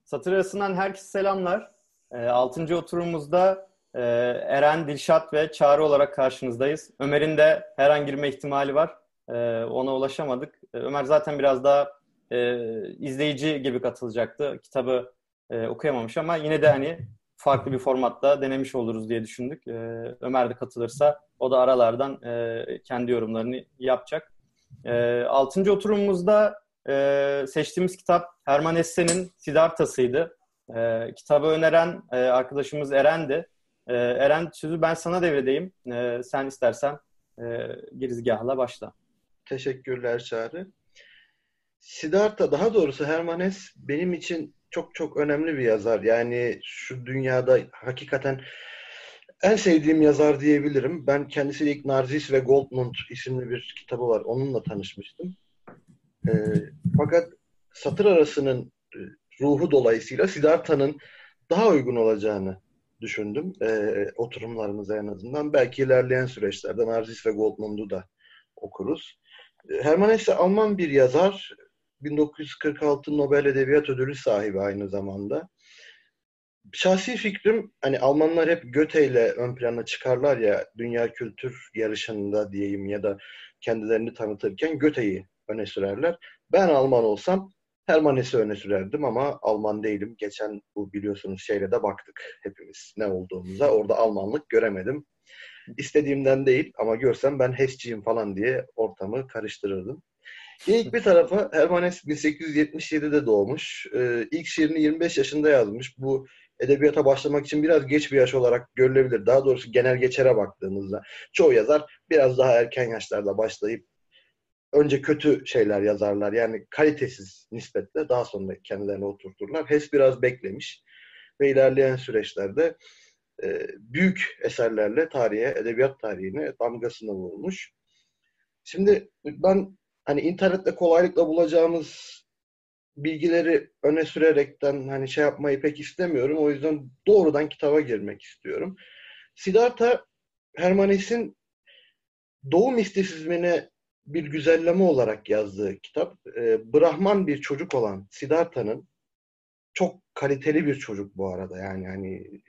Satır Arası'ndan herkese selamlar. 6. oturumumuzda Eren, Dilşat ve Çağrı olarak karşınızdayız. Ömer'in de her an girme ihtimali var. Ona ulaşamadık. Ömer zaten biraz daha izleyici gibi katılacaktı. Kitabı okuyamamış ama yine de hani farklı bir formatta denemiş oluruz diye düşündük. Ömer de katılırsa o da aralardan kendi yorumlarını yapacak. 6. oturumumuzda seçtiğimiz kitap Hermann Hesse'nin Siddhartha'sıydı. Kitabı öneren arkadaşımız Eren'di. Eren, sözü ben sana devredeyim. Sen istersen girizgahla başla. Teşekkürler Çağrı. Siddhartha, daha doğrusu Hermann Hesse benim için çok çok önemli bir yazar. Yani şu dünyada hakikaten en sevdiğim yazar diyebilirim. Ben kendisiyle ilk Narziss ve Goldmund isimli bir kitabı var. Onunla tanışmıştım. Fakat Satır Arası'nın ruhu dolayısıyla Siddhartha'nın daha uygun olacağını düşündüm. Oturumlarımıza en azından. Belki ilerleyen süreçlerde Narziss ve Goldmund'u da okuruz. Hermann Hesse Alman bir yazar. 1946 Nobel Edebiyat Ödülü sahibi aynı zamanda. Şahsi fikrim, hani Almanlar hep Goethe ile ön plana çıkarlar ya, dünya kültür yarışında diyeyim ya da kendilerini tanıtırken Goethe'yi öne sürerler. Ben Alman olsam Hermann Hesse öne sürerdim ama Alman değilim. Geçen bu biliyorsunuz şeyle de baktık hepimiz ne olduğumuza. Orada Almanlık göremedim. İstediğimden değil ama görsem ben Hesçiyim falan diye ortamı karıştırırdım. İlk bir tarafa Hermann Hesse 1877'de doğmuş. İlk şiirini 25 yaşında yazmış. Bu edebiyata başlamak için biraz geç bir yaş olarak görülebilir. Daha doğrusu genel geçere baktığımızda. Çoğu yazar biraz daha erken yaşlarda başlayıp önce kötü şeyler yazarlar. Yani kalitesiz nispetle daha sonra kendilerine oturturlar. Hesse biraz beklemiş ve ilerleyen süreçlerde büyük eserlerle tarihe, edebiyat tarihine damgasını vurmuş. Şimdi ben hani internette kolaylıkla bulacağımız bilgileri öne sürerekten hani şey yapmayı pek istemiyorum. O yüzden doğrudan kitaba girmek istiyorum. Siddhartha, Hermann Hesse'in Doğu mistisizmine bir güzelleme olarak yazdığı kitap. Brahman bir çocuk olan Siddhartha'nın, çok kaliteli bir çocuk bu arada. Yani hani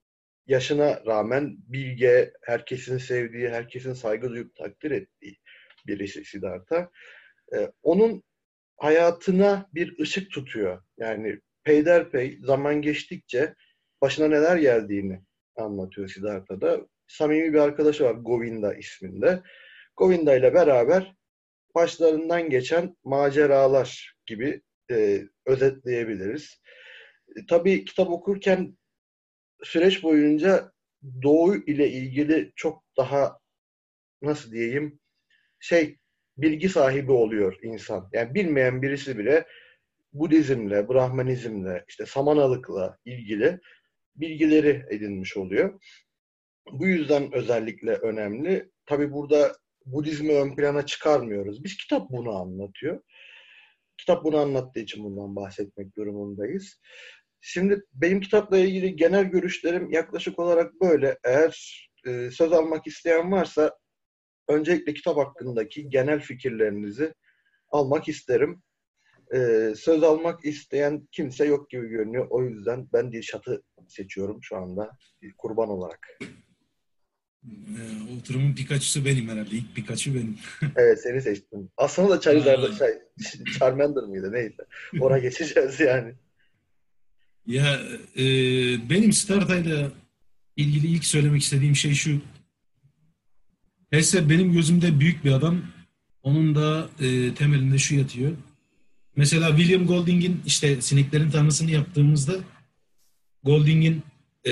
yaşına rağmen bilge, herkesin sevdiği, herkesin saygı duyup takdir ettiği birisi Siddhartha. Onun hayatına bir ışık tutuyor. Yani peyderpey zaman geçtikçe başına neler geldiğini anlatıyor Siddhartha'da. Samimi bir arkadaşı var Govinda isminde. Govinda ile beraber başlarından geçen maceralar gibi özetleyebiliriz. Tabii kitap okurken süreç boyunca Doğu ile ilgili çok daha, nasıl diyeyim, bilgi sahibi oluyor insan. Yani bilmeyen birisi bile Budizmle, Brahmanizmle, işte Samanalıkla ilgili bilgileri edinmiş oluyor. Bu yüzden özellikle önemli. Tabii burada Budizmi ön plana çıkarmıyoruz. Biz, kitap bunu anlatıyor. Kitap bunu anlattığı için bundan bahsetmek durumundayız. Şimdi benim kitapla ilgili genel görüşlerim yaklaşık olarak böyle. Eğer söz almak isteyen varsa öncelikle kitap hakkındaki genel fikirlerinizi almak isterim. Söz almak isteyen kimse yok gibi görünüyor. O yüzden ben Dilşat'ı seçiyorum şu anda kurban olarak. Oturumun Pikachu'su benim herhalde. İlk Pikachu benim. Evet, seni seçtim. Aslında da Charizard'da Charmander mıydı neyse. Oraya geçeceğiz yani. Ya benim Siddhartha'yla ilgili ilk söylemek istediğim şey şu. Hesse benim gözümde büyük bir adam. Onun da temelinde şu yatıyor. Mesela William Golding'in işte Sineklerin Tanrısı'nı yaptığımızda Golding'in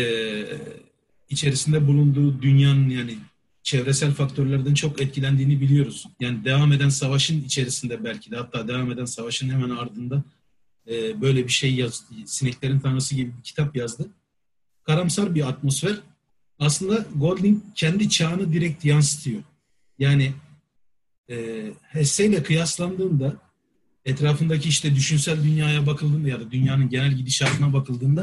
içerisinde bulunduğu dünyanın, yani çevresel faktörlerden çok etkilendiğini biliyoruz. Yani devam eden savaşın içerisinde, belki de hatta devam eden savaşın hemen ardında böyle bir şey yazdı. Sineklerin Tanrısı gibi bir kitap yazdı. Karamsar bir atmosfer. Aslında Golding kendi çağını direkt yansıtıyor. Yani Hesse ile kıyaslandığında, etrafındaki işte düşünsel dünyaya bakıldığında ya da dünyanın genel gidişatına bakıldığında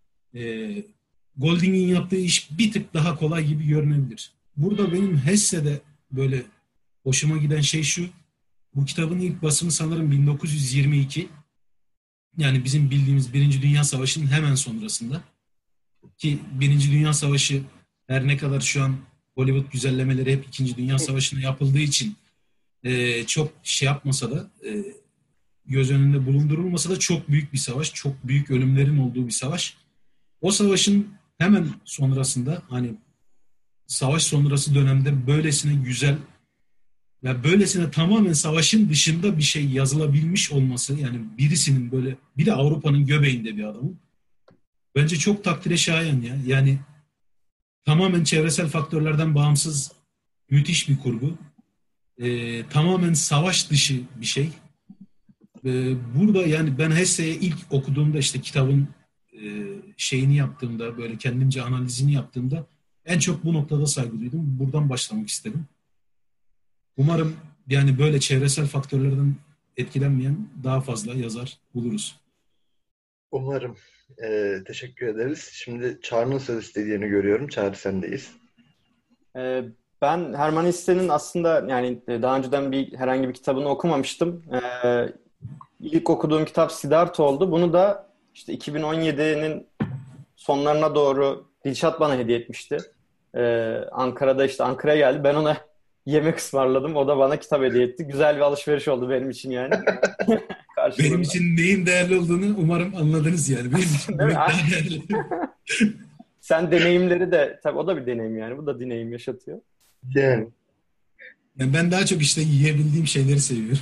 Golding'in yaptığı iş bir tık daha kolay gibi görünebilir. Burada benim Hesse'de böyle hoşuma giden şey şu. Bu kitabın ilk basımı sanırım 1922. Yani bizim bildiğimiz Birinci Dünya Savaşı'nın hemen sonrasında, ki Birinci Dünya Savaşı her ne kadar şu an Hollywood güzellemeleri hep İkinci Dünya Savaşı'na yapıldığı için çok şey yapmasa da, göz önünde bulundurulmasa da çok büyük bir savaş, çok büyük ölümlerin olduğu bir savaş. O savaşın hemen sonrasında, hani savaş sonrası dönemde böylesine güzel ve böylesine tamamen savaşın dışında bir şey yazılabilmiş olması, yani birisinin böyle, bir de Avrupa'nın göbeğinde bir adamın, bence çok takdire şayan ya. Yani tamamen çevresel faktörlerden bağımsız müthiş bir kurgu. Tamamen savaş dışı bir şey. Burada yani ben Hesse'ye ilk okuduğumda, işte kitabın şeyini yaptığımda, böyle kendimce analizini yaptığımda en çok bu noktada saygı duydum. Buradan başlamak istedim. Umarım yani böyle çevresel faktörlerden etkilenmeyen daha fazla yazar buluruz. Umarım. Teşekkür ederiz. Şimdi Çağrı'nın söz istediğini görüyorum. Çağrı, sendeyiz. Ee, Ben Hermann Hesse'nin aslında yani daha önceden herhangi bir kitabını okumamıştım. İlk okuduğum kitap Siddhartha oldu. Bunu da işte 2017'nin sonlarına doğru Dilşat bana hediye etmişti. Ankara'da işte Ankara'ya geldi. Ben ona yemek ısmarladım. O da bana kitap hediye etti. Güzel bir alışveriş oldu benim için yani. Benim Karşılığında. için neyin değerli olduğunu umarım anladınız yani. Benim için Değil mi? demek daha değerli. Sen deneyimleri de, tabii o da bir deneyim yani. Bu da deneyim yaşatıyor. Yani Yani ben daha çok işte yiyebildiğim şeyleri seviyorum.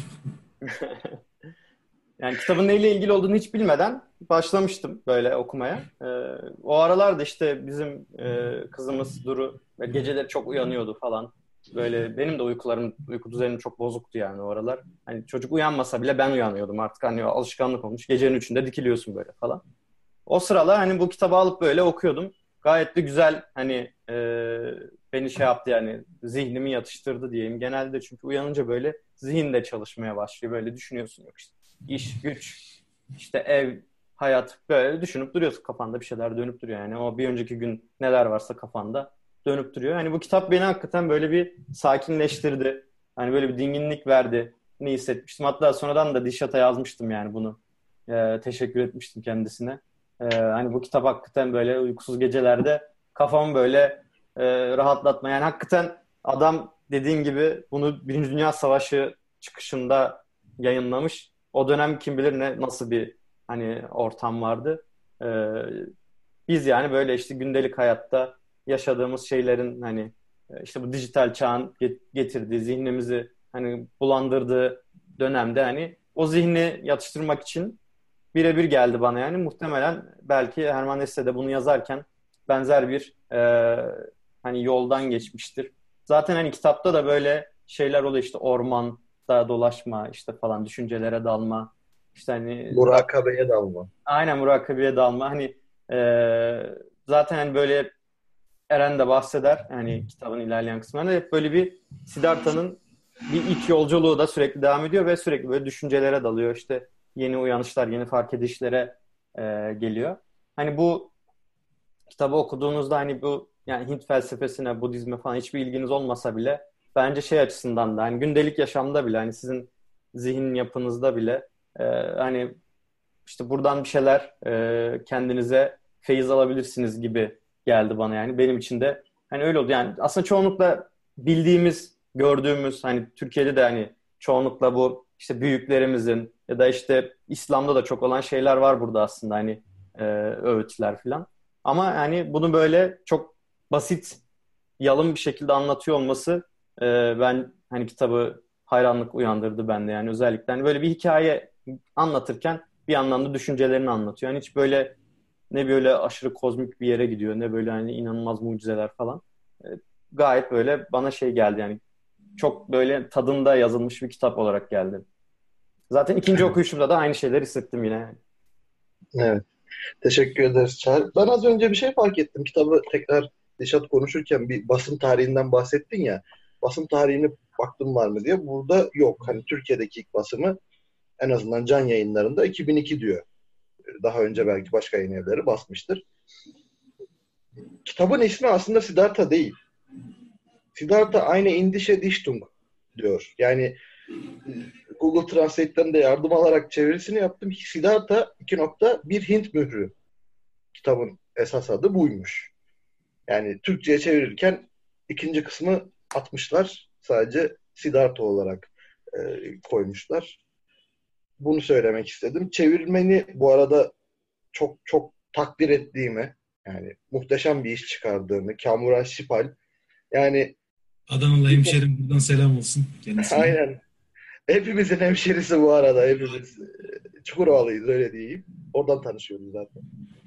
Yani kitabın neyle ilgili olduğunu hiç bilmeden başlamıştım böyle okumaya. O aralarda işte bizim kızımız Duru böyle geceleri çok uyanıyordu falan. Böyle benim de uyku düzenim çok bozuktu yani o aralar. Hani çocuk uyanmasa bile ben uyanıyordum artık, hani o alışkanlık olmuş. Gecenin üçünde dikiliyorsun böyle falan. O sıralar hani bu kitabı alıp böyle okuyordum. Gayet de güzel, hani beni şey yaptı yani, zihnimi yatıştırdı diyeyim. Genelde çünkü uyanınca böyle zihin de çalışmaya başlıyor. Böyle düşünüyorsun, yok işte iş, güç, işte ev, hayat, böyle düşünüp duruyorsun, kafanda bir şeyler dönüp duruyor. Yani o bir önceki gün neler varsa kafanda dönüp duruyor. Hani bu kitap beni hakikaten böyle bir sakinleştirdi. Hani böyle bir dinginlik verdi. Ne hissetmiştim. Hatta sonradan da Dişat'a yazmıştım yani bunu. Teşekkür etmiştim kendisine. Hani bu kitap hakikaten böyle uykusuz gecelerde kafamı böyle rahatlatma. Yani hakikaten adam dediğin gibi bunu Birinci Dünya Savaşı çıkışında yayınlamış. O dönem kim bilir nasıl bir hani ortam vardı. Biz yani böyle işte gündelik hayatta yaşadığımız şeylerin hani işte bu dijital çağın getirdiği, zihnimizi hani bulandırdığı dönemde hani o zihni yatıştırmak için birebir geldi bana yani. Muhtemelen belki Hermann Hesse de bunu yazarken benzer bir hani yoldan geçmiştir. Zaten hani kitapta da böyle şeyler oluyor, işte ormanda dolaşma işte falan, düşüncelere dalma. İşte hani zaten murakabeye dalma. aynen murakabeye dalma. Hani zaten hani böyle Eren de bahseder yani kitabın ilerleyen kısımlarında, hep böyle bir Siddhartha'nın bir iç yolculuğu da sürekli devam ediyor ve sürekli böyle düşüncelere dalıyor. İşte yeni uyanışlar, yeni fark edişlere geliyor. Hani bu kitabı okuduğunuzda hani bu yani Hint felsefesine, Budizme falan hiçbir ilginiz olmasa bile bence şey açısından da hani gündelik yaşamda bile hani sizin zihin yapınızda bile hani işte buradan bir şeyler kendinize feyiz alabilirsiniz gibi geldi bana yani. Benim için de hani öyle oldu. Yani aslında çoğunlukla bildiğimiz, gördüğümüz, hani Türkiye'de de hani çoğunlukla bu işte büyüklerimizin ya da işte İslam'da da çok olan şeyler var burada aslında, hani öğütler falan. Ama yani bunu böyle çok basit, yalın bir şekilde anlatıyor olması ben hani kitabı hayranlık uyandırdı bende yani. Özellikle hani böyle bir hikaye anlatırken bir yandan da düşüncelerini anlatıyor. Yani hiç böyle ne böyle aşırı kozmik bir yere gidiyor, ne böyle hani inanılmaz mucizeler falan. E, Gayet böyle bana şey geldi yani, çok böyle tadında yazılmış bir kitap olarak geldi. Zaten ikinci okuyuşumda da aynı şeyleri hissettim yine yani. Evet. Teşekkür ederiz Çağrı. Ben az önce bir şey fark ettim. Kitabı tekrar Dişat konuşurken bir basım tarihinden bahsettin ya. Basım tarihine baktım var mı diye. Burada yok. Hani Türkiye'deki ilk basımı en azından Can Yayınları'nda 2002 diyor. Daha önce belki başka yayın evleri basmıştır. Kitabın ismi aslında Siddhartha değil. Siddhartha eine indische Dichtung diyor. Yani Google Translate'ten de yardım alarak çevirisini yaptım. Siddhartha 2 nokta bir Hint mührü. Kitabın esas adı buymuş. Yani Türkçe'ye çevirirken ikinci kısmı atmışlar. Sadece Siddhartha olarak koymuşlar. Bunu söylemek istedim. Çevirmeni bu arada çok çok takdir ettiğimi, yani muhteşem bir iş çıkardığını, Kamuran Şipal. Yani Adanalı hemşerim, buradan selam olsun kendisine. aynen. Hepimizin hemşerisi bu arada. Hepimiz Çukurovalıyız, öyle diyeyim. Oradan tanışıyoruz zaten.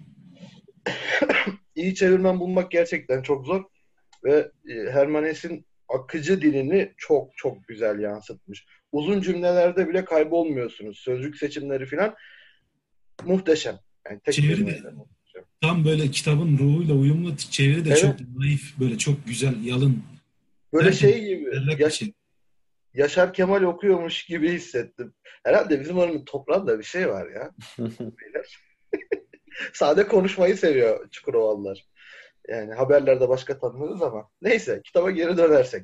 İyi çevirmen bulmak gerçekten çok zor. Ve Hermann Hesse'in akıcı dilini çok çok güzel yansıtmış. Uzun cümlelerde bile kaybolmuyorsunuz. Sözcük seçimleri falan muhteşem. Yani tek Çeviri de kelimeyle muhteşem. tam böyle kitabın ruhuyla uyumlu, çeviri de Evet. çok naif, böyle çok güzel, yalın. Böyle Derken, şey gibi. berrak bir şey. Yaşar Kemal okuyormuş gibi hissettim. Herhalde bizim oranın toprağında bir şey var ya. Beyler. Sade konuşmayı seviyor Çukurovalılar. Yani haberlerde başka tanımıyoruz ama. Neyse, kitaba geri dönersek.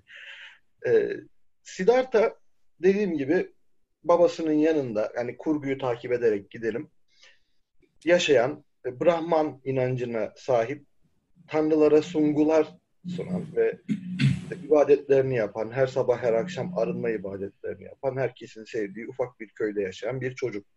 Siddhartha dediğim gibi babasının yanında, yani kurguyu takip ederek gidelim, yaşayan, Brahman inancına sahip, tanrılara sungular sunan ve ibadetlerini yapan, her sabah her akşam arınma ibadetlerini yapan, herkesin sevdiği ufak bir köyde yaşayan bir çocuk.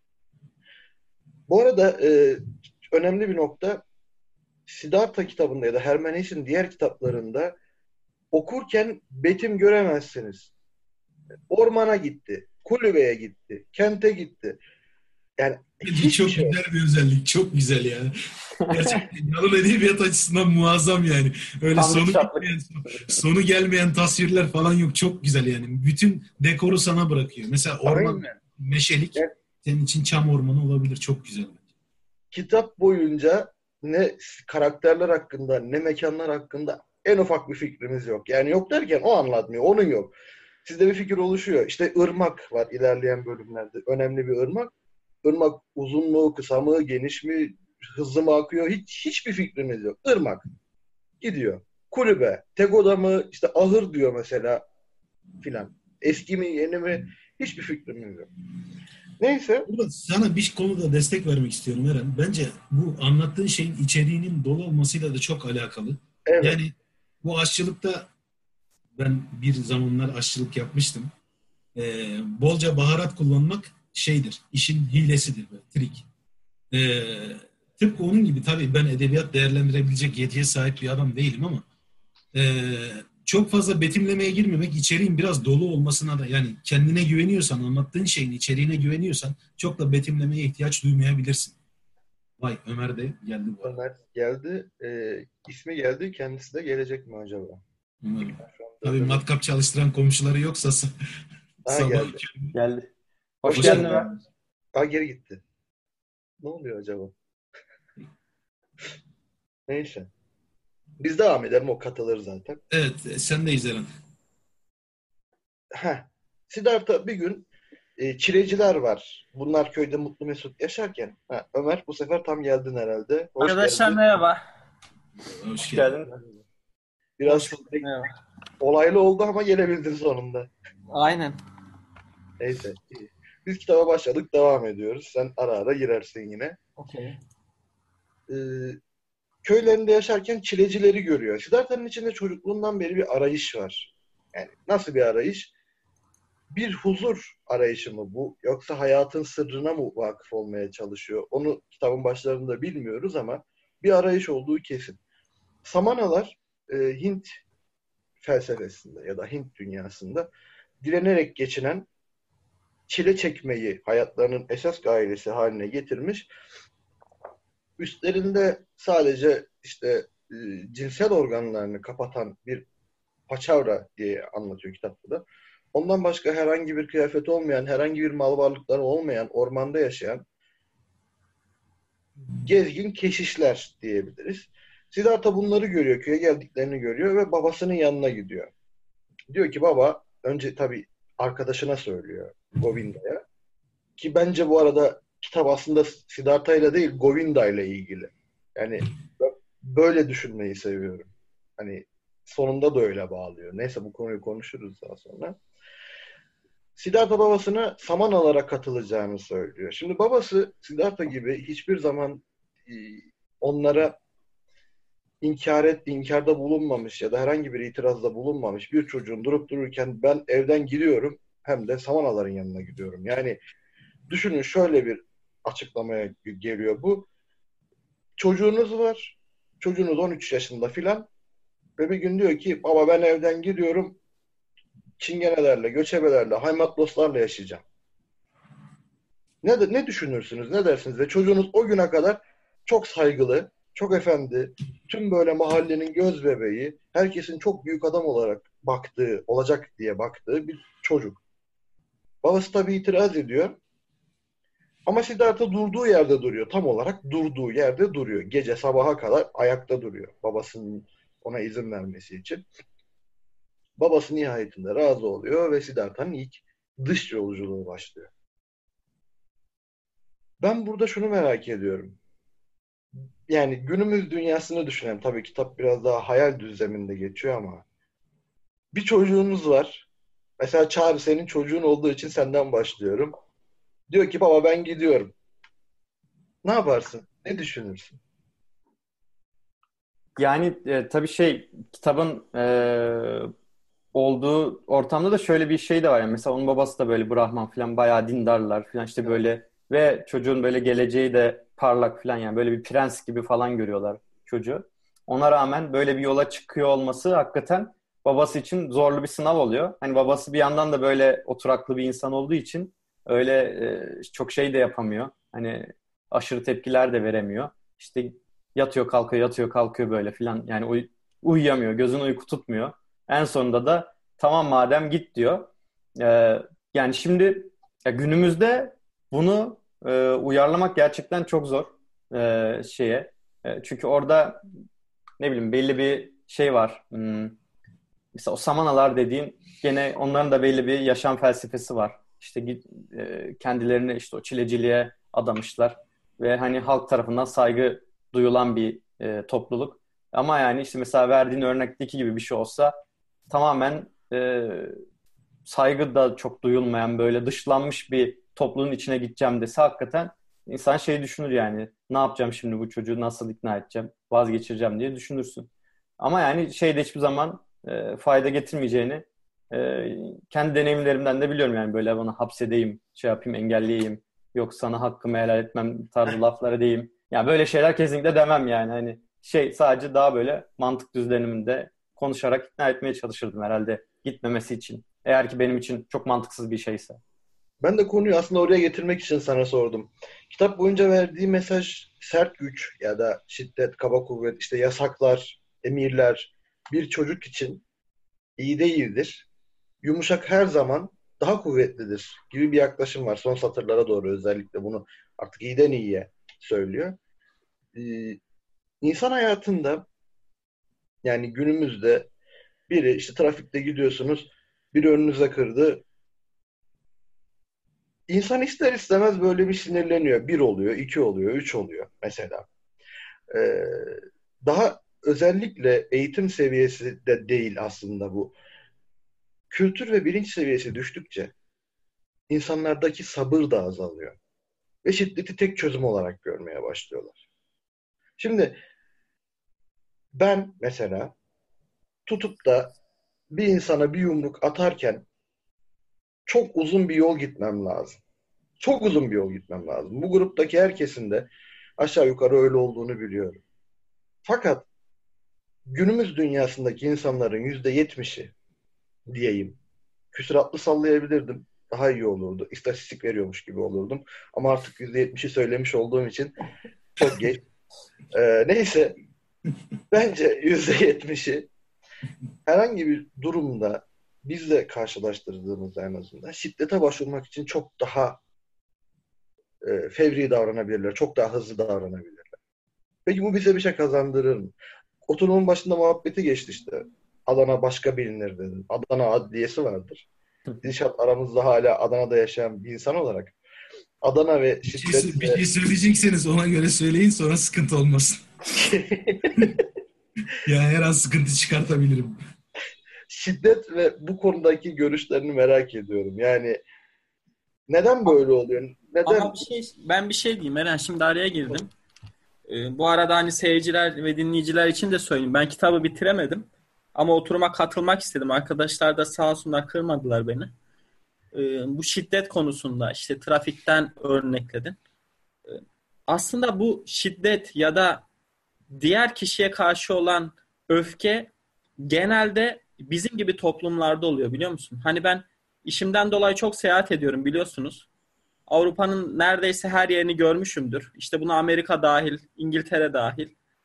Bu arada önemli bir nokta, Siddhartha kitabında ya da Hermann Hesse'in diğer kitaplarında okurken betim göremezsiniz. Ormana gitti, kulübeye gitti, kente gitti. Yani hiçbir Çok şey yok. güzel bir özellik. Çok güzel yani. Gerçekten yalın edebiyat açısından muazzam yani. Öyle Tam sonu şartlık. gelmeyen, sonu gelmeyen tasvirler falan yok. Çok güzel yani. Bütün dekoru sana bırakıyor. Mesela orman Aynen. meşelik. Evet. Senin için çam ormanı olabilir. Çok güzel. Kitap boyunca ne karakterler hakkında ne mekanlar hakkında en ufak bir fikrimiz yok. Yani yok derken o anlatmıyor. Onun yok. Sizde bir fikir oluşuyor. İşte ırmak var ilerleyen bölümlerde. Önemli bir ırmak. Irmak uzun mu, kısa mı, geniş mi, hızlı mı akıyor? Hiçbir fikriniz yok. Irmak gidiyor. Kulübe, tek oda mı, işte ahır diyor mesela filan. Eski mi, yeni mi? Hiçbir fikrimiz yok. Neyse. Burada sana bir konuda destek vermek istiyorum Eren. Bence bu anlattığın şeyin içeriğinin dolu olmasıyla da çok alakalı. Evet. Yani bu aşçılıkta ben bir zamanlar aşçılık yapmıştım. Bolca baharat kullanmak şeydir, işin hilesidir, böyle, trik. Tıpkı onun gibi tabii ben edebiyat değerlendirebilecek yetiye sahip bir adam değilim ama çok fazla betimlemeye girmemek, içeriğin biraz dolu olmasına da, yani kendine güveniyorsan, anlattığın şeyin içeriğine güveniyorsan çok da betimlemeye ihtiyaç duymayabilirsin. Vay, Ömer de geldi bu arada. Ömer geldi. İsmi geldi. Kendisi de gelecek mi acaba? Ömer. Şu anda Tabii matkap çalıştıran komşuları yoksa sabah geldi. Geldi. Hoş Hoş geldin geldin. Ömer. Geri gitti. Ne oluyor acaba? Neyse. Biz devam edelim. O katılır zaten. Evet, sen de izlerim. Siddhartha bir gün çileciler var. Bunlar köyde mutlu mesut yaşarken. Ömer bu sefer tam geldin herhalde. Hoş Arkadaşlar geldin. merhaba. Hoş Hoş geldin. geldin. Biraz Hoş bulduk, merhaba. olaylı oldu ama gelebildin sonunda. Aynen. Neyse. İyi. Biz kitaba başladık. Devam ediyoruz. Sen ara ara girersin yine. Okey. Köylerinde yaşarken çilecileri görüyor. Siddhartha'nın içinde çocukluğundan beri bir arayış var. Yani nasıl bir arayış? Bir huzur arayışı mı bu? Yoksa hayatın sırrına mı vakıf olmaya çalışıyor? Onu kitabın başlarında bilmiyoruz ama bir arayış olduğu kesin. Samanalar Hint felsefesinde ya da Hint dünyasında direnerek geçinen, çile çekmeyi hayatlarının esas gayesi haline getirmiş. Üstlerinde sadece işte cinsel organlarını kapatan bir paçavra diye anlatıyor kitapta da. Ondan başka herhangi bir kıyafet olmayan, herhangi bir mal varlıkları olmayan, ormanda yaşayan gezgin keşişler diyebiliriz. Siddhartha bunları görüyor, köye geldiklerini görüyor ve babasının yanına gidiyor. Diyor ki baba, önce tabii arkadaşına söylüyor, Govinda'ya. Ki bence bu arada kitap aslında Siddhartha ile değil, Govinda ile ilgili. Yani böyle düşünmeyi seviyorum. Hani sonunda da öyle bağlıyor. Neyse bu konuyu konuşuruz daha sonra. Siddhartha babasına saman alarak katılacağını söylüyor. Şimdi babası Siddhartha gibi hiçbir zaman onlara inkarda bulunmamış ya da herhangi bir itirazda bulunmamış bir çocuğun durup dururken ben evden gidiyorum hem de samanaların yanına gidiyorum. Yani düşünün, şöyle bir açıklamaya geliyor bu. Çocuğunuz var. Çocuğunuz 13 yaşında filan ve bir gün diyor ki baba ben evden gidiyorum. Çingenelerle, göçebelerle, haymatloslarla yaşayacağım. Ne düşünürsünüz, ne dersiniz? Ve çocuğunuz o güne kadar çok saygılı, çok efendi, tüm böyle mahallenin göz bebeği, herkesin çok büyük adam olarak baktığı, olacak diye baktığı bir çocuk. Babası tabii itiraz ediyor. Ama Siddhartha durduğu yerde duruyor. Tam olarak durduğu yerde duruyor. Gece sabaha kadar ayakta duruyor. Babasının ona izin vermesi için. Babası nihayetinde razı oluyor ve Siddhartha'nın ilk dış yolculuğu başlıyor. Ben burada şunu merak ediyorum. Yani günümüz dünyasını düşünelim. Tabii kitap biraz daha hayal düzleminde geçiyor ama bir çocuğunuz var. Mesela Çağrı, senin çocuğun olduğu için senden başlıyorum. Diyor ki baba ben gidiyorum. Ne yaparsın? Ne düşünürsün? Yani tabii kitabın olduğu ortamda da şöyle bir şey de var. Yani mesela onun babası da böyle Brahman falan, bayağı dindarlar falan işte Evet. böyle, ve çocuğun böyle geleceği de parlak falan, yani böyle bir prens gibi falan görüyorlar çocuğu. Ona rağmen böyle bir yola çıkıyor olması hakikaten babası için zorlu bir sınav oluyor. Hani babası bir yandan da böyle oturaklı bir insan olduğu için öyle çok şey de yapamıyor. Hani aşırı tepkiler de veremiyor. İşte yatıyor kalkıyor yatıyor kalkıyor böyle falan, yani uyuyamıyor, gözün uyku tutmuyor. En sonunda da tamam madem git diyor. Yani şimdi günümüzde bunu uyarlamak gerçekten çok zor şeye. Çünkü orada ne bileyim belli bir şey var. Mesela o Samanalar dediğin, gene onların da belli bir yaşam felsefesi var. İşte kendilerini işte o çileciliğe adamışlar ve hani halk tarafından saygı duyulan bir topluluk. Ama yani işte mesela verdiğin örnekteki gibi bir şey olsa tamamen saygı da çok duyulmayan, böyle dışlanmış bir topluluğun içine gideceğim dese hakikaten insan şey düşünür, yani ne yapacağım şimdi, bu çocuğu nasıl ikna edeceğim, vazgeçireceğim diye düşünürsün. Ama yani şeyde hiçbir zaman fayda getirmeyeceğini kendi deneyimlerimden de biliyorum. Yani böyle bana hapsedeyim, şey yapayım, engelleyeyim, yok sana hakkımı helal etmem tarzı laflar edeyim. Yani böyle şeyler kesinlikle demem yani. Hani sadece daha böyle mantık düzleminde konuşarak ikna etmeye çalışırdım herhalde gitmemesi için. Eğer ki benim için çok mantıksız bir şeyse. Ben de konuyu aslında oraya getirmek için sana sordum. Kitap boyunca verdiği mesaj sert güç ya da şiddet, kaba kuvvet, işte yasaklar, emirler bir çocuk için iyi değildir. Yumuşak her zaman daha kuvvetlidir gibi bir yaklaşım var. Son satırlara doğru özellikle bunu artık iyiden iyiye söylüyor. İnsan hayatında, yani günümüzde biri işte trafikte gidiyorsunuz, biri önünüze kırdı. İnsan ister istemez böyle bir sinirleniyor. Bir oluyor, iki oluyor, üç oluyor mesela. Ee, Daha özellikle eğitim seviyesi de değil aslında bu. Kültür ve bilinç seviyesi düştükçe insanlardaki sabır da azalıyor. Ve şiddeti tek çözüm olarak görmeye başlıyorlar. Şimdi ben mesela tutup da bir insana bir yumruk atarken çok uzun bir yol gitmem lazım. Çok uzun bir yol gitmem lazım. Bu gruptaki herkesin de aşağı yukarı öyle olduğunu biliyorum. Fakat günümüz dünyasındaki insanların %70'i diyeyim. Küsuratlı sallayabilirdim. Daha iyi olurdu. İstatistik veriyormuş gibi olurdum. Ama artık %70'i söylemiş olduğum için çok geç. Neyse. Bence %70'i herhangi bir durumda bizle karşılaştırdığımızda en azından şiddete başvurmak için çok daha fevri davranabilirler. Çok daha hızlı davranabilirler. Peki bu bize bir şey kazandırır mı? Oturumun başında muhabbeti geçti işte. Adana başka bilinir dedim. Adana adliyesi vardır. Dilşat aramızda hala Adana'da yaşayan bir insan olarak Adana ve şiddet Bir ve şey söyleyecekseniz ona göre söyleyin, sonra sıkıntı olmasın. Ya her an sıkıntı çıkartabilirim. şiddet ve bu konudaki görüşlerini merak ediyorum. Yani Neden böyle oluyor? Neden? Ama ben bir şey diyeyim Eren, şimdi araya girdim. Bu arada hani seyirciler ve dinleyiciler için de söyleyeyim. Ben kitabı bitiremedim. Ama oturuma katılmak istedim. Arkadaşlar da sağ olsunlar, kırmadılar beni. Bu şiddet konusunda işte trafikten örnekledin. Aslında bu şiddet ya da diğer kişiye karşı olan öfke genelde bizim gibi toplumlarda oluyor, biliyor musun? Hani ben işimden dolayı çok seyahat ediyorum, biliyorsunuz. Avrupa'nın neredeyse her yerini görmüşümdür. İşte buna Amerika dahil, İngiltere dahil.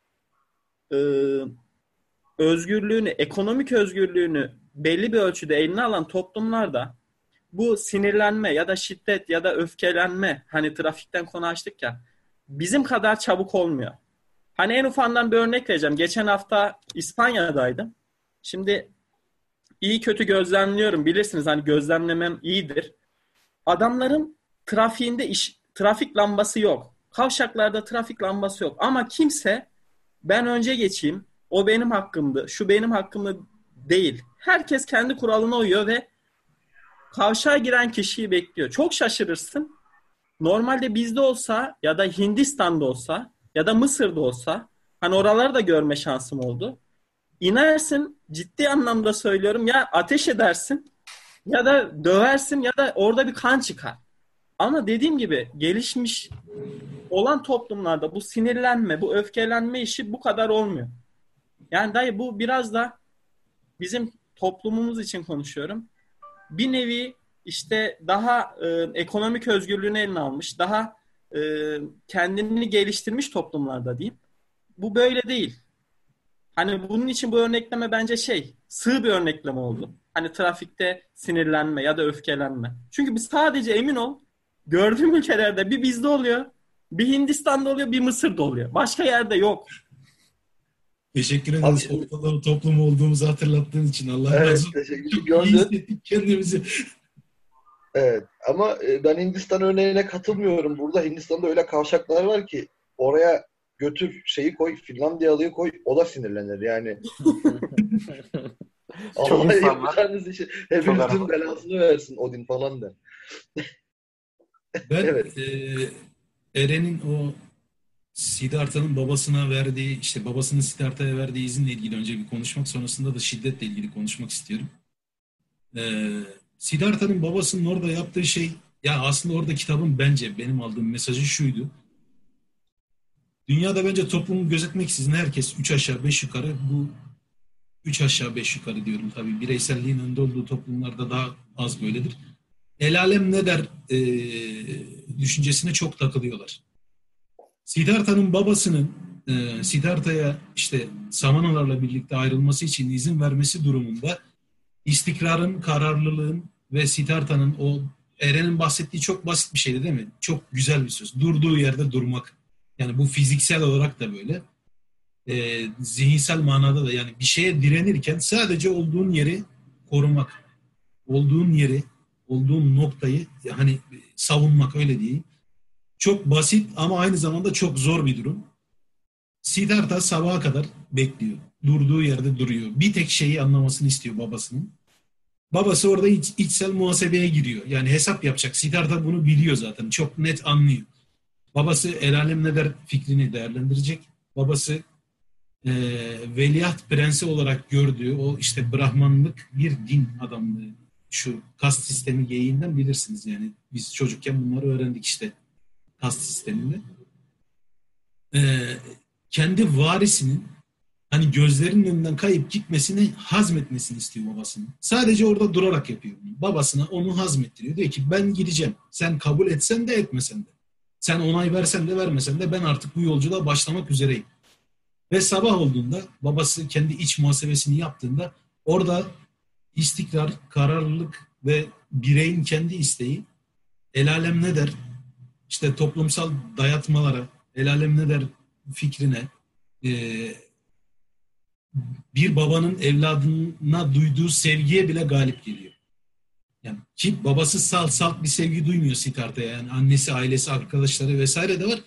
Ee, Özgürlüğünü, ekonomik özgürlüğünü belli bir ölçüde eline alan toplumlarda bu sinirlenme ya da şiddet ya da öfkelenme, hani trafikten konu açtık ya, bizim kadar çabuk olmuyor. Hani en ufağından bir örnek vereceğim. Geçen hafta İspanya'daydım. Şimdi iyi kötü gözlemliyorum. Bilirsiniz, hani gözlemlemem iyidir. Adamların trafiğinde trafik lambası yok. Kavşaklarda trafik lambası yok. Ama kimse ben önce geçeyim, o benim hakkımdı, şu benim hakkımdı değil. Herkes kendi kuralına uyuyor ve kavşağa giren kişiyi bekliyor. Çok şaşırırsın. Normalde bizde olsa ya da Hindistan'da olsa ya da Mısır'da olsa, hani oraları da görme şansım oldu. İnersin, ciddi anlamda söylüyorum, ya ateş edersin ya da döversin ya da orada bir kan çıkar. Ama dediğim gibi gelişmiş olan toplumlarda bu sinirlenme, bu öfkelenme işi bu kadar olmuyor. Yani dayı, bu biraz da bizim toplumumuz için konuşuyorum. Bir nevi işte daha ekonomik özgürlüğünü eline almış, daha kendini geliştirmiş toplumlarda diyeyim. Bu böyle değil. Hani bunun için bu örnekleme bence sığ bir örnekleme oldu. Hani trafikte sinirlenme ya da öfkelenme. Çünkü biz sadece, emin ol, gördüğüm ülkelerde bir bizde oluyor, bir Hindistan'da oluyor, bir Mısır'da oluyor. Başka yerde yok. Teşekkür Abi ederiz. şimdi, Ortalama toplum olduğumuzu hatırlattığın için. Allah evet, razı olsun. teşekkür Çok iyi gördün. hissettik kendimizi. Evet. Ama ben Hindistan örneğine katılmıyorum. Burada Hindistan'da öyle kavşaklar var ki oraya götür şeyi koy, Finlandiyalı'yı koy, o da sinirlenir. Yani Çok Allah insan var. yapacağınız işi Çok hepinizin araba. belasını versin Odin falan der. Ben Evet. Eren'in o Siddhartha'nın babasına verdiği, işte babasının Siddhartha'ya verdiği izinle ilgili önce bir konuşmak, sonrasında da şiddetle ilgili konuşmak istiyorum. E, Siddhartha'nın babasının orada yaptığı şey, ya aslında orada kitabın bence benim aldığım mesajı şuydu. Dünyada bence toplumu gözetmeksizin herkes 3 aşağı 5 yukarı, bu 3 aşağı 5 yukarı diyorum tabii, bireyselliğin önde olduğu toplumlarda daha az böyledir. El alem ne der düşüncesine çok takılıyorlar. Siddhartha'nın babasının Siddhartha'ya işte Samanalarla birlikte ayrılması için izin vermesi durumunda istikrarın, kararlılığın ve Siddhartha'nın o Eren'in bahsettiği çok basit bir şeydi değil mi? Çok güzel bir söz. Durduğu yerde durmak. Yani bu fiziksel olarak da böyle. Zihinsel manada da, yani bir şeye direnirken sadece olduğun yeri korumak. Olduğun yeri, olduğun noktayı hani savunmak, öyle diyeyim. Çok basit ama aynı zamanda çok zor bir durum. Siddhartha sabaha kadar bekliyor. Durduğu yerde duruyor. Bir tek şeyi anlamasını istiyor babasının. Babası orada içsel muhasebeye giriyor. Yani hesap yapacak. Siddhartha bunu biliyor zaten. Çok net anlıyor. Babası el alem ne der fikrini değerlendirecek. Babası veliaht prensi olarak gördüğü o işte Brahmanlık bir din adamlığı. Şu kast sistemi geyiğinden bilirsiniz yani. Biz çocukken bunları öğrendik işte kast sisteminde. Kendi varisinin hani gözlerinin önünden kayıp gitmesini hazmetmesini istiyor babasının. Sadece orada durarak yapıyor bunu. Babasına onu hazmettiriyor. Diyor ki ben gideceğim. Sen kabul etsen de etmesen de. Sen onay versen de vermesen de ben artık bu yolculuğa başlamak üzereyim. Ve sabah olduğunda babası kendi iç muhasebesini yaptığında orada istikrar, kararlılık ve bireyin kendi isteği, el alem ne der, işte toplumsal dayatmalara, el alem ne der fikrine, bir babanın evladına duyduğu sevgiye bile galip geliyor. Yani ki babası salt bir sevgi duymuyor Siddhartha'ya. Yani annesi, ailesi, arkadaşları vesaire de var.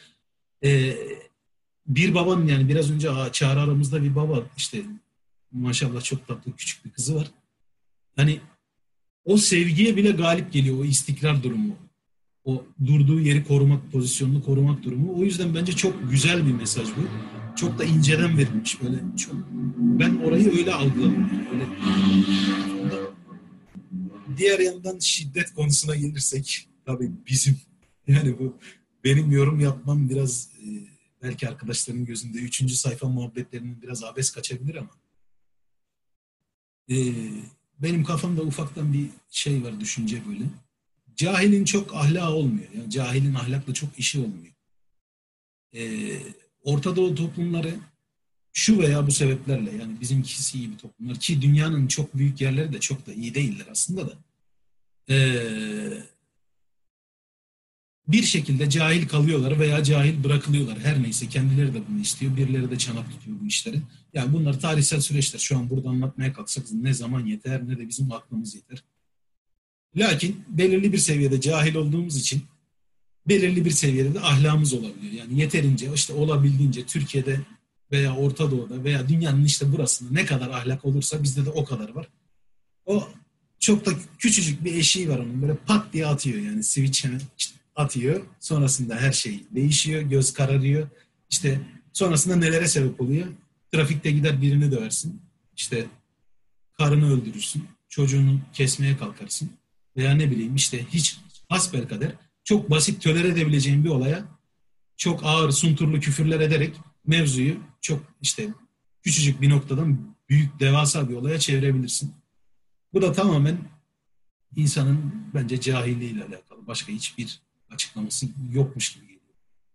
Bir babanın, yani biraz önce Çağrı aramızda bir baba, işte maşallah çok tatlı küçük bir kızı var. Hani o sevgiye bile galip geliyor, o istikrar durumu. O durduğu yeri korumak, pozisyonunu korumak durumu. O yüzden bence çok güzel bir mesaj bu. Çok da inceden verilmiş. Böyle çok, ben orayı öyle algıladım. Öyle. Diğer yandan şiddet konusuna gelirsek tabii yani bu benim yorum yapmam biraz belki arkadaşların gözünde 3. sayfa muhabbetlerinin biraz abes kaçabilir ama benim kafamda ufaktan bir şey var, düşünce böyle. Cahilin çok ahlakı olmuyor. Yani cahilin ahlakla çok işi olmuyor. Orta Doğu toplumları şu veya bu sebeplerle, yani bizimkisi gibi toplumlar ki dünyanın çok büyük yerleri de çok da iyi değiller aslında da, bir şekilde cahil kalıyorlar veya cahil bırakılıyorlar. Her neyse, kendileri de bunu istiyor. Birileri de çanak tutuyor bu işleri. Yani bunlar tarihsel süreçler. Şu an burada anlatmaya kalksak ne zaman yeter ne de bizim aklımız yeter. Lakin belirli bir seviyede cahil olduğumuz için belirli bir seviyede de ahlakımız olabiliyor. Yani yeterince, işte olabildiğince Türkiye'de veya Orta Doğu'da veya dünyanın işte burasında ne kadar ahlak olursa bizde de o kadar var. O çok da küçücük bir eşiği var onun. Böyle pat diye atıyor, yani switch'e işte atıyor. Sonrasında her şey değişiyor, göz kararıyor. İşte sonrasında nelere sebep oluyor? Trafikte gider birini döversin. İşte karını öldürürsün. Çocuğunu kesmeye kalkarsın. Veya ne bileyim işte hiç hasbelkader çok basit tolere edebileceğin bir olaya çok ağır sunturlu küfürler ederek mevzuyu çok işte küçücük bir noktadan büyük devasa bir olaya çevirebilirsin. Bu da tamamen insanın bence cahilliğiyle alakalı. Başka hiçbir açıklaması yokmuş gibi geliyor.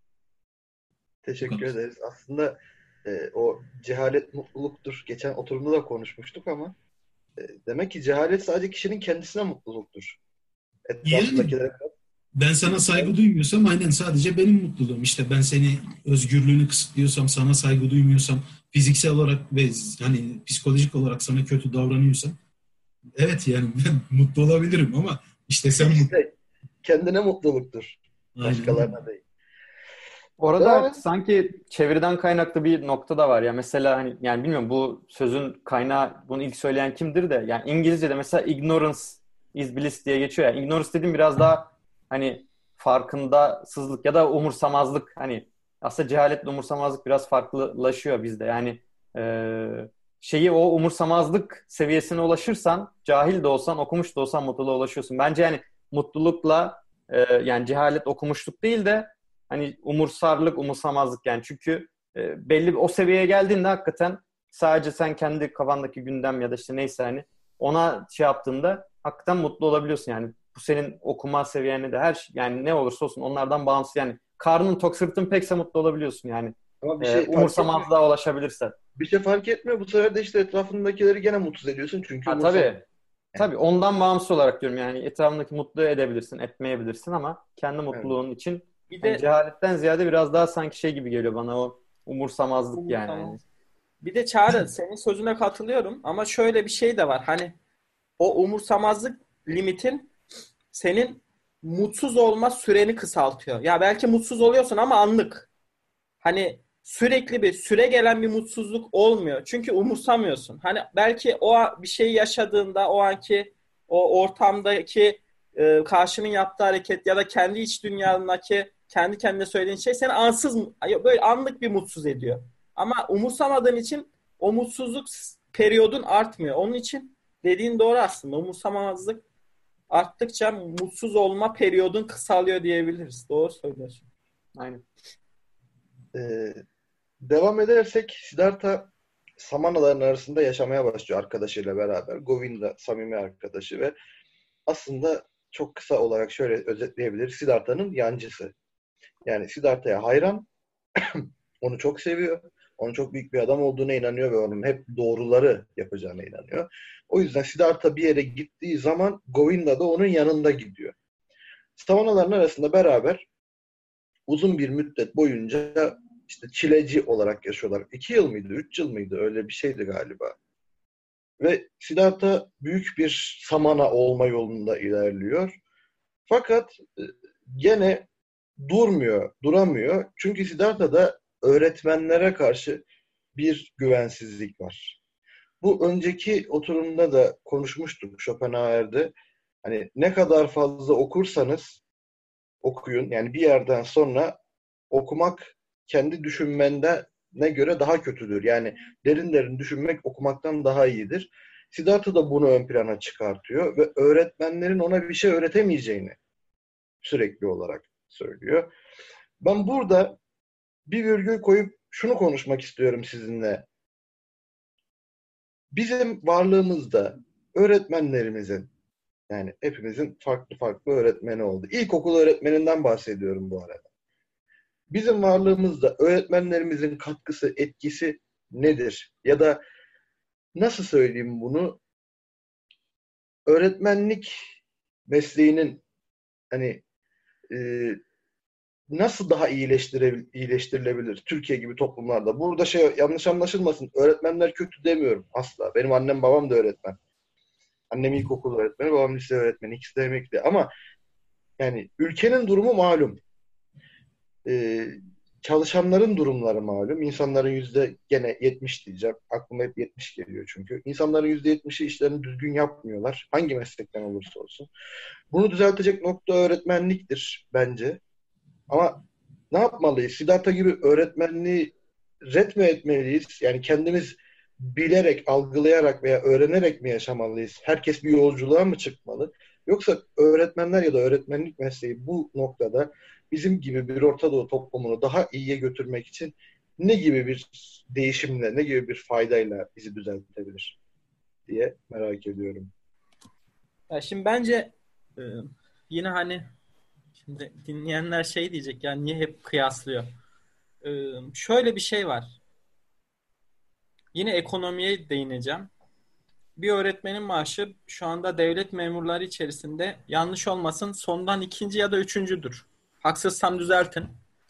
Teşekkür ederiz. Aslında o cehalet mutluluktur. Geçen oturumda da konuşmuştuk ama demek ki cehalet sadece kişinin kendisine mutluluktur. Etrafındakilere ben sana saygı duymuyorsam aynen sadece benim mutluluğum. İşte ben seni özgürlüğünü kısıtlıyorsam, sana saygı duymuyorsam, fiziksel olarak ve hani psikolojik olarak sana kötü davranıyorsam, evet yani ben mutlu olabilirim ama işte sen kendine mutluluktur. Başkalarına aynen. değil. Orada sanki çeviriden kaynaklı bir nokta da var ya. Mesela hani yani bilmiyorum bu sözün kaynağı, bunu ilk söyleyen kimdir de, yani İngilizce'de mesela ignorance is bliss diye geçiyor ya. Ignorance dediğim biraz daha hani farkındasızlık ya da umursamazlık. Hani aslında cehaletle umursamazlık biraz farklılaşıyor bizde. Yani şeyi, o umursamazlık seviyesine ulaşırsan, cahil de olsan, okumuş da olsan mutluluğa ulaşıyorsun. Bence yani mutlulukla yani cehalet okumuşluk değil de hani umursarlık, umursamazlık yani. Çünkü belli o seviyeye geldiğinde hakikaten sadece sen kendi kafandaki gündem ya da işte neyse hani ona şey yaptığında hakikaten mutlu olabiliyorsun yani. Bu senin okuma seviyeni de her şey, yani ne olursa olsun onlardan bağımsız yani. Karnın tok, sırtın pekse mutlu olabiliyorsun yani. Ama bir şey fark etmiyor. Umursamazlığa ulaşabilirsen. Bir şey fark etmiyor. Bu sefer de işte etrafındakileri gene mutsuz ediyorsun. Çünkü Ha, tabii. Tabii ondan bağımsız olarak diyorum yani, etrafındaki mutlu edebilirsin, etmeyebilirsin ama kendi mutluluğun için Bir yani de cehaletten ziyade biraz daha sanki şey gibi geliyor bana, o umursamazlık yani. tamam. Bir de Çağrı, senin sözüne katılıyorum ama şöyle bir şey de var. Hani o umursamazlık limitin senin mutsuz olma süreni kısaltıyor. Ya belki mutsuz oluyorsun ama anlık. Hani sürekli bir süre gelen bir mutsuzluk olmuyor. Çünkü umursamıyorsun. Hani belki bir şey yaşadığında o anki o ortamdaki karşının yaptığı hareket ya da kendi iç dünyandaki kendi kendine söylediğin şey seni böyle anlık bir mutsuz ediyor. Ama umursamadığın için o mutsuzluk periyodun artmıyor. Onun için dediğin doğru aslında. Umursamamazlık arttıkça mutsuz olma periyodun kısalıyor diyebiliriz. Doğru söylüyorsun. Aynen. Devam edersek Siddhartha Samanaların arasında yaşamaya başlıyor arkadaşıyla beraber. Govinda samimi arkadaşı ve aslında çok kısa olarak şöyle özetleyebiliriz. Siddhartha'nın yancısı. Yani Siddhartha'ya hayran, onu çok seviyor. Onun çok büyük bir adam olduğuna inanıyor ve onun hep doğruları yapacağına inanıyor. O yüzden Siddhartha bir yere gittiği zaman Govinda da onun yanında gidiyor. Samanaların arasında beraber uzun bir müddet boyunca işte çileci olarak yaşıyorlar. 2 yıl mıydı, 3 yıl mıydı? Öyle bir şeydi galiba. Ve Siddhartha büyük bir samana olma yolunda ilerliyor. Fakat gene duramıyor. Çünkü Siddhartha'da öğretmenlere karşı bir güvensizlik var. Bu önceki oturumda da konuşmuştuk Schopenhauer'de. Hani ne kadar fazla okursanız okuyun. Yani bir yerden sonra okumak kendi düşünmene göre daha kötüdür. Yani derin derin düşünmek okumaktan daha iyidir. Siddhartha da bunu ön plana çıkartıyor ve öğretmenlerin ona bir şey öğretemeyeceğini sürekli olarak söylüyor. Ben burada bir virgül koyup şunu konuşmak istiyorum sizinle. Bizim varlığımızda öğretmenlerimizin, yani hepimizin farklı farklı öğretmeni oldu. İlkokul öğretmeninden bahsediyorum bu arada. Bizim varlığımızda öğretmenlerimizin katkısı, etkisi nedir? Ya da nasıl söyleyeyim bunu? Öğretmenlik mesleğinin hani e, nasıl daha iyileştirilebilir Türkiye gibi toplumlarda? Burada yanlış anlaşılmasın. Öğretmenler kötü demiyorum asla. Benim annem babam da öğretmen. Annem ilkokul öğretmeni, babam lise öğretmeni. İkisi de emekli. Ama yani ülkenin durumu malum. Ee, Çalışanların durumları malum. İnsanların gene 70 diyeceğim. Aklıma hep 70 geliyor çünkü. İnsanların %70'i işlerini düzgün yapmıyorlar. Hangi meslekten olursa olsun. Bunu düzeltecek nokta öğretmenliktir bence. Ama ne yapmalıyız? Siddhartha gibi öğretmenliği ret mi etmeliyiz? Yani kendimiz bilerek, algılayarak veya öğrenerek mi yaşamalıyız? Herkes bir yolculuğa mı çıkmalı? Yoksa öğretmenler ya da öğretmenlik mesleği bu noktada bizim gibi bir Orta Doğu toplumunu daha iyiye götürmek için ne gibi bir değişimle, ne gibi bir faydayla bizi düzeltebilir diye merak ediyorum. Ya şimdi bence e, yine hani şimdi dinleyenler şey diyecek yani niye hep kıyaslıyor? Şöyle bir şey var. Yine ekonomiye değineceğim. Bir öğretmenin maaşı şu anda devlet memurları içerisinde yanlış olmasın sondan ikinci ya da üçüncüdür. Haksızsam düzeltin.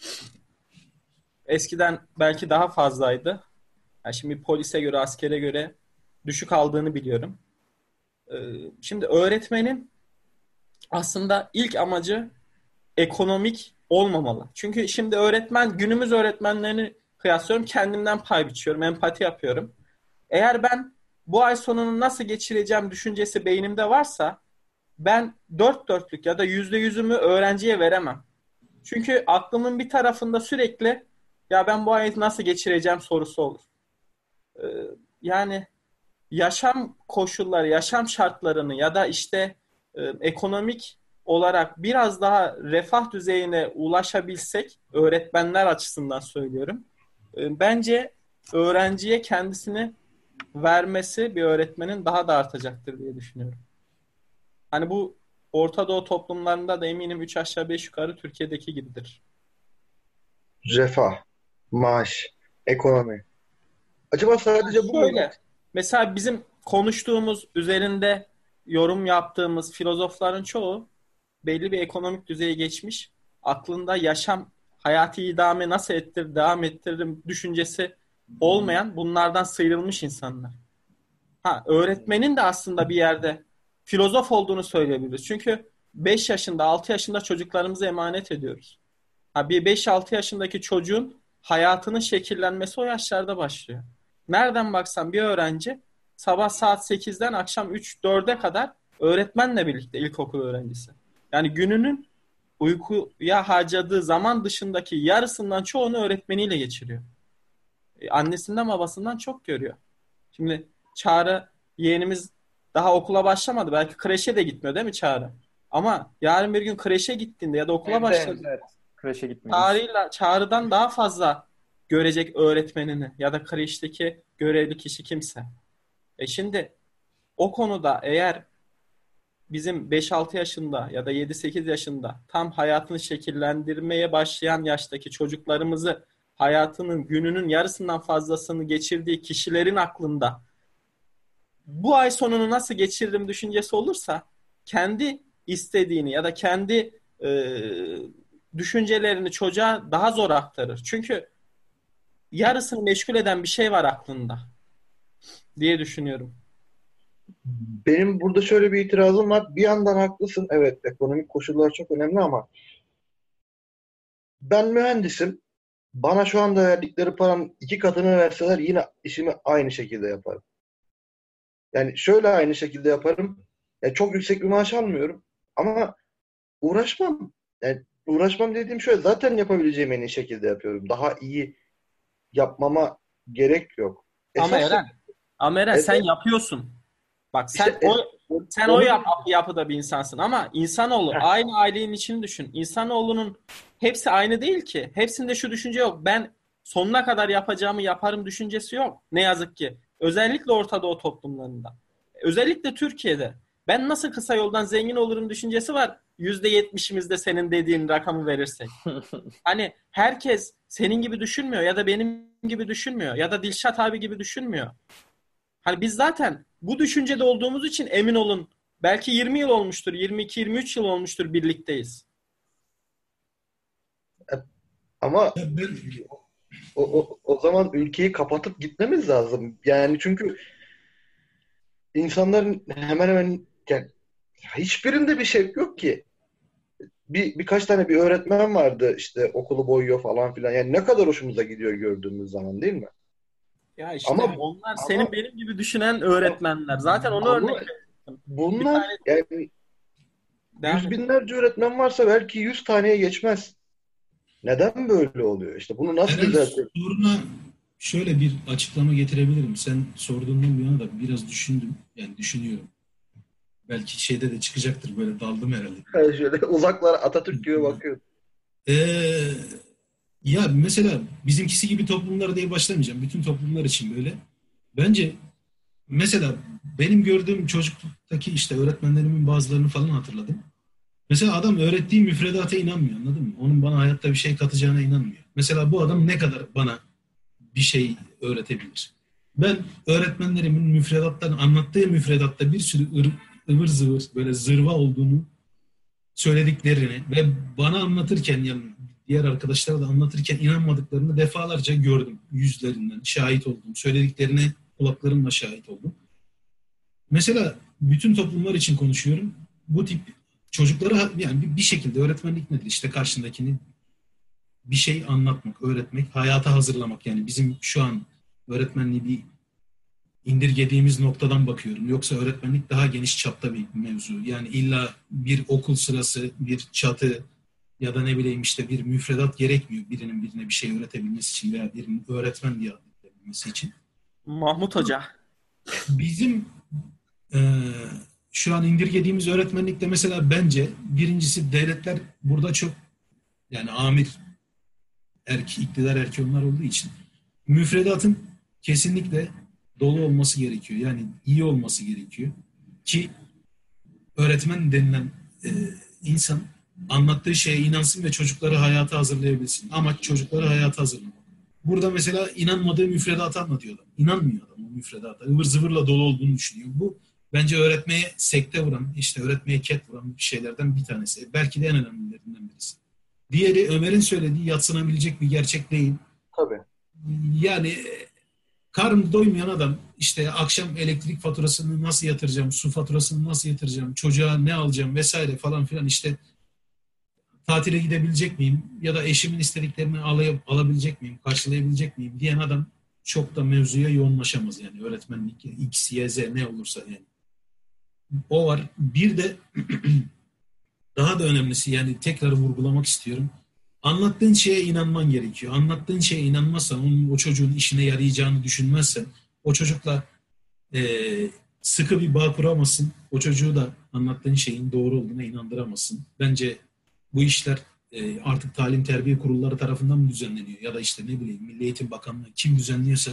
Eskiden belki daha fazlaydı. Yani şimdi polise göre, askere göre düşük aldığını biliyorum. Şimdi öğretmenin aslında ilk amacı ekonomik olmamalı. Çünkü şimdi günümüz öğretmenlerini kıyaslıyorum. Kendimden pay biçiyorum, empati yapıyorum. Eğer ben bu ay sonunu nasıl geçireceğim düşüncesi beynimde varsa ben dört dörtlük ya da %100'ümü öğrenciye veremem. Çünkü aklımın bir tarafında sürekli ya ben bu ayı nasıl geçireceğim sorusu olur. Ee, Yani yaşam koşulları, yaşam şartlarını ya da işte ekonomik olarak biraz daha refah düzeyine ulaşabilsek, öğretmenler açısından söylüyorum. Bence öğrenciye kendisini vermesi bir öğretmenin daha da artacaktır diye düşünüyorum. Hani bu Orta Doğu toplumlarında da eminim 3 aşağı 5 yukarı Türkiye'deki gibidir. Refah, maaş, ekonomi. Acaba sadece bu mu? Şöyle, mesela bizim konuştuğumuz, üzerinde yorum yaptığımız filozofların çoğu belli bir ekonomik düzeye geçmiş. Aklında hayati idame nasıl devam ettiririm düşüncesi olmayan, bunlardan sıyrılmış insanlar. Öğretmenin de aslında bir yerde filozof olduğunu söyleyebiliriz. Çünkü 5 yaşında, 6 yaşında çocuklarımıza emanet ediyoruz. Bir 5-6 yaşındaki çocuğun hayatının şekillenmesi o yaşlarda başlıyor. Nereden baksan bir öğrenci sabah saat 8'den akşam 3-4'e kadar öğretmenle birlikte ilkokul öğrencisi. Yani gününün uykuya harcadığı zaman dışındaki yarısından çoğunu öğretmeniyle geçiriyor. Annesinden babasından çok görüyor. Şimdi Çağrı yeğenimiz daha okula başlamadı. Belki kreşe de gitmiyor değil mi Çağrı? Ama yarın bir gün kreşe gittiğinde ya da okula başladığında Evet. Kreşe gitmiyoruz. Çağrı'dan daha fazla görecek öğretmenini ya da kreşteki görevli kişi kimse. Şimdi o konuda eğer bizim 5-6 yaşında ya da 7-8 yaşında tam hayatını şekillendirmeye başlayan yaştaki çocuklarımızı hayatının gününün yarısından fazlasını geçirdiği kişilerin aklında bu ay sonunu nasıl geçiririm düşüncesi olursa kendi istediğini ya da kendi düşüncelerini çocuğa daha zor aktarır. Çünkü yarısını meşgul eden bir şey var aklında diye düşünüyorum. Benim burada şöyle bir itirazım var. Bir yandan haklısın. Evet, ekonomik koşullar çok önemli ama ben mühendisim. Bana şu anda verdikleri paranın 2 katını verseler yine işimi aynı şekilde yaparım. Yani şöyle aynı şekilde yaparım. Yani çok yüksek bir maaş almıyorum ama uğraşmam. Yani uğraşmam dediğim şöyle, zaten yapabileceğim en iyi şekilde yapıyorum. Daha iyi yapmama gerek yok. Ama Esas Eren, ama Eren sen evet, yapıyorsun. Bak işte sen o onu yapıda bir insansın ama insanoğlu aynı ailenin içini düşün. İnsanoğlunun hepsi aynı değil ki. Hepsinde şu düşünce yok. Ben sonuna kadar yapacağımı yaparım düşüncesi yok. Ne yazık ki. Özellikle Orta Doğu toplumlarında. Özellikle Türkiye'de. Ben nasıl kısa yoldan zengin olurum düşüncesi var. %70'imizde senin dediğin rakamı verirsek. Hani herkes senin gibi düşünmüyor ya da benim gibi düşünmüyor ya da Dilşat abi gibi düşünmüyor. Hani biz zaten bu düşüncede olduğumuz için emin olun belki 20 yıl olmuştur, 22-23 yıl olmuştur birlikteyiz. ama Ya ben o zaman ülkeyi kapatıp gitmemiz lazım. Yani çünkü insanların hemen hemen, yani hiçbirinde bir şey yok ki. Birkaç tane bir öğretmen vardı, işte okulu boyuyor falan filan. Yani ne kadar hoşumuza gidiyor gördüğümüz zaman, değil mi? Ya Ama işte onlar ama senin benim gibi düşünen öğretmenler. Zaten onu ama örnek veriyorum. Bir bunlar, tane yani devam yüz et. binlerce öğretmen varsa belki 100 taneye geçmez. Neden böyle oluyor? İşte bunu nasıl Eren düzeltelim? soruna şöyle bir açıklama getirebilirim. Sen sorduğundan bir yana da biraz düşündüm. Yani düşünüyorum. Belki şeyde de çıkacaktır, böyle daldım herhalde. Yani şöyle uzaklara Atatürk gibi bakıyor. Ee, Ya mesela bizimkisi gibi toplumlar diye başlamayacağım. Bütün toplumlar için böyle. Bence mesela benim gördüğüm çocukluktaki işte öğretmenlerimin bazılarını falan hatırladım. Mesela adam öğrettiği müfredata inanmıyor, anladın mı? Onun bana hayatta bir şey katacağına inanmıyor. Mesela bu adam ne kadar bana bir şey öğretebilir? Ben öğretmenlerimin müfredattan anlattığı müfredatta bir sürü ıvır zıvır böyle zırva olduğunu söylediklerini ve bana anlatırken, yani diğer arkadaşlara da anlatırken inanmadıklarını defalarca gördüm yüzlerinden, şahit oldum. Söylediklerine kulaklarımla şahit oldum. Mesela bütün toplumlar için konuşuyorum. Bu tip çocuklara yani bir şekilde öğretmenlik nedir? İşte karşındakini bir şey anlatmak, öğretmek, hayata hazırlamak. Yani bizim şu an öğretmenliği bir indirgediğimiz noktadan bakıyorum. Yoksa öğretmenlik daha geniş çapta bir mevzu. Yani illa bir okul sırası, bir çatı ya da ne bileyim işte bir müfredat gerekmiyor birinin birine bir şey öğretebilmesi için veya birinin öğretmen diye adlandırılması için. Mahmut Hoca. Bizim e, şu an indirgediğimiz öğretmenlikte mesela bence birincisi devletler burada çok, yani amir iktidar erki onlar olduğu için müfredatın kesinlikle dolu olması gerekiyor. Yani iyi olması gerekiyor. Ki öğretmen denilen e, insan anlattığı şeye inansın ve çocukları hayata hazırlayabilsin. Amaç çocukları hayata hazırlamak. Burada mesela inanmadığı müfredata anlatıyor adam. İnanmıyor adam o müfredata. Ivır zıvırla dolu olduğunu düşünüyor. Bu bence öğretmeye sekte vuran, işte öğretmeye ket vuran bir şeylerden bir tanesi. Belki de en önemlilerinden birisi. Diğeri Ömer'in söylediği yadsınabilecek bir gerçek değil. Tabii. Yani karnı doymayan adam işte akşam elektrik faturasını nasıl yatıracağım, su faturasını nasıl yatıracağım, çocuğa ne alacağım vesaire falan filan, işte tatile gidebilecek miyim ya da eşimin istediklerini alabilecek miyim, karşılayabilecek miyim diyen adam çok da mevzuya yoğunlaşamaz yani öğretmenlik X, Y, Z ne olursa yani. O var. Bir de daha da önemlisi, yani tekrar vurgulamak istiyorum. Anlattığın şeye inanman gerekiyor. Anlattığın şeye inanmazsan, o çocuğun işine yarayacağını düşünmezsen, o çocukla e, sıkı bir bağ kuramazsın. O çocuğu da anlattığın şeyin doğru olduğuna inandıramazsın. Bence bu işler artık talim terbiye kurulları tarafından mı düzenleniyor? Ya da işte ne bileyim Milli Eğitim Bakanlığı kim düzenliyorsa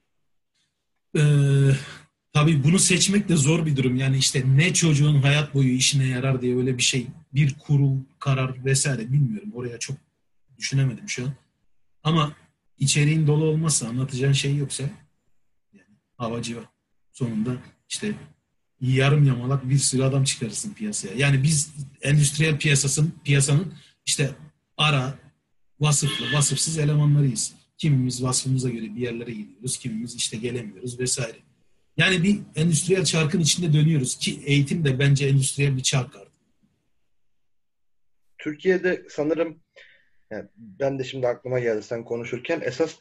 e, tabii bunu seçmek de zor bir durum. Yani işte ne çocuğun hayat boyu işine yarar diye öyle bir şey, bir kurul, karar vesaire bilmiyorum. Oraya çok düşünemedim şu an. Ama içeriğin dolu olmazsa, anlatacağın şey yoksa yani havacı var. Sonunda işte yarım yamalak bir sürü adam çıkarırsın piyasaya. Yani biz endüstriyel piyasanın işte ara, vasıflı, vasıfsız elemanlarıyız. Kimimiz vasfımıza göre bir yerlere gidiyoruz, kimimiz işte gelemiyoruz vesaire. Yani bir endüstriyel çarkın içinde dönüyoruz ki eğitim de bence endüstriyel bir çark artık. Türkiye'de sanırım, yani ben de şimdi aklıma geldi sen konuşurken, esas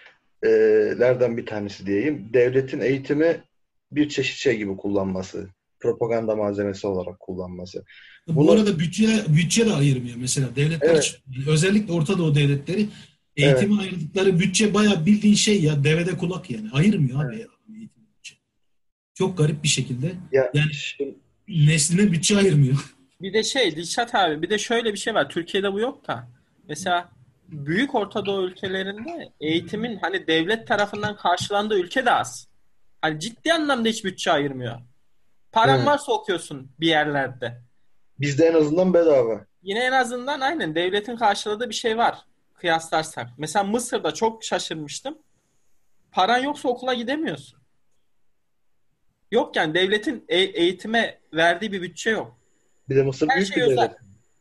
problemlerden bir tanesi diyeyim. Devletin eğitimi bir çeşit şey gibi kullanması. propaganda malzemesi olarak kullanması. Bu arada bütçe de ayırmıyor mesela. Devletler, Evet. özellikle Orta Doğu devletleri Evet. eğitime ayırdıkları bütçe bayağı bildiğin şey ya, devede kulak yani. Ayırmıyor abi Evet. ya, eğitim bütçe. Çok garip bir şekilde. Ya Yani şimdi, nesline bütçe ayırmıyor. Bir de Dilşat abi, bir de şöyle bir şey var. Türkiye'de bu yok da. Mesela büyük Orta Doğu ülkelerinde eğitimin hani devlet tarafından karşılandığı ülke de az. Hani ciddi anlamda hiç bütçe ayırmıyor. Paran hı, varsa okuyorsun bir yerlerde. bizde en azından bedava. Yine en azından aynen devletin karşıladığı bir şey var kıyaslarsak. Mesela Mısır'da çok şaşırmıştım. Paran yoksa okula gidemiyorsun. Yok yani devletin eğitime verdiği bir bütçe yok. Bir de Mısır Her büyük şey bir devlet. özel.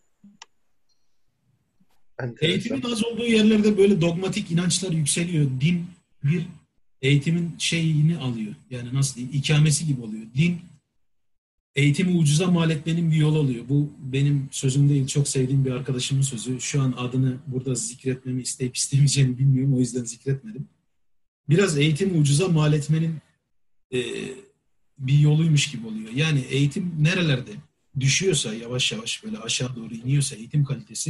Eğitimin Enteresan. az olduğu yerlerde böyle dogmatik inançlar yükseliyor. Din bir eğitimin şeyini alıyor. Yani nasıl diyeyim, ikamesi gibi oluyor. Din eğitimi ucuza mal etmenin bir yolu oluyor. Bu benim sözüm değil, çok sevdiğim bir arkadaşımın sözü. Şu an adını burada zikretmemi isteyip istemeyeceğini bilmiyorum, o yüzden zikretmedim. Biraz eğitimi ucuza mal etmenin e, bir yoluymuş gibi oluyor. Yani eğitim nerelerde düşüyorsa, yavaş yavaş böyle aşağı doğru iniyorsa eğitim kalitesi,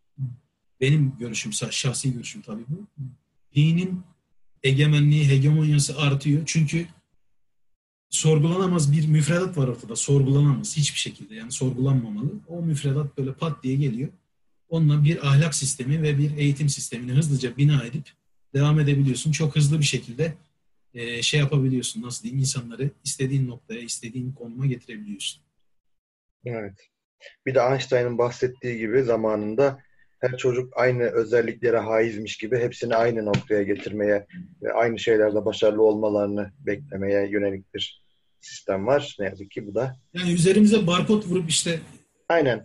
benim görüşüm, şahsi görüşüm tabii bu. Dinin egemenliği, hegemonyası artıyor. Çünkü sorgulanamaz bir müfredat var ortada. Sorgulanamaz hiçbir şekilde. Yani sorgulanmamalı. O müfredat böyle pat diye geliyor. Onunla bir ahlak sistemi ve bir eğitim sistemini hızlıca bina edip devam edebiliyorsun. Çok hızlı bir şekilde şey yapabiliyorsun. Nasıl diyeyim? İnsanları istediğin noktaya, istediğin konuma getirebiliyorsun. Evet. Bir de Einstein'ın bahsettiği gibi zamanında her çocuk aynı özelliklere haizmiş gibi hepsini aynı noktaya getirmeye ve aynı şeylerde başarılı olmalarını beklemeye yönelik bir sistem var. Ne yazık ki bu da. Yani üzerimize barkod vurup işte Aynen.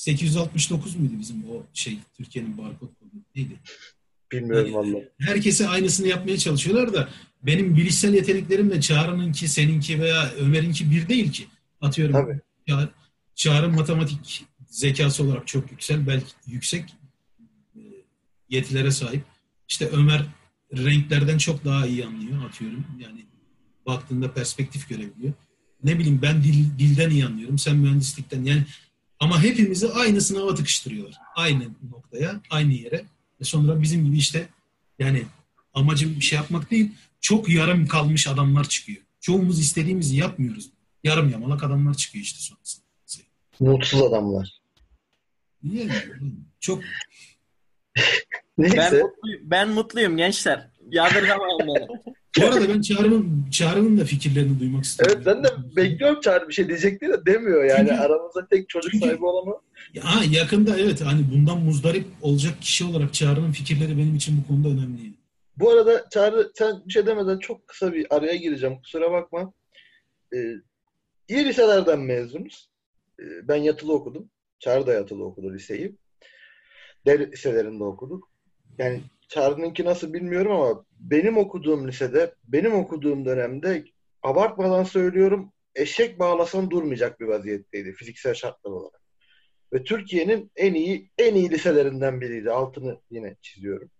869 muydu bizim o şey, Türkiye'nin barkod kodu neydi? Bilmiyorum Yani vallahi. herkese aynısını yapmaya çalışıyorlar da benim bilişsel yeteneklerimle Çağrı'nınki, seninki veya Ömer'inki bir değil ki. Tabii. Atıyorum Çağrı matematik zekası olarak çok belki yüksek e, yetilere sahip. İşte Ömer renklerden çok daha iyi anlıyor, atıyorum. Yani baktığında perspektif görebiliyor. Ne bileyim, ben dilden iyi anlıyorum, sen mühendislikten. Yani ama hepimizi aynı sınava tıkıştırıyorlar. Aynı noktaya, aynı yere. Ve sonra bizim gibi işte, yani amacım bir şey yapmak değil, çok yarım kalmış adamlar çıkıyor. Çoğumuz istediğimizi yapmıyoruz. Yarım yamalak adamlar çıkıyor işte sonrasında. Mutsuz adamlar. Yani, çok Neyse. Ben mutluyum gençler. Yadırgamayın beni. bu arada ben Çağrı'nın da fikirlerini duymak istiyorum. Evet, ben de bekliyorum, Çağrı bir şey diyecek diye de demiyor yani. Çünkü- Aramızda tek çocuk sahibi olan o. Yakında evet, hani bundan muzdarip olacak kişi olarak Çağrı'nın fikirleri benim için bu konuda önemli. Bu arada Çağrı, sen bir şey demeden çok kısa bir araya gireceğim. Kusura bakma. İyi liselerden mezunuz. Ben yatılı okudum. Çağrı da yatılı okudu liseyi. Devlet liselerinde okuduk. Yani Çağrı'nınki nasıl bilmiyorum ama benim okuduğum lisede, benim okuduğum dönemde, abartmadan söylüyorum, eşek bağlasan durmayacak bir vaziyetteydi fiziksel şartlar olarak. Ve Türkiye'nin en iyi liselerinden biriydi. Altını yine çiziyorum.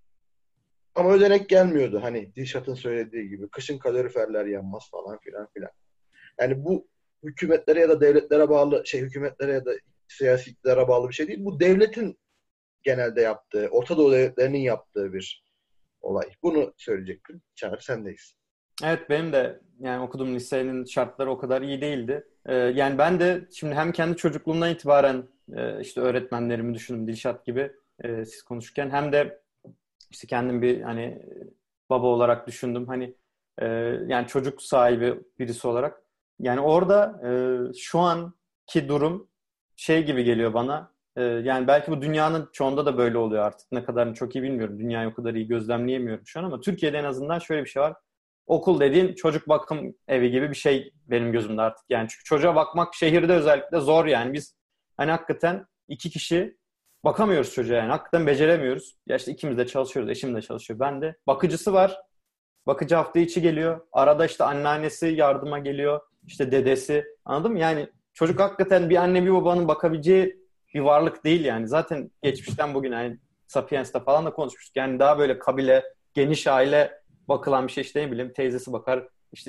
Ama ödenek gelmiyordu. Hani Dilşat'ın söylediği gibi kışın kaloriferler yanmaz falan filan filan. Yani bu hükümetlere ya da devletlere bağlı hükümetlere ya da siyasi iktidara bağlı bir şey değil. Bu devletin genelde yaptığı, Orta Doğu devletlerinin yaptığı bir olay. Bunu söyleyecektim. Çağrı, sendeyiz. Evet, benim de yani okuduğum lisenin şartları o kadar iyi değildi. Yani ben de şimdi hem kendi çocukluğumdan itibaren işte öğretmenlerimi düşündüm Dilşat gibi siz konuşurken, hem de işte kendim bir hani baba olarak düşündüm. Hani yani çocuk sahibi birisi olarak. Yani orada şu anki durum şey gibi geliyor bana. Yani belki bu dünyanın çoğunda da böyle oluyor artık. Ne kadarını çok iyi bilmiyorum. Dünyayı o kadar iyi gözlemleyemiyorum şu an ama Türkiye'de en azından şöyle bir şey var. Okul dediğin çocuk bakım evi gibi bir şey benim gözümde artık. Yani çünkü çocuğa bakmak şehirde özellikle zor yani. Biz hani hakikaten 2 kişi bakamıyoruz çocuğa yani. Hakikaten beceremiyoruz. Ya işte ikimiz de çalışıyoruz. Eşim de çalışıyor. Ben de. Bakıcısı var. Bakıcı hafta içi geliyor. Arada işte anneannesi yardıma geliyor. İşte dedesi. Anladın mı? Yani çocuk hakikaten bir anne bir babanın bakabileceği bir varlık değil yani. Zaten geçmişten bugüne yani Sapiens'te falan da konuşmuştuk. Yani daha böyle kabile, geniş aile bakılan bir şey, işte ne bileyim teyzesi bakar. İşte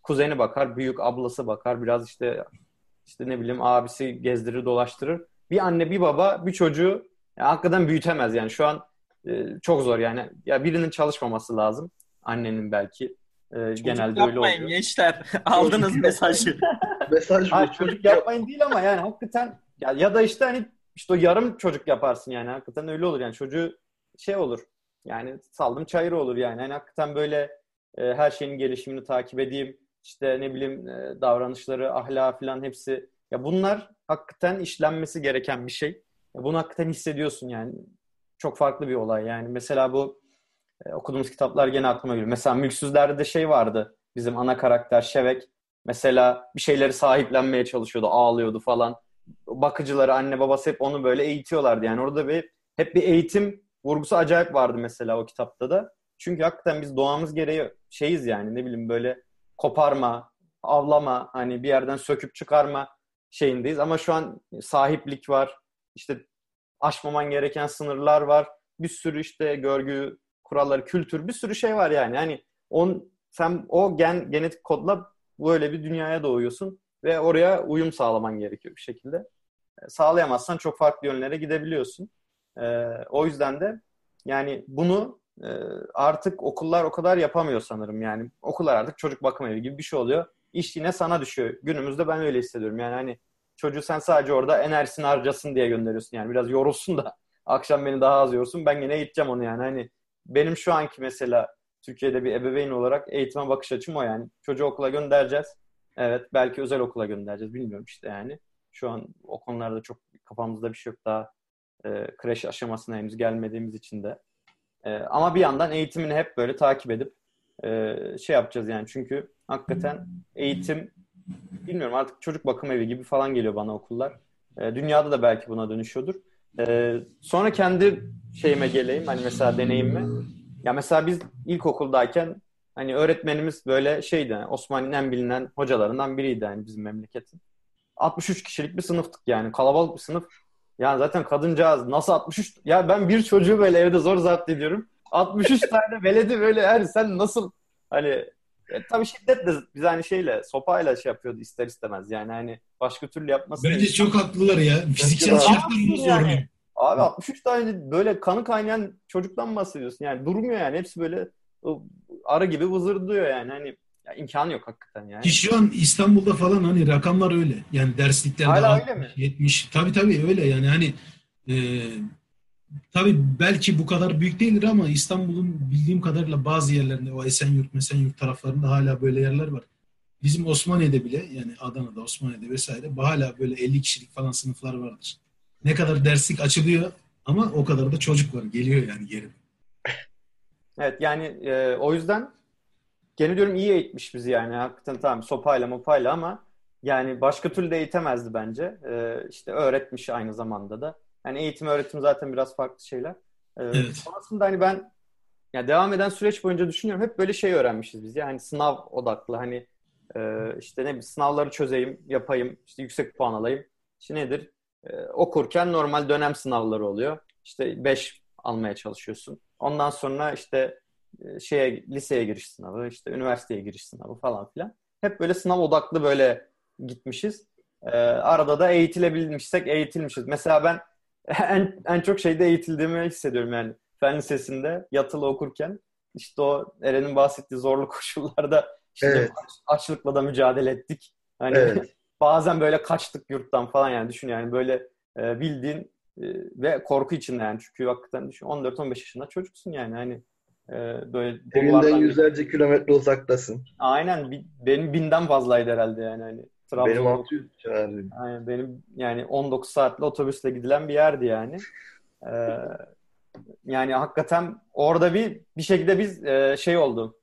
kuzeni bakar, büyük ablası bakar, biraz işte ne bileyim abisi gezdirir dolaştırır. Bir anne bir baba bir çocuğu hakikaten büyütemez yani şu an çok zor yani. Ya birinin çalışmaması lazım. Annenin belki. Çocuk Genelde öyle yapmayın oluyor. gençler. Aldınız mesajı. Mesaj bu. Hayır, çocuk yapmayın değil ama yani hakikaten ya da işte hani işte o yarım çocuk yaparsın yani hakikaten öyle olur yani çocuğu şey olur yani saldım çayırı olur yani hani hakikaten böyle her şeyin gelişimini takip edeyim işte ne bileyim davranışları ahlakı falan hepsi ya bunlar hakikaten işlenmesi gereken bir şey. Ya bunu hakikaten hissediyorsun yani çok farklı bir olay yani mesela bu okuduğumuz kitaplar gene aklıma geliyor. Mesela Mülksüzler'de de şey vardı. Bizim ana karakter Şevek. Mesela bir şeyleri sahiplenmeye çalışıyordu, ağlıyordu falan. Bakıcıları, anne babası hep onu böyle eğitiyorlardı. Yani orada hep bir eğitim vurgusu acayip vardı mesela o kitapta da. Çünkü hakikaten biz doğamız gereği şeyiz yani ne bileyim böyle koparma, avlama, hani bir yerden söküp çıkarma şeyindeyiz. Ama şu an sahiplik var. İşte aşmaman gereken sınırlar var. Bir sürü işte görgü kuralları, kültür, bir sürü şey var yani. Hani sen o genetik kodla böyle bir dünyaya doğuyorsun ve oraya uyum sağlaman gerekiyor bir şekilde. Sağlayamazsan çok farklı yönlere gidebiliyorsun. O yüzden de yani bunu artık okullar o kadar yapamıyor sanırım yani. Okullar artık çocuk bakım evi gibi bir şey oluyor. İş yine sana düşüyor. Günümüzde ben öyle hissediyorum. Yani hani çocuğu sen sadece orada enerjisini harcasın diye gönderiyorsun. Yani biraz yorulsun da akşam beni daha az yorsun. Ben yine eğiteceğim onu yani. Hani benim şu anki mesela Türkiye'de bir ebeveyn olarak eğitime bakış açım o yani. Çocuğu okula göndereceğiz. Evet belki özel okula göndereceğiz. Bilmiyorum işte yani. Şu an o konularda çok kafamızda bir şey yok. Daha kreş aşamasına henüz gelmediğimiz için de. Ama bir yandan eğitimini hep böyle takip edip şey yapacağız yani. Çünkü hakikaten eğitim bilmiyorum artık çocuk bakım evi gibi falan geliyor bana okullar. Dünyada da belki buna dönüşüyordur. Sonra kendi şeyime geleyim. Hani mesela deneyimime. Ya mesela biz ilkokuldayken hani öğretmenimiz böyle şeydi. Osmanlı'nın en bilinen hocalarından biriydi yani bizim memleketin. 63 kişilik bir sınıftık yani. Kalabalık bir sınıf. Yani zaten kadıncağız nasıl 63? Ya ben bir çocuğu böyle evde zor zapt ediyorum. 63 tane veledi böyle yani sen nasıl hani tabii şiddetle biz hani şeyle sopayla şey yapıyordu ister istemez yani hani başka türlü yapmasın. Bence çok haklılar ya. Fiziksel de şartlar onu zorluyor. Yani. Abi 63 tane böyle kanı kaynayan çocuktan bahsediyorsun. Yani durmuyor yani. Hepsi böyle arı gibi vızırdıyor yani. Hani ya imkanı yok hakikaten yani. Ki şu an İstanbul'da falan hani rakamlar öyle. Yani dersliklerde Hala öyle 60, mi? 70. Tabii öyle yani hani e, tabii belki bu kadar büyük değildir ama İstanbul'un bildiğim kadarıyla bazı yerlerinde o Mesenyurt taraflarında hala böyle yerler var. Bizim Osmaniye'de bile yani Adana'da, Osmaniye'de vesaire hala böyle 50 kişilik falan sınıflar vardır. Ne kadar derslik açılıyor ama o kadar da çocuk var. Geliyor yani geri. Evet yani o yüzden gene diyorum iyi eğitmiş bizi yani. Hakikaten tamam sopayla mopayla ama yani başka türlü de eğitemezdi bence. İşte öğretmiş aynı zamanda da. Yani eğitim öğretim zaten biraz farklı şeyler. Evet. Sonrasında hani ben ya devam eden süreç boyunca düşünüyorum. Hep böyle şey öğrenmişiz biz. Yani sınav odaklı hani işte ne bileyim sınavları çözeyim, yapayım, işte yüksek puan alayım. İşte nedir? Okurken normal dönem sınavları oluyor. İşte 5 almaya çalışıyorsun. Ondan sonra işte liseye giriş sınavı, işte üniversiteye giriş sınavı falan filan. Hep böyle sınav odaklı böyle gitmişiz. Arada da eğitilebilmişsek eğitilmişiz. Mesela ben en çok şeyde eğitildiğimi hissediyorum yani. Fen Lisesi'nde yatılı okurken işte o Eren'in bahsettiği zorlu koşullarda işte ne Evet, açlıkla da mücadele ettik. Hani evet. bazen böyle kaçtık yurttan falan yani düşün yani böyle bildiğin ve korku içinde yani çünkü hakikaten düşün 14-15 yaşında çocuksun yani hani böyle Evinden dolulardan geçti. yüzlerce kilometre uzaktasın. Aynen benim 1000'den fazlaydı herhalde yani hani Benim Trabzon'da 600 çağrı. yani benim yani 19 saatle otobüsle gidilen bir yerdi yani. E, Yani hakikaten orada bir şekilde biz şey oldu.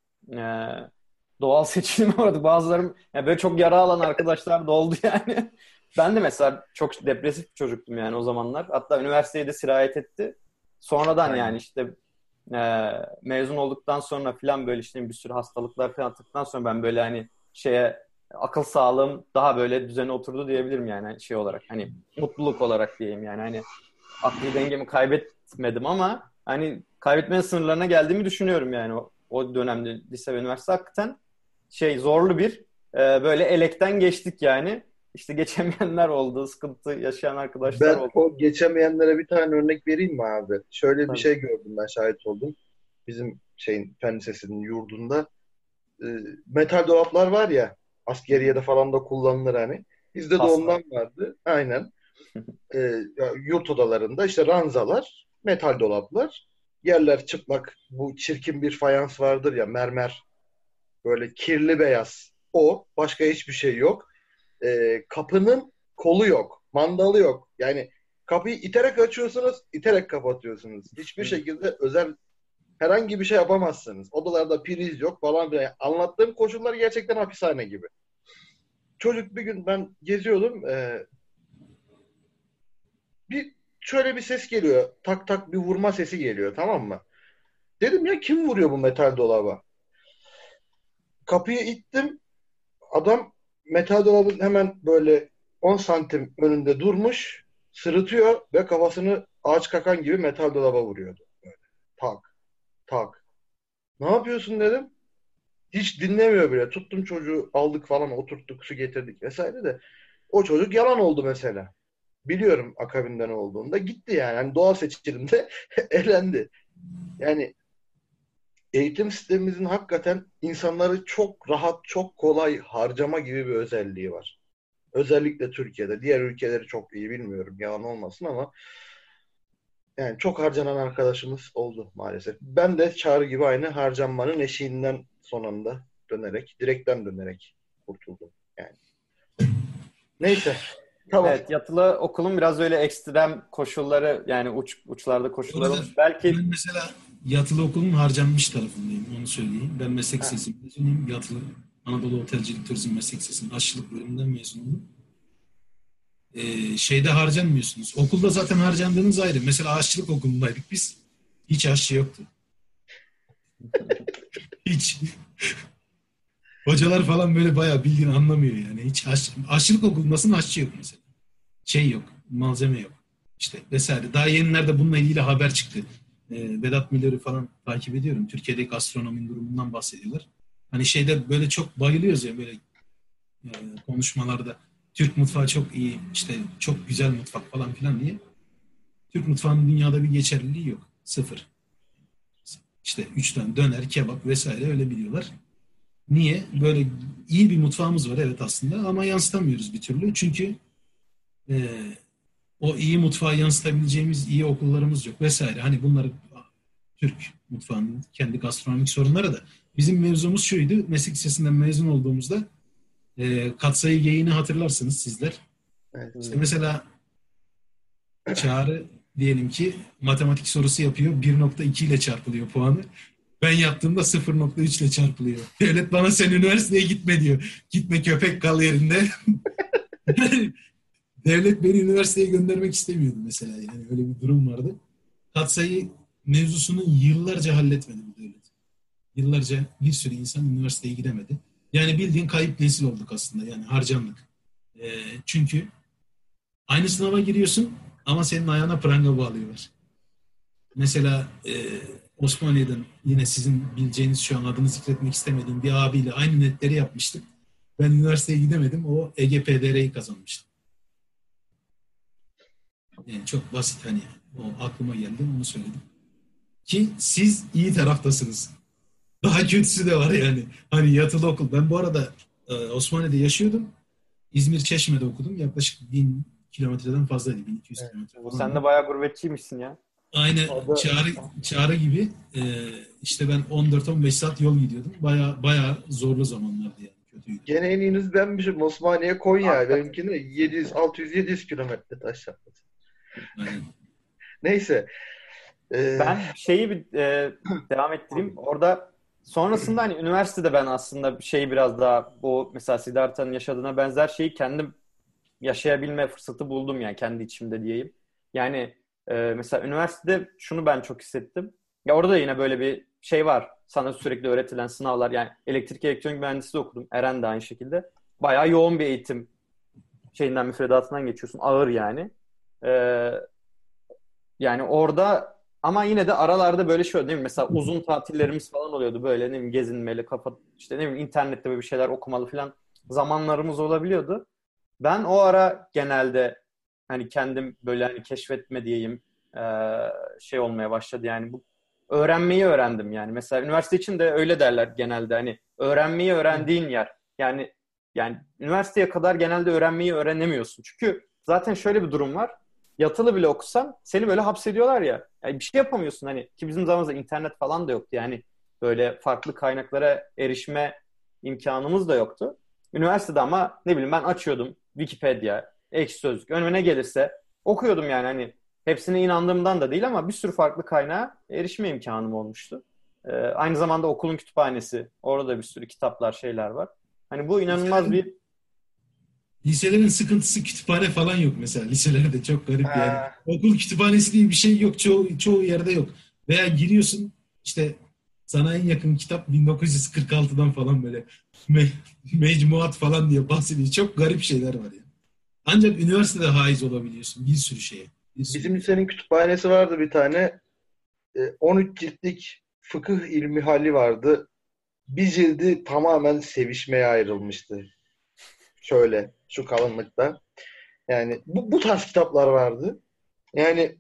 Doğal seçilim vardı. Bazılarım yani böyle çok yara alan arkadaşlar da oldu yani. Ben de mesela çok depresif bir çocuktum yani o zamanlar. Hatta üniversiteye de sirayet etti. Sonradan yani Aynen. işte mezun olduktan sonra falan böyle işte bir sürü hastalıklar falan attıktan sonra ben böyle hani akıl sağlığım daha böyle düzene oturdu diyebilirim yani hani şey olarak hani mutluluk olarak diyeyim yani hani akli dengemi kaybetmedim ama hani kaybetmenin sınırlarına geldiğimi düşünüyorum yani o dönemde lise ve üniversite hakikaten zorlu bir böyle elekten geçtik yani. İşte geçemeyenler oldu, sıkıntı yaşayan arkadaşlar Ben oldu. o geçemeyenlere bir tane örnek vereyim mi abi? Şöyle bir Tabii. şey gördüm, ben şahit oldum. Bizim fen lisesinin yurdunda. e, Metal dolaplar var ya, askeriyede falan da kullanılır hani. Bizde de Tasma. ondan vardı. Aynen. Ya, yurt odalarında işte ranzalar, metal dolaplar. Yerler çıplak. Bu çirkin bir fayans vardır ya, mermer. Böyle kirli beyaz. O. Başka hiçbir şey yok. Kapının kolu yok. Mandalı yok. Yani kapıyı iterek açıyorsunuz, iterek kapatıyorsunuz. Hiçbir şekilde özel herhangi bir şey yapamazsınız. Odalarda priz yok falan filan. Anlattığım koşullar gerçekten hapishane gibi. Çocuk bir gün ben geziyordum. Bir şöyle bir ses geliyor. Tak tak bir vurma sesi geliyor, tamam mı? Dedim ya, kim vuruyor bu metal dolaba? Kapıyı ittim. Adam metal dolabın hemen böyle 10 santim önünde durmuş. Sırıtıyor ve kafasını ağaç kakan gibi metal dolaba vuruyordu. Böyle. Tak tak. Ne yapıyorsun dedim. Hiç dinlemiyor bile. Tuttum çocuğu, aldık falan, oturttuk, su getirdik vesaire de. O çocuk yalan oldu mesela. Biliyorum akabinde ne olduğunu da. Gitti yani. Hani doğal seçilimde elendi. Yani eğitim sistemimizin hakikaten insanları çok rahat, çok kolay harcama gibi bir özelliği var. Özellikle Türkiye'de. Diğer ülkeleri çok iyi bilmiyorum. Yalan olmasın ama yani çok harcanan arkadaşımız oldu maalesef. Ben de Çağrı gibi aynı harcanmanın eşiğinden son anda dönerek, direkten dönerek kurtuldum. Yani. Neyse. Tamam. Evet, yatılı okulun biraz öyle ekstrem koşulları yani uçlarda Bu koşulları arada olmuş. Belki ben mesela yatılı okulun harcanmış tarafındayım, onu söyleyeyim. Ben meslek ha, lisesi mezunuyum. Yatılı Anadolu Otelcilik Turizm Meslek Lisesi'nin aşçılık bölümünden mezun oldum. Şeyde harcanmıyorsunuz. Okulda zaten harcandığınız ayrı. Mesela aşçılık okulundaydık biz. Hiç aşçı yoktu. Hiç. Hocalar falan böyle bayağı bildiğin anlamıyor yani. Hiç aşçılık okulundasın, aşçı yok mesela. Şey yok, malzeme yok. İşte vesaire. Daha yenilerde bununla ilgili haber çıktı. Vedat Milor'u falan takip ediyorum. Türkiye'deki gastronominin durumundan bahsediyorlar. Hani şeyde böyle çok bayılıyoruz ya böyle e, konuşmalarda. Türk mutfağı çok iyi, işte çok güzel mutfak falan filan diye. Türk mutfağının dünyada bir geçerliliği yok. Sıfır. İşte üç tane döner, kebap vesaire öyle biliyorlar. Niye? Böyle iyi bir mutfağımız var evet aslında ama yansıtamıyoruz bir türlü. Çünkü e, o iyi mutfağı yansıtabileceğimiz iyi okullarımız yok vesaire. Hani bunları Türk mutfağının kendi gastronomik sorunları da. Bizim mevzumuz şuydu. Meslek lisesinden mezun olduğumuzda katsayı geyiğini hatırlarsınız sizler. Evet. İşte mesela Çağrı diyelim ki matematik sorusu yapıyor. 1,2 ile çarpılıyor puanı. Ben yaptığımda 0,3 ile çarpılıyor. Devlet bana sen üniversiteye gitme diyor. Gitme köpek kal yerinde. Devlet beni üniversiteye göndermek istemiyordu mesela. Yani öyle bir durum vardı. Katsayı mevzusunu yıllarca halletmedi bu devlet. Yıllarca bir sürü insan üniversiteye gidemedi. Yani bildiğin kayıp nesil olduk aslında. Yani harcandık. Çünkü aynı sınava giriyorsun ama senin ayağına pranga bağlıyorlar. Mesela Osmaniye'den yine sizin bileceğiniz şu an adını zikretmek istemediğim bir abiyle aynı netleri yapmıştık. Ben üniversiteye gidemedim. O EGPDR'yi kazanmıştı. Yani çok basit hani o aklıma geldi onu söyledim. Ki siz iyi taraftasınız. Daha kötüsü de var yani. Hani yatılı okul. Ben bu arada Osmaniye'de yaşıyordum. İzmir Çeşme'de okudum. Yaklaşık 1000 kilometreden fazlaydı. 1200 Evet. kilometre bu falan. sen de bayağı gurbetçiymişsin ya. Aynı O da çağrı gibi işte ben 14-15 saat yol gidiyordum. Baya zorlu zamanlardı yani. Kötüydü. gene en iyiniz benmişim. Osmaniye, Konya. Hakikaten. Benimkine 700, 600, 700 kilometre taş çatlasın. Aynen. Neyse. Ben şeyi devam ettireyim. Orada sonrasında hani üniversitede ben aslında şeyi biraz daha bu mesela Siddhartha'nın yaşadığına benzer şeyi kendim yaşayabilme fırsatı buldum yani kendi içimde diyeyim. Yani mesela üniversitede şunu ben çok hissettim. Ya orada da yine böyle bir şey var. Sana sürekli öğretilen sınavlar. Yani elektrik elektronik mühendisliği okudum. Eren de aynı şekilde. Bayağı yoğun bir eğitim şeyinden müfredatından geçiyorsun. Ağır yani. E, Yani orada ama yine de aralarda böyle şey oluyor değil mi? Mesela uzun tatillerimiz falan oluyordu böyle ne bileyim gezinmeli, kafa işte ne bileyim internette böyle bir şeyler okumalı falan. zamanlarımız olabiliyordu. Ben o ara genelde hani kendim böyle hani keşfetme diyeyim şey olmaya başladı yani bu öğrenmeyi öğrendim yani. Mesela üniversite için de öyle derler genelde hani öğrenmeyi öğrendiğin yer. Yani üniversiteye kadar genelde öğrenmeyi öğrenemiyorsun. Çünkü zaten şöyle bir durum var. Yatılı bile okusan seni böyle hapsediyorlar ya. Yani bir şey yapamıyorsun hani ki bizim zamanımızda internet falan da yoktu. Yani böyle farklı kaynaklara erişme imkanımız da yoktu. Üniversitede ama ne bileyim ben açıyordum Wikipedia, Ekşi Sözlük önüme ne gelirse okuyordum yani hani hepsine inandığımdan da değil ama bir sürü farklı kaynağa erişme imkanım olmuştu. Aynı zamanda okulun kütüphanesi. Orada da bir sürü kitaplar, şeyler var. Hani bu inanılmaz bir... Liselerin sıkıntısı kütüphane falan yok mesela. Liselerde çok garip yani. Ha, Okul kütüphanesi diye bir şey yok. Çoğu yerde yok. Veya giriyorsun işte sana en yakın kitap 1946'dan falan böyle me- mecmuat falan diye bahsediyor. Çok garip şeyler var ya. Ancak üniversitede haiz olabiliyorsun bir sürü şeye. Bir sürü. bizim lisenin kütüphanesi vardı bir tane. 13 ciltlik fıkıh ilmihali vardı. Bir cildi tamamen sevişmeye ayrılmıştı. Şöyle, şu kalınlıkta. Yani bu tarz kitaplar vardı. Yani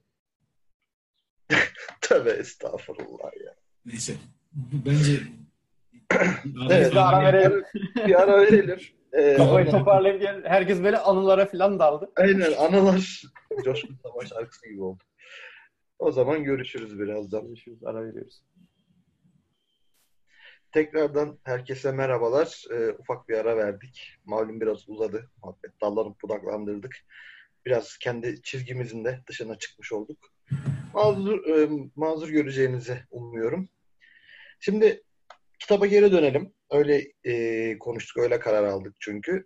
tövbe estağfurullah ya. Neyse. Bence Evet, Biz de ara araya verelim. bir ara verelim. Kafayı Ondan toparlayıp herkes böyle anılara falan daldı. aynen anılar Coşkun Savaş şarkısı gibi oldu. O zaman görüşürüz birazdan. Görüşürüz, ara veriyoruz. Tekrardan herkese merhabalar. Ufak bir ara verdik. Malum biraz uzadı. Muhabbet dallanıp budaklandırdık. Biraz kendi çizgimizin de dışına çıkmış olduk. Mazur göreceğinizi umuyorum. Şimdi kitaba geri dönelim. Öyle konuştuk, öyle karar aldık çünkü.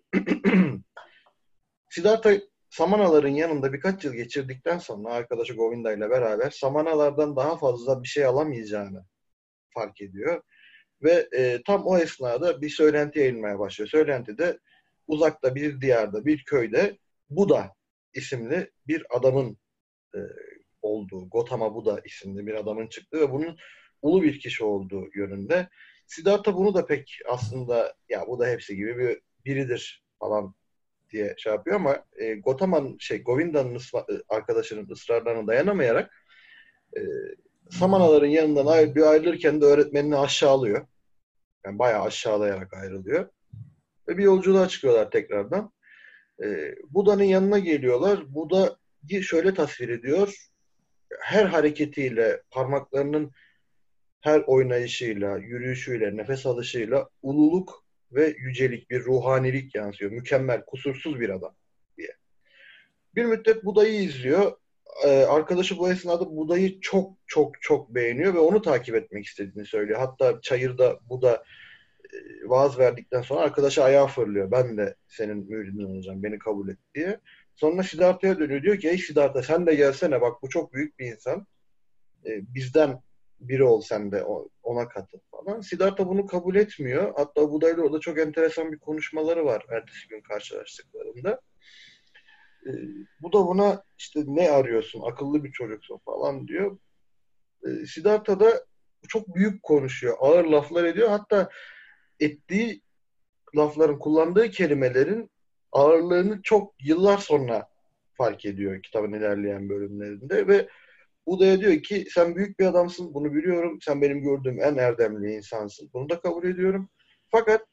Siddhartha Samanaların yanında birkaç yıl geçirdikten sonra arkadaşı Govinda ile beraber Samanalardan daha fazla bir şey alamayacağını fark ediyor. Ve tam o esnada bir söylenti yayılmaya başlıyor. Söylentide uzakta bir diyarda, bir köyde Buda isimli bir adamın e, olduğu, Gotama Buda isimli bir adamın çıktığı ve bunun ulu bir kişi olduğu yönünde. Siddhartha bunu da pek aslında ya bu da hepsi gibi biridir falan diye şey yapıyor ama Govinda'nın arkadaşının ısrarlarına dayanamayarak e, Samanaların yanından ayrılırken de öğretmenini aşağılıyor. Yani bayağı aşağılayarak ayrılıyor. Ve bir yolculuğa çıkıyorlar tekrardan. Buda'nın yanına geliyorlar. Buda'yı şöyle tasvir ediyor. Her hareketiyle, parmaklarının her oynayışıyla, yürüyüşüyle, nefes alışıyla ululuk ve yücelik, bir ruhanilik yansıyor. Mükemmel, kusursuz bir adam diye. Bir müddet Buda'yı izliyor. Arkadaşı bu esnada Buda'yı çok çok çok beğeniyor ve onu takip etmek istediğini söylüyor. Hatta çayırda Buda vaaz verdikten sonra arkadaşı ayağa fırlıyor. Ben de senin müridin olacağım, beni kabul et diye. Sonra Siddhartha'ya dönüyor. Diyor ki ey Siddhartha sen de gelsene bak bu çok büyük bir insan. Bizden biri ol sen de ona katıl falan. Siddhartha bunu kabul etmiyor. Hatta Buda'yla orada çok enteresan bir konuşmaları var ertesi gün karşılaştıklarında. E, Bu da buna işte ne arıyorsun akıllı bir çocuksun falan diyor. Siddhartha da çok büyük konuşuyor. Ağır laflar ediyor. Hatta ettiği lafların, kullandığı kelimelerin ağırlığını çok yıllar sonra fark ediyor kitabın ilerleyen bölümlerinde ve Buda'ya diyor ki sen büyük bir adamsın, bunu biliyorum. Sen benim gördüğüm en erdemli insansın. Bunu da kabul ediyorum. Fakat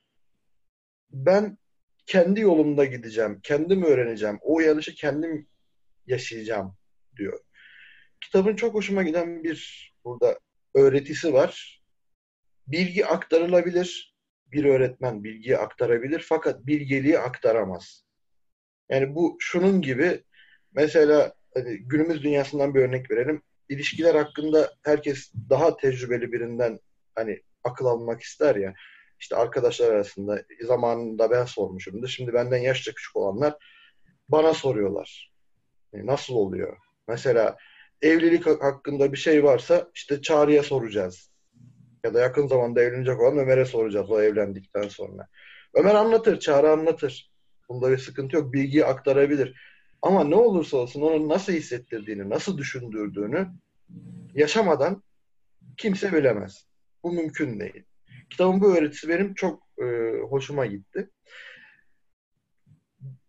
ben kendi yolumda gideceğim, kendim öğreneceğim, o uyanışı kendim yaşayacağım diyor. Kitabın çok hoşuma giden bir burada öğretisi var. Bilgi aktarılabilir. Bir öğretmen bilgiyi aktarabilir fakat bilgeliği aktaramaz. Yani bu şunun gibi mesela hani günümüz dünyasından bir örnek verelim. İlişkiler hakkında herkes daha tecrübeli birinden hani akıl almak ister ya. İşte arkadaşlar arasında zamanında ben sormuşumdur. Şimdi benden yaşça küçük olanlar bana soruyorlar. Nasıl oluyor? Mesela evlilik hakkında bir şey varsa işte Çağrı'ya soracağız. Ya da yakın zamanda evlenecek olan Ömer'e soracağız o evlendikten sonra. Ömer anlatır, Çağrı anlatır. Bunda bir sıkıntı yok. Bilgiyi aktarabilir. Ama ne olursa olsun onun nasıl hissettirdiğini, nasıl düşündürdüğünü yaşamadan kimse bilemez. Bu mümkün değil. Kitabın bu öğretisi benim çok hoşuma gitti.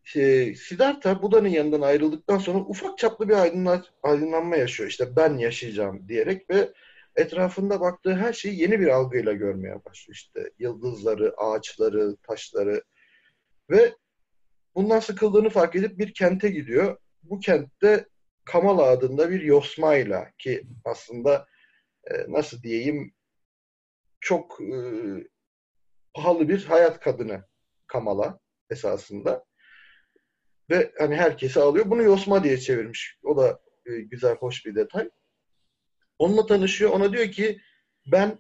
Siddhartha Buda'nın yanından ayrıldıktan sonra ufak çaplı bir aydınlanma yaşıyor. İşte ben yaşayacağım diyerek ve etrafında baktığı her şeyi yeni bir algıyla görmeye başlıyor. İşte yıldızları, ağaçları, taşları ve bundan sıkıldığını fark edip bir kente gidiyor. Bu kentte Kamala adında bir yosmayla, ki aslında nasıl diyeyim, çok pahalı bir hayat kadını Kamala esasında. Ve hani herkesi alıyor. Bunu yosma diye çevirmiş. O da güzel, hoş bir detay. Onunla tanışıyor. Ona diyor ki ben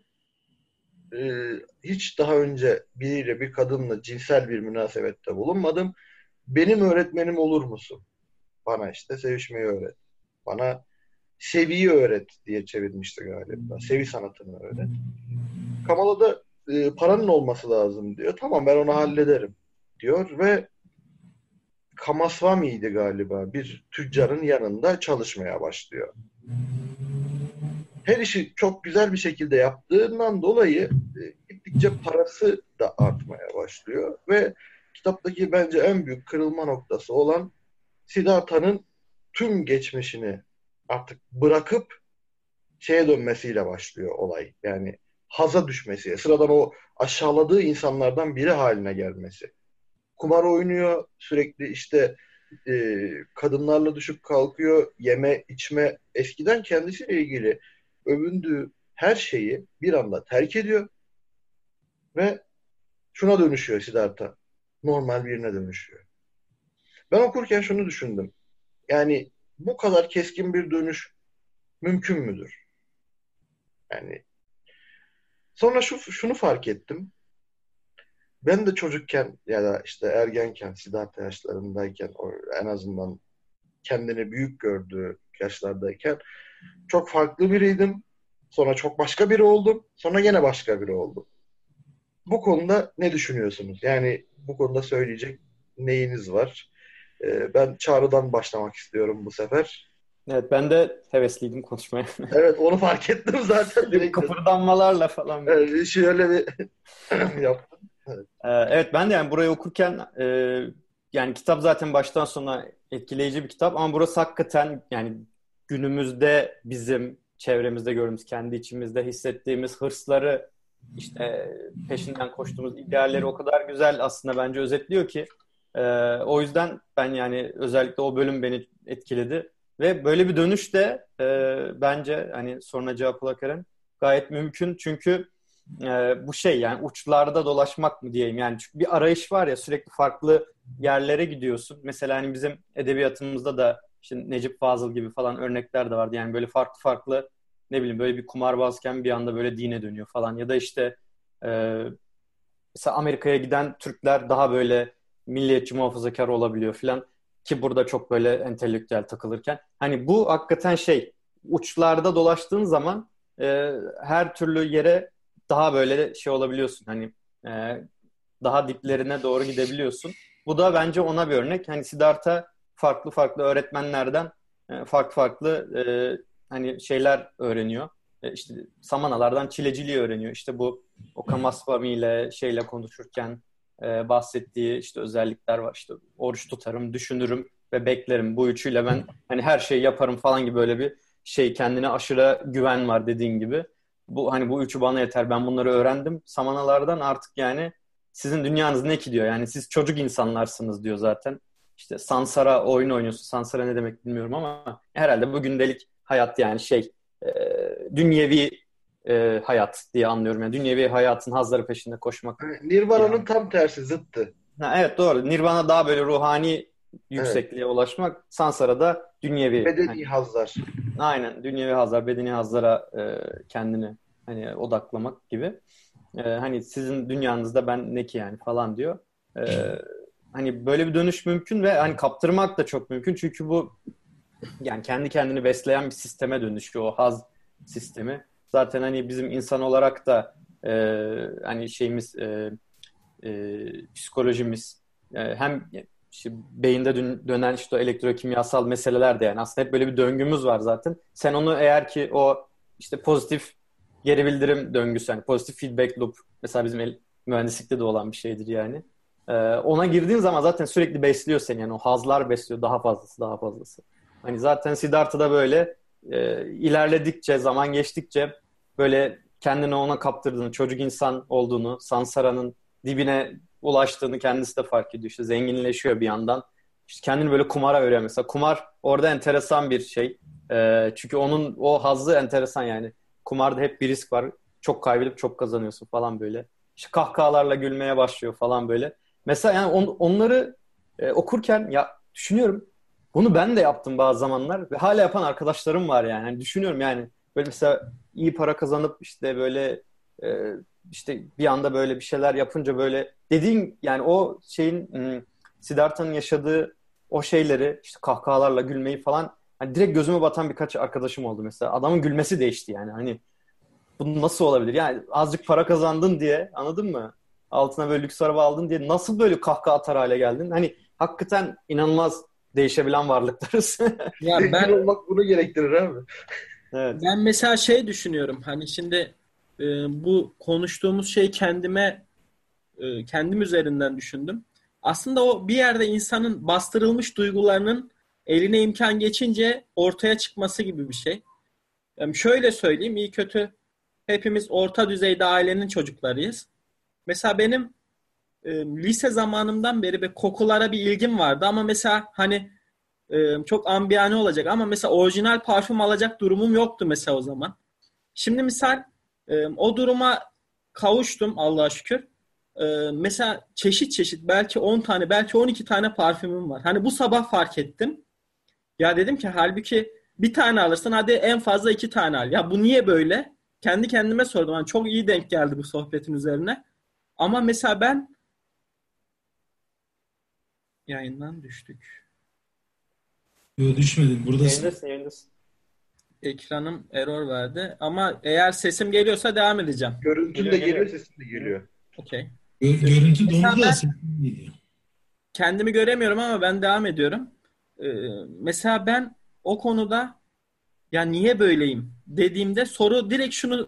hiç daha önce biriyle, bir kadınla cinsel bir münasebette bulunmadım. Benim öğretmenim olur musun? Bana işte sevişmeyi öğret. Bana seviyi öğret diye çevirmişti galiba. Sevi sanatını öğret. Kamala da paranın olması lazım diyor. Tamam, ben onu hallederim diyor ve Kamaswami'ydi galiba. Bir tüccarın yanında çalışmaya başlıyor. Her işi çok güzel bir şekilde yaptığından dolayı gittikçe parası da artmaya başlıyor ve kitaptaki bence en büyük kırılma noktası olan Siddhartha'nın tüm geçmişini artık bırakıp şeye dönmesiyle başlıyor olay. Yani haza düşmesi, sıradan o aşağıladığı insanlardan biri haline gelmesi. Kumar oynuyor, sürekli işte kadınlarla düşüp kalkıyor, yeme, içme. Eskiden kendisiyle ilgili övündüğü her şeyi bir anda terk ediyor ve şuna dönüşüyor Siddhartha. Normal birine dönüşüyor. Ben okurken şunu düşündüm. Yani bu kadar keskin bir dönüş mümkün müdür? Yani sonra şunu fark ettim. Ben de çocukken ya da işte ergenken, Siddhartha yaşlarındayken, en azından kendini büyük gördüğü yaşlardayken çok farklı biriydim. Sonra çok başka biri oldum. Sonra yine başka biri oldum. Bu konuda ne düşünüyorsunuz? Yani bu konuda söyleyecek neyiniz var? Ben Çağrı'dan başlamak istiyorum bu sefer. Evet, ben de hevesliydim konuşmaya. Evet, onu fark ettim zaten. Direkt Kıpırdanmalarla falan. şöyle bir yaptım. Evet. Evet, ben de yani burayı okurken yani kitap zaten baştan sona etkileyici bir kitap ama burası hakikaten yani günümüzde bizim çevremizde gördüğümüz, kendi içimizde hissettiğimiz hırsları, işte peşinden koştuğumuz idealleri o kadar güzel aslında bence özetliyor ki o yüzden ben yani özellikle o bölüm beni etkiledi ve böyle bir dönüş de bence hani soruna cevap olarak Eren gayet mümkün çünkü bu şey yani uçlarda dolaşmak mı diyeyim yani çünkü bir arayış var ya sürekli farklı yerlere gidiyorsun. Mesela hani bizim edebiyatımızda da işte Necip Fazıl gibi falan örnekler de vardı. Yani böyle farklı farklı ne bileyim böyle bir kumarbazken bir anda böyle dine dönüyor falan ya da işte e, mesela Amerika'ya giden Türkler daha böyle milliyetçi muhafazakar olabiliyor falan ki burada çok böyle entelektüel takılırken hani bu hakikaten şey uçlarda dolaştığın zaman her türlü yere daha böyle şey olabiliyorsun hani e, daha diplerine doğru gidebiliyorsun. Bu da bence ona bir örnek. Hani Siddhartha farklı farklı öğretmenlerden farklı farklı hani şeyler öğreniyor. İşte samanalardan çileciliği öğreniyor. İşte bu Okamaswami ile şeyle konuşurken bahsettiği işte özellikler var. İşte oruç tutarım, düşünürüm ve beklerim. Bu üçüyle ben hani her şeyi yaparım falan gibi böyle bir şey kendine aşırı güven var dediğin gibi. Bu hani bu üçü bana yeter. Ben bunları öğrendim. Samanalardan artık yani sizin dünyanız ne ki diyor. Yani siz çocuk insanlarsınız diyor zaten. İşte Sansara oyun oynuyorsun. Sansara ne demek bilmiyorum ama herhalde bu gündelik hayat yani şey dünyevi hayat diye anlıyorum. Yani dünyevi hayatın hazları peşinde koşmak. Nirvana'nın Yani, tam tersi, zıttı. evet doğru. Nirvana daha böyle ruhani Evet. yüksekliğe ulaşmak. Sansara'da dünyevi. Bedeni Hani, hazlar. aynen dünyevi hazlar, bedeni hazlara kendini hani odaklamak gibi. Hani sizin dünyanızda ben ne ki yani falan diyor. Hani böyle bir dönüş mümkün ve hani kaptırmak da çok mümkün. Çünkü bu yani kendi kendini besleyen bir sisteme dönüşüyor o haz sistemi. Zaten hani bizim insan olarak da hani şeyimiz psikolojimiz hem işte beyinde dönen işte o elektrokimyasal meseleler de yani aslında hep böyle bir döngümüz var zaten. Sen onu eğer ki o işte pozitif geri bildirim döngüsü, yani pozitif feedback loop mesela bizim mühendislikte de olan bir şeydir yani. Ona girdiğin zaman zaten sürekli besliyor seni. Yani o hazlar besliyor. Daha fazlası, daha fazlası. Hani zaten Siddhartha'da böyle ilerledikçe, zaman geçtikçe böyle kendini ona kaptırdığını, çocuk insan olduğunu, sansara'nın dibine ulaştığını kendisi de fark ediyor. İşte zenginleşiyor bir yandan. İşte kendini böyle kumara veriyor mesela. Kumar orada enteresan bir şey. Çünkü onun o hazzı enteresan yani. Kumarda hep bir risk var. Çok kaybedip çok kazanıyorsun falan böyle. İşte kahkahalarla gülmeye başlıyor falan böyle. Mesela yani onları okurken ya düşünüyorum. Bunu ben de yaptım bazı zamanlar ve hala yapan arkadaşlarım var yani. Hani düşünüyorum yani böyle mesela iyi para kazanıp işte böyle işte bir anda böyle bir şeyler yapınca böyle dediğin yani o şeyin Siddhartha'nın yaşadığı o şeyleri işte kahkahalarla gülmeyi falan hani direkt gözüme batan birkaç arkadaşım oldu mesela. Adamın gülmesi değişti yani. Hani bu nasıl olabilir? Yani azıcık para kazandın diye anladın mı? Altına böyle lüks araba aldın diye nasıl böyle kahkaha atar hale geldin? Hani hakikaten inanılmaz değişebilen varlıklarız. Ya Zengin olmak bunu gerektirir abi. Evet. ben mesela şey düşünüyorum. Hani şimdi bu konuştuğumuz şey kendim üzerinden düşündüm. Aslında o bir yerde insanın bastırılmış duygularının eline imkan geçince ortaya çıkması gibi bir şey. Yani şöyle söyleyeyim, iyi kötü hepimiz orta düzeyde ailenin çocuklarıyız. Mesela benim lise zamanımdan beri bir kokulara bir ilgim vardı ama mesela hani çok ambiyane olacak ama mesela orijinal parfüm alacak durumum yoktu mesela o zaman. Şimdi misal o duruma kavuştum Allah'a şükür. Mesela çeşit çeşit belki 10 tane belki 12 tane parfümüm var. Hani bu sabah fark ettim. Ya dedim ki halbuki bir tane alırsın hadi en fazla 2 tane al. Ya bu niye böyle? Kendi kendime sordum. Hani çok iyi denk geldi bu sohbetin üzerine. Ama mesela ben yayından düştük. Yo, düşmedin. Buradasın. Yayındasın, yayındasın. Ekranım error verdi. Ama eğer sesim geliyorsa devam edeceğim. Görüntün Geliyor, de geliyor, geliyor. sesin de geliyor. Okey. Görüntü Mesela dondu da ben sesin geliyor. kendimi göremiyorum ama ben devam ediyorum. Ee, Mesela ben o konuda ya niye böyleyim dediğimde soru direkt şunu: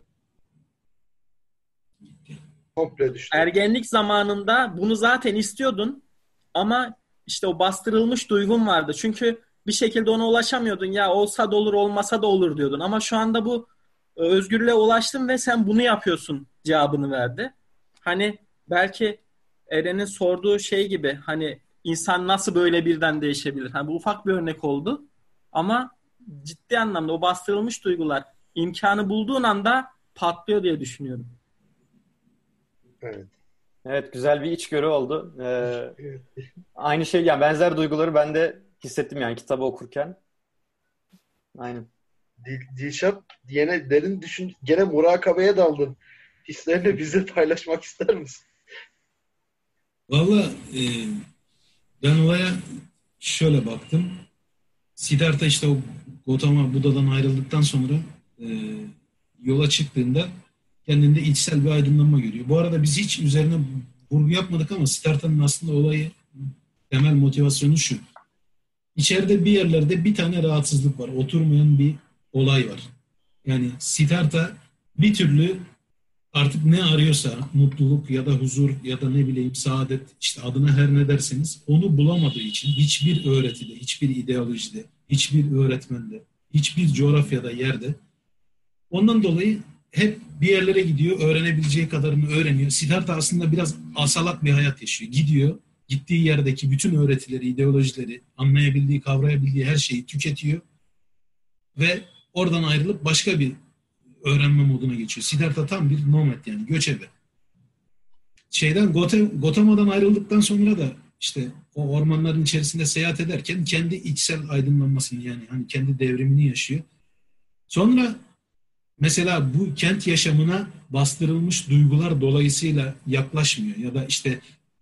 Komple düştü. ergenlik zamanında bunu zaten istiyordun ama işte o bastırılmış duygun vardı. Çünkü bir şekilde ona ulaşamıyordun. Ya olsa da olur, olmasa da olur diyordun. Ama şu anda bu özgürlüğe ulaştın ve sen bunu yapıyorsun cevabını verdi. Hani belki Eren'in sorduğu şey gibi hani insan nasıl böyle birden değişebilir? Hani bu ufak bir örnek oldu. Ama ciddi anlamda o bastırılmış duygular imkanı bulduğun anda patlıyor diye düşünüyorum. Evet. Evet, güzel bir içgörü oldu. Evet. Aynı şey yani benzer duyguları ben de hissettim yani kitabı okurken. Aynen. Dilşat yine derin düşün, gene murakabeye daldın. Hislerini bize paylaşmak ister misin? Valla ben olaya şöyle baktım. Siddhartha işte o Gautama Buda'dan ayrıldıktan sonra e, yola çıktığında kendinde içsel bir aydınlanma görüyor. Bu arada biz hiç üzerine vurgu yapmadık ama Siddhartha'nın aslında olayı temel motivasyonu şu. İçeride bir yerlerde bir tane rahatsızlık var. Oturmayan bir olay var. Yani Siddhartha bir türlü artık ne arıyorsa mutluluk ya da huzur ya da ne bileyim saadet işte adına her ne derseniz onu bulamadığı için hiçbir öğretide, hiçbir ideolojide, hiçbir öğretmende, hiçbir coğrafyada yerde ondan dolayı hep bir yerlere gidiyor, öğrenebileceği kadarını öğreniyor. Siddhartha aslında biraz asalak bir hayat yaşıyor. Gidiyor, gittiği yerdeki bütün öğretileri, ideolojileri, anlayabildiği, kavrayabildiği her şeyi tüketiyor ve oradan ayrılıp başka bir öğrenme moduna geçiyor. Siddhartha tam bir nomad yani göçebe. Gotama'dan ayrıldıktan sonra da işte o ormanların içerisinde seyahat ederken kendi içsel aydınlanmasını yani hani kendi devrimini yaşıyor. Sonra mesela bu kent yaşamına bastırılmış duygular dolayısıyla yaklaşmıyor ya da işte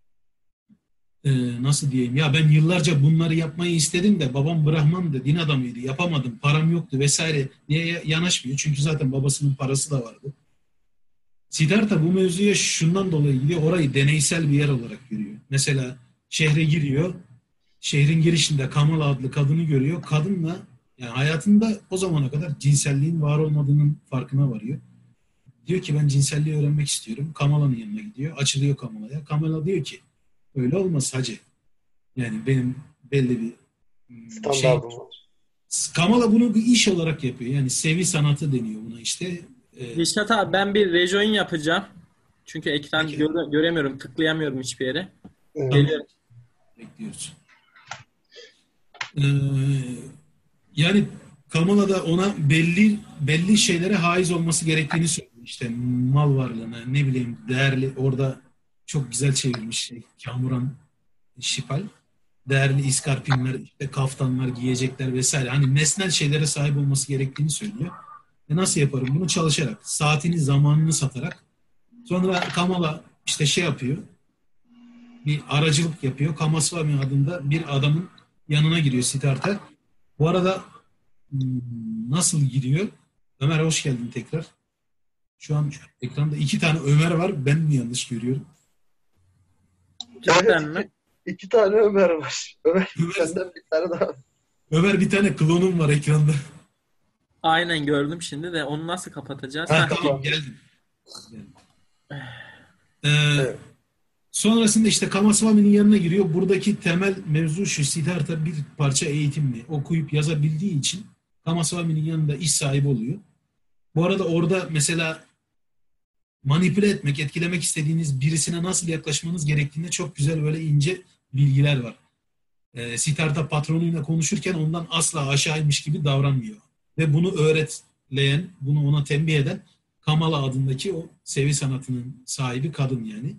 nasıl diyeyim ya ben yıllarca bunları yapmayı istedim de babam Brahman'dı, din adamıydı, yapamadım, param yoktu vesaire diye yanaşmıyor. Çünkü zaten babasının parası da vardı. Siddhartha bu mevzuya şundan dolayı gidiyor, orayı deneysel bir yer olarak görüyor. Mesela şehre giriyor, şehrin girişinde Kamala adlı kadını görüyor. Kadınla yani hayatında o zamana kadar cinselliğin var olmadığının farkına varıyor. Diyor ki ben cinselliği öğrenmek istiyorum. Kamala'nın yanına gidiyor. Açılıyor Kamala'ya. Kamala diyor ki Öyle olmaz hacı. Yani benim belli bir şey. Standardım var. Kamala bunu bir iş olarak yapıyor. Yani sevi sanatı deniyor buna işte. Dilşat abi ben bir rejoin yapacağım. Çünkü ekran Peki. göremiyorum, tıklayamıyorum hiçbir yere. Evet. Geliyorum. Bekliyoruz. Ee, yani Kamala da ona belli şeylere haiz olması gerektiğini söylüyor. İşte mal varlığına, ne bileyim değerli, orada çok güzel çevrilmiş şey, Kamuran Şipal. Değerli iskarpinler, işte kaftanlar, giyecekler vesaire. Hani nesnel şeylere sahip olması gerektiğini söylüyor. Nasıl yaparım bunu? Çalışarak, saatini, zamanını satarak. Sonra Kamala işte şey yapıyor, bir aracılık yapıyor. Kamaswami adında bir adamın yanına giriyor Siddhartha. Bu arada nasıl giriyor? Ömer hoş geldin tekrar. Şu an ekranda 2 tane Ömer var. Ben mi yanlış görüyorum? Cidden mi? İki tane Ömer var. Ömer Ömer, senden bir tane daha. Ömer bir tane klonum var ekranda. Aynen gördüm şimdi de onu nasıl kapatacağız? Ha, Heh. tamam geldim. Evet. Sonrasında işte Kamaswami'nin yanına giriyor. Buradaki temel mevzu şu: Siddhartha bir parça eğitimli okuyup yazabildiği için Kamaswami'nin yanında iş sahibi oluyor. Bu arada orada mesela manipüle etmek, etkilemek istediğiniz birisine nasıl yaklaşmanız gerektiğinde çok güzel böyle ince bilgiler var. Siddhartha patronuyla konuşurken ondan asla aşağıymış gibi davranmıyor. Ve bunu öğretleyen, bunu ona tembih eden Kamala adındaki o sevi sanatının sahibi kadın yani.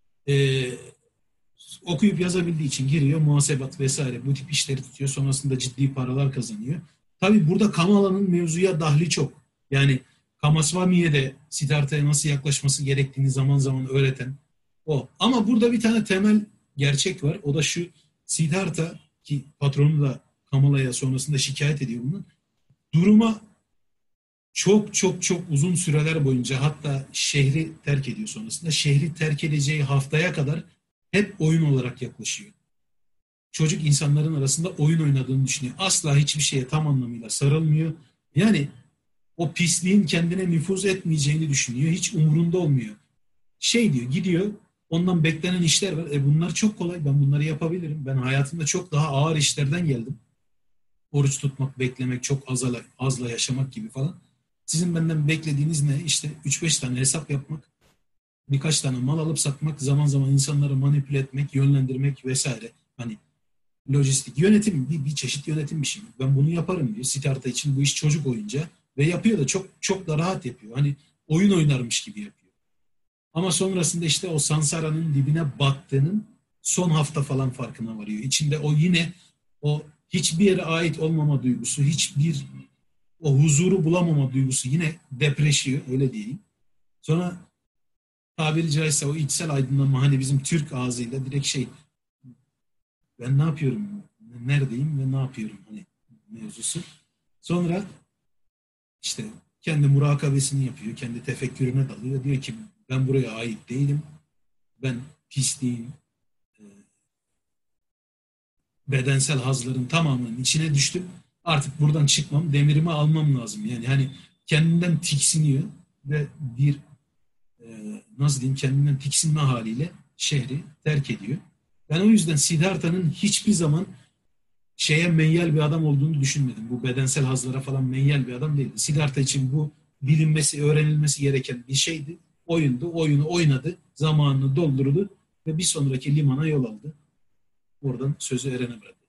Okuyup yazabildiği için giriyor, muhasebat vesaire bu tip işleri tutuyor. Sonrasında ciddi paralar kazanıyor. Tabii burada Kamala'nın mevzuya dahli çok. Yani Kamaswami'ye de Siddhartha'ya nasıl yaklaşması gerektiğini zaman zaman öğreten o. Ama burada bir tane temel gerçek var. O da şu: Siddhartha, ki patronu da Kamala'ya sonrasında şikayet ediyor bunu, duruma çok çok çok uzun süreler boyunca, hatta şehri terk ediyor sonrasında. Şehri terk edeceği haftaya kadar hep oyun olarak yaklaşıyor. Çocuk insanların arasında oyun oynadığını düşünüyor. Asla hiçbir şeye tam anlamıyla sarılmıyor. Yani o pisliğin kendine nüfuz etmeyeceğini düşünüyor. Hiç umurunda olmuyor. Şey diyor, gidiyor, ondan beklenen işler var. Bunlar çok kolay, ben bunları yapabilirim. Ben hayatımda çok daha ağır işlerden geldim. Oruç tutmak, beklemek, çok azla yaşamak gibi falan. Sizin benden beklediğiniz ne? İşte 3-5 tane hesap yapmak, birkaç tane mal alıp satmak, zaman zaman insanları manipüle etmek, yönlendirmek vesaire. Hani lojistik, yönetim, bir çeşit yönetim biçimi. Ben bunu yaparım diyor. Siddhartha için bu iş çocuk oyuncağı ve yapıyor da çok çok da rahat yapıyor. Hani oyun oynarmış gibi yapıyor. Ama sonrasında işte o sansara'nın dibine battığının son hafta falan farkına varıyor. İçinde o yine o hiçbir yere ait olmama duygusu, hiçbir o huzuru bulamama duygusu yine depreşiyor, öyle diyeyim. Sonra tabiri caizse o içsel aydınlanma, hani bizim Türk ağzıyla direkt şey, ben ne yapıyorum, neredeyim ve ne yapıyorum hani mevzusu. Sonra işte kendi murakabesini yapıyor, kendi tefekkürüne dalıyor. Diyor ki ben buraya ait değilim. Ben pisliğin, bedensel hazların tamamının içine düştüm. Artık buradan çıkmam, demirimi almam lazım. Yani hani kendinden tiksiniyor ve bir nasıl diyeyim, kendinden tiksinme haliyle şehri terk ediyor. Ben o yüzden Siddhartha'nın hiçbir zaman şeye meyyal bir adam olduğunu düşünmedim. Bu bedensel hazlara falan meyyal bir adam değildi. Siddhartha için bu bilinmesi, öğrenilmesi gereken bir şeydi. Oyundu, oyunu oynadı, zamanını doldurdu ve bir sonraki limana yol aldı. Oradan sözü Eren'e bıraktı.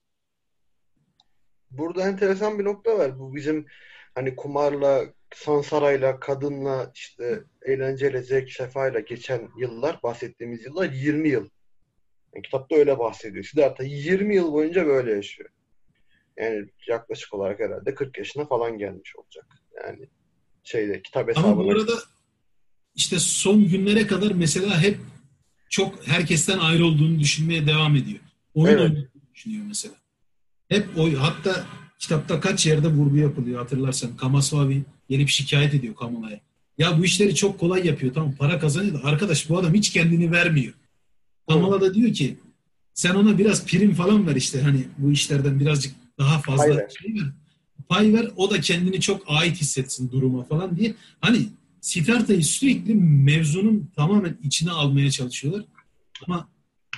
Burada enteresan bir nokta var. Bu bizim hani kumarla, sansarayla, kadınla, işte eğlenceyle, zevk, sefayla geçen yıllar, bahsettiğimiz yıllar 20 yıl. Yani kitapta öyle bahsediyor. Siddhartha 20 yıl boyunca böyle yaşıyor. Yani yaklaşık olarak herhalde 40 yaşına falan gelmiş olacak. Yani kitap hesabına. Ama bu arada işte son günlere kadar mesela hep çok herkesten ayrı olduğunu düşünmeye devam ediyor. Oyun oynadığını düşünüyor mesela. Hep hatta kitapta kaç yerde vurgu yapılıyor hatırlarsan. Kamaswami gelip şikayet ediyor Kamala'ya. Ya bu işleri çok kolay yapıyor, tamam para kazanıyor da arkadaş bu adam hiç kendini vermiyor. Kamala da diyor ki sen ona biraz prim falan ver, işte hani bu işlerden birazcık daha fazla pay ver. O da kendini çok ait hissetsin duruma falan diye. Hani Siddhartha'yı sürekli mevzunun tamamen içine almaya çalışıyorlar. Ama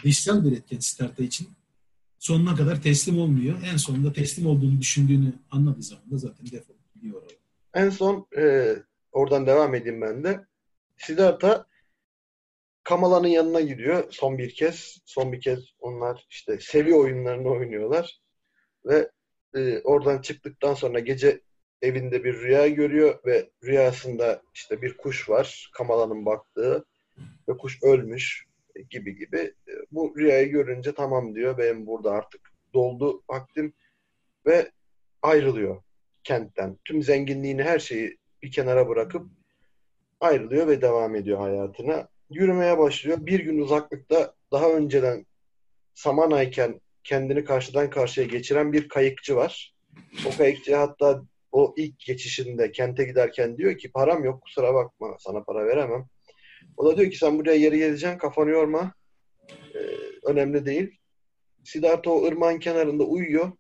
dışsal bir etken Siddhartha için. Sonuna kadar teslim olmuyor. En sonunda teslim olduğunu düşündüğünü anladığı zaman da zaten defolup gidiyor oraya. En son oradan devam edeyim ben de. Siddhartha Kamala'nın yanına gidiyor son bir kez. Son bir kez onlar işte seviye oyunlarını oynuyorlar. Ve oradan çıktıktan sonra gece evinde bir rüya görüyor ve rüyasında işte bir kuş var. Kamala'nın baktığı ve kuş ölmüş gibi gibi. Bu rüyayı görünce tamam diyor. Benim burada artık doldu vaktim ve ayrılıyor kentten. Tüm zenginliğini, her şeyi bir kenara bırakıp ayrılıyor ve devam ediyor hayatına. Yürümeye başlıyor. Bir gün uzaklıkta daha önceden Samanayken kendini karşıdan karşıya geçiren bir kayıkçı var. O kayıkçı hatta o ilk geçişinde kente giderken diyor ki param yok, kusura bakma, sana para veremem. O da diyor ki sen buraya geri geleceksin, kafanı yorma. Önemli değil. Siddhartha o ırmağın kenarında uyuyor.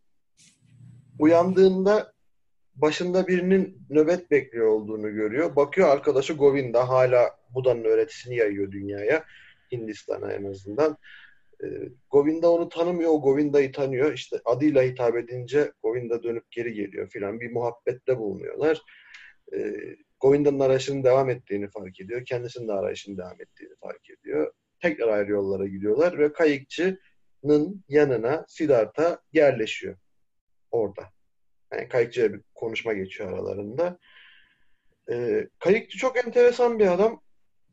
Uyandığında başında birinin nöbet bekliyor olduğunu görüyor. Bakıyor arkadaşı Govinda hala Buda'nın öğretisini yayıyor dünyaya. Hindistan'a en azından. Govinda onu tanımıyor, o Govinda'yı tanıyor. İşte adıyla hitap edince Govinda dönüp geri geliyor filan. Bir muhabbette bulunuyorlar. Govinda'nın arayışının devam ettiğini fark ediyor. Kendisinin de arayışının devam ettiğini fark ediyor. Tekrar ayrı yollara gidiyorlar ve kayıkçının yanına Siddhartha yerleşiyor orada. Yani kayıkçıya bir konuşma geçiyor aralarında. Kayıkçı çok enteresan bir adam.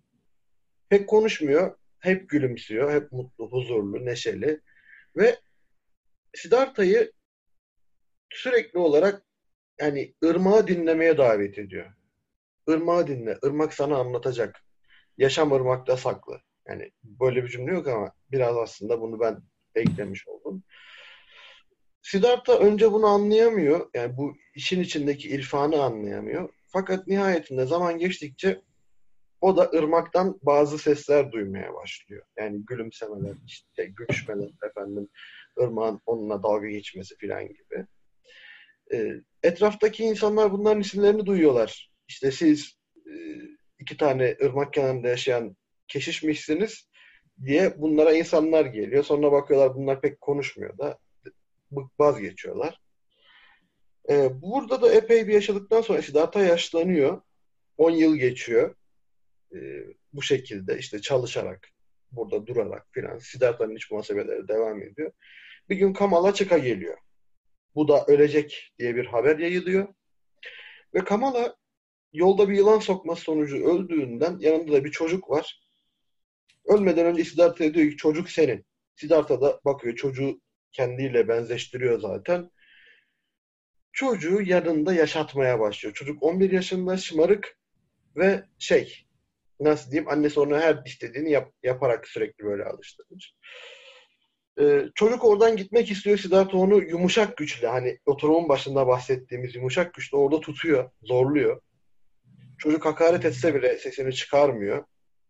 Pek konuşmuyor. Hep gülümsüyor. Hep mutlu, huzurlu, neşeli. Ve Siddhartha'yı sürekli olarak yani ırmağı dinlemeye davet ediyor. Irmağı dinle. Irmak sana anlatacak. Yaşam ırmakta saklı. Yani böyle bir cümle yok ama biraz aslında bunu ben eklemiş oldum. Siddhartha önce bunu anlayamıyor. Yani bu işin içindeki irfanı anlayamıyor. Fakat nihayetinde zaman geçtikçe o da ırmaktan bazı sesler duymaya başlıyor. Yani gülümsemeler, işte gülüşmeler, efendim, ırmağın onunla dalga geçmesi filan gibi. Etraftaki insanlar bunların isimlerini duyuyorlar. İşte siz iki tane ırmak kenarında yaşayan keşişmişsiniz diye bunlara insanlar geliyor. Sonra bakıyorlar bunlar pek konuşmuyor da vazgeçiyorlar. Burada da epey bir yaşadıktan sonra Siddhartha yaşlanıyor. 10 yıl geçiyor. Bu şekilde işte çalışarak, burada durarak filan Siddhartha'nın iç muhasebeleri devam ediyor. Bir gün Kamala çıka geliyor. Bu da ölecek diye bir haber yayılıyor. Ve Kamala yolda bir yılan sokması sonucu öldüğünden yanında da bir çocuk var. Ölmeden önce Siddhartha'ya diyor ki çocuk senin. Siddhartha da bakıyor, çocuğu kendiyle benzeştiriyor zaten. Çocuğu yanında yaşatmaya başlıyor. Çocuk 11 yaşında, şımarık ve nasıl diyeyim, annesi ona her istediğini yaparak sürekli böyle alıştırmış. Çocuk oradan gitmek istiyor. Siddhartha onu yumuşak güçle, hani oturumun başında bahsettiğimiz yumuşak güçle orada tutuyor, zorluyor. Çocuk hakaret etse bile sesini çıkarmıyor.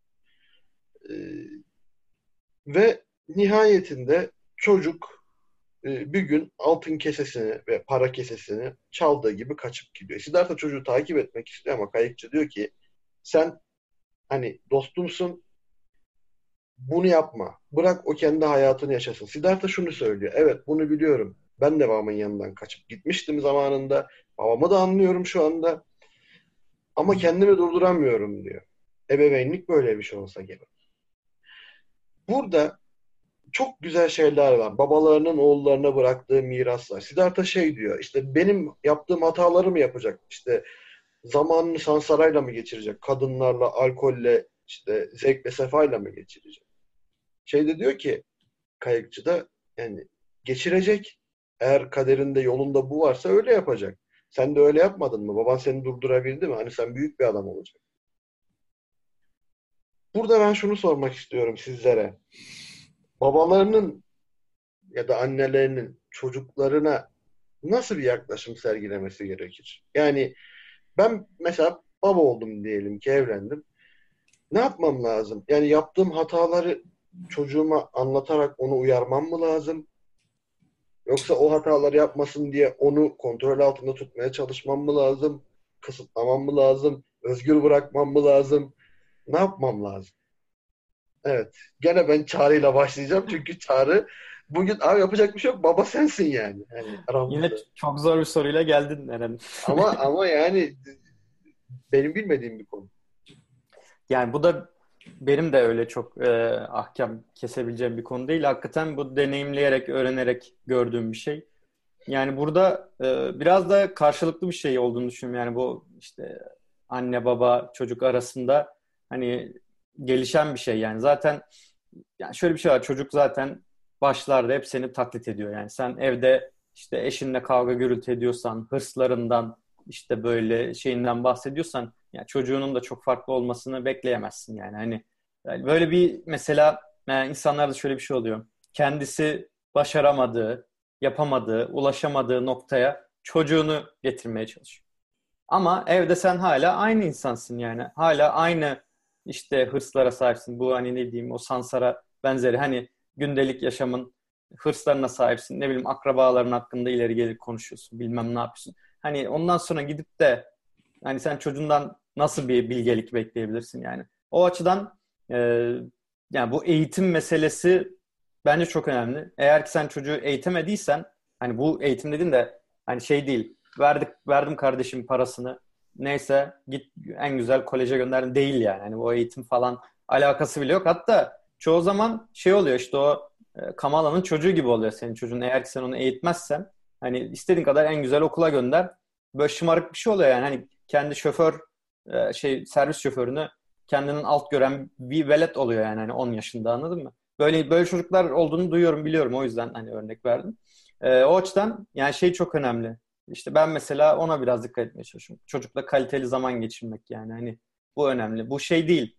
Ve nihayetinde çocuk bir gün altın kesesini ve para kesesini çaldığı gibi kaçıp gidiyor. Siddhartha çocuğu takip etmek istiyor ama kayıkçı diyor ki sen hani dostumsun, bunu yapma. Bırak o kendi hayatını yaşasın. Siddhartha şunu söylüyor. Evet, bunu biliyorum. Ben de babamın yanından kaçıp gitmiştim zamanında. Babamı da anlıyorum şu anda. Ama kendimi durduramıyorum diyor. Ebeveynlik böyle bir şey olsa gerek. Burada çok güzel şeyler var. Babalarının oğullarına bıraktığı miraslar. Siddhartha diyor. İşte benim yaptığım hataları mı yapacak? İşte zamanını sansarayla mı geçirecek? Kadınlarla, alkolle, işte zevkle, sefayla mı geçirecek? De diyor ki kayıkçı da yani geçirecek. Eğer kaderinde, yolunda bu varsa öyle yapacak. Sen de öyle yapmadın mı? Baban seni durdurabildi mi? Hani sen büyük bir adam olacaksın. Burada ben şunu sormak istiyorum sizlere. Babalarının ya da annelerinin çocuklarına nasıl bir yaklaşım sergilemesi gerekir? Yani ben mesela baba oldum diyelim ki, evlendim. Ne yapmam lazım? Yani yaptığım hataları çocuğuma anlatarak onu uyarmam mı lazım? Yoksa o hataları yapmasın diye onu kontrol altında tutmaya çalışmam mı lazım? Kısıtlamam mı lazım? Özgür bırakmam mı lazım? Ne yapmam lazım? Evet. Gene ben Çağrı'yla başlayacağım çünkü Çağrı bugün abi yapacak bir şey yok. Baba sensin yani. Hani Yine aramızda. çok zor bir soruyla geldin Eren. Ama yani benim bilmediğim bir konu. Yani bu da benim de öyle çok ahkam kesebileceğim bir konu değil. Hakikaten bu deneyimleyerek, öğrenerek gördüğüm bir şey. Yani burada biraz da karşılıklı bir şey olduğunu düşünüyorum. Yani bu işte anne baba çocuk arasında hani gelişen bir şey. Yani zaten yani şöyle bir şey var. Çocuk zaten başlarda hep seni taklit ediyor. Yani sen evde işte eşinle kavga gürültü ediyorsan, hırslarından işte böyle şeyinden bahsediyorsan yani çocuğunun da çok farklı olmasını bekleyemezsin yani. Hani yani böyle bir mesela insanlarda şöyle bir şey oluyor. Kendisi başaramadığı, yapamadığı, ulaşamadığı noktaya çocuğunu getirmeye çalışıyor. Ama evde sen hala aynı insansın yani. Hala aynı işte hırslara sahipsin. Bu hani ne diyeyim o Sansar'a benzeri. Hani gündelik yaşamın hırslarına sahipsin. Ne bileyim akrabaların hakkında ileri geri konuşuyorsun. Bilmem ne yapıyorsun. Hani ondan sonra gidip de hani sen çocuğundan nasıl bir bilgelik bekleyebilirsin yani. O açıdan e, yani bu eğitim meselesi bence çok önemli. Eğer ki sen çocuğu eğitemediysen hani bu eğitim dedin de hani şey değil. Verdim kardeşim parasını. Neyse git en güzel koleje gönderdim değil yani. Hani o eğitim falan alakası bile yok. Hatta çoğu zaman şey oluyor işte o Kamala'nın çocuğu gibi oluyor senin çocuğun. Eğer ki sen onu eğitmezsen hani istediğin kadar en güzel okula gönder. Böyle şımarık bir şey oluyor yani. Hani kendi şoför servis şoförünü kendinin alt gören bir velet oluyor yani hani 10 yaşında anladın mı? Böyle çocuklar olduğunu duyuyorum biliyorum o yüzden hani örnek verdim. O açıdan yani şey çok önemli. İşte ben mesela ona biraz dikkat etmeye çalışıyorum. Çocukla kaliteli zaman geçirmek yani hani bu önemli. Bu şey değil.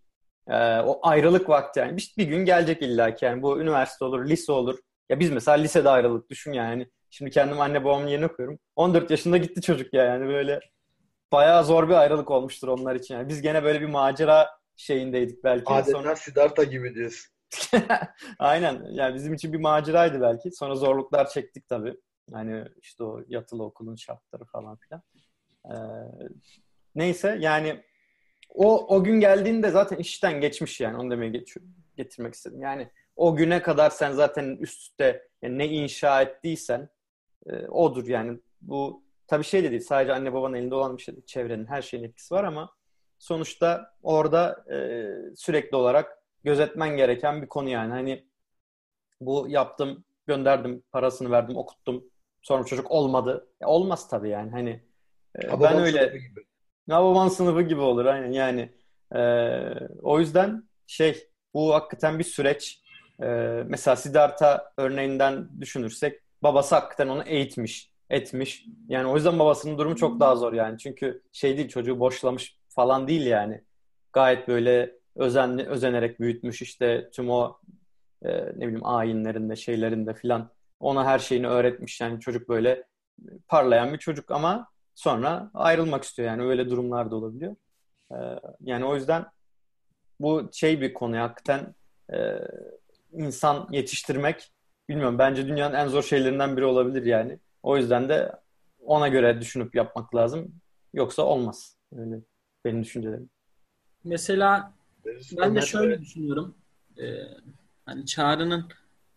O ayrılık vakti yani bir gün gelecek illaki yani bu üniversite olur, lise olur. Ya biz mesela lisede ayrılık düşün yani. Şimdi kendim anne babamın yerine koyuyorum. 14 yaşında gitti çocuk ya yani böyle bayağı zor bir ayrılık olmuştur onlar için. Yani biz gene böyle bir macera şeyindeydik belki. Sonra Adeta Siddhartha gibi diyorsun. aynen yani bizim için bir maceraydı belki. Sonra zorluklar çektik tabii. Hani işte o yatılı okulun şartları falan filan. Ee, neyse yani o gün geldiğinde zaten işten geçmiş yani onu getirmek istedim. Yani o güne kadar sen zaten üst üste yani ne inşa ettiysen odur yani. Bu tabii şey de değil. Sadece anne babanın elinde olan bir şey değil. Çevrenin her şeyin etkisi var ama sonuçta orada sürekli olarak gözetmen gereken bir konu yani. Hani bu yaptım, gönderdim, parasını verdim, okuttum. Sonra çocuk olmadı. Olmaz tabii yani. Hani ben Hababam sınıfı öyle gibi. Hababam sınıfı gibi olur aynen yani. O yüzden şey bu hakikaten bir süreç. Mesela Siddhartha örneğinden düşünürsek babası hakikaten onu eğitmiş, etmiş. Yani o yüzden babasının durumu çok daha zor yani. Çünkü şey değil çocuğu boşlamış falan değil yani. Gayet böyle özenerek büyütmüş işte tüm o ne bileyim ayinlerinde şeylerinde filan ona her şeyini öğretmiş. Yani çocuk böyle parlayan bir çocuk ama sonra ayrılmak istiyor yani öyle durumlar da olabiliyor. Ee, yani o yüzden bu şey bir konu hakikaten e, insan yetiştirmek bilmiyorum bence dünyanın en zor şeylerinden biri olabilir yani. O yüzden de ona göre düşünüp yapmak lazım. Yoksa olmaz. Öyle benim düşüncelerim. Mesela ben de Ömer, şöyle düşünüyorum. Ee, Hani Çağrı'nın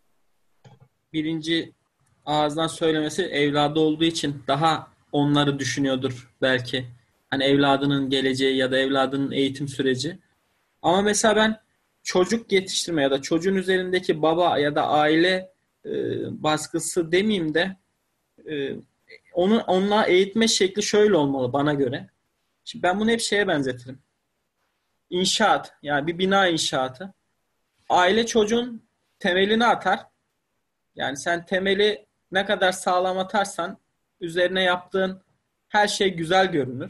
birinci ağızdan söylemesi evladı olduğu için daha onları düşünüyordur belki. Hani evladının geleceği ya da evladının eğitim süreci. Ama mesela ben çocuk yetiştirme ya da çocuğun üzerindeki baba ya da aile e, baskısı demeyeyim de e, onunla eğitme şekli şöyle olmalı bana göre. Şimdi ben bunu hep şeye benzetirim. İnşaat yani bir bina inşaatı. Aile çocuğun temelini atar. Yani sen temeli ne kadar sağlam atarsan üzerine yaptığın her şey güzel görünür.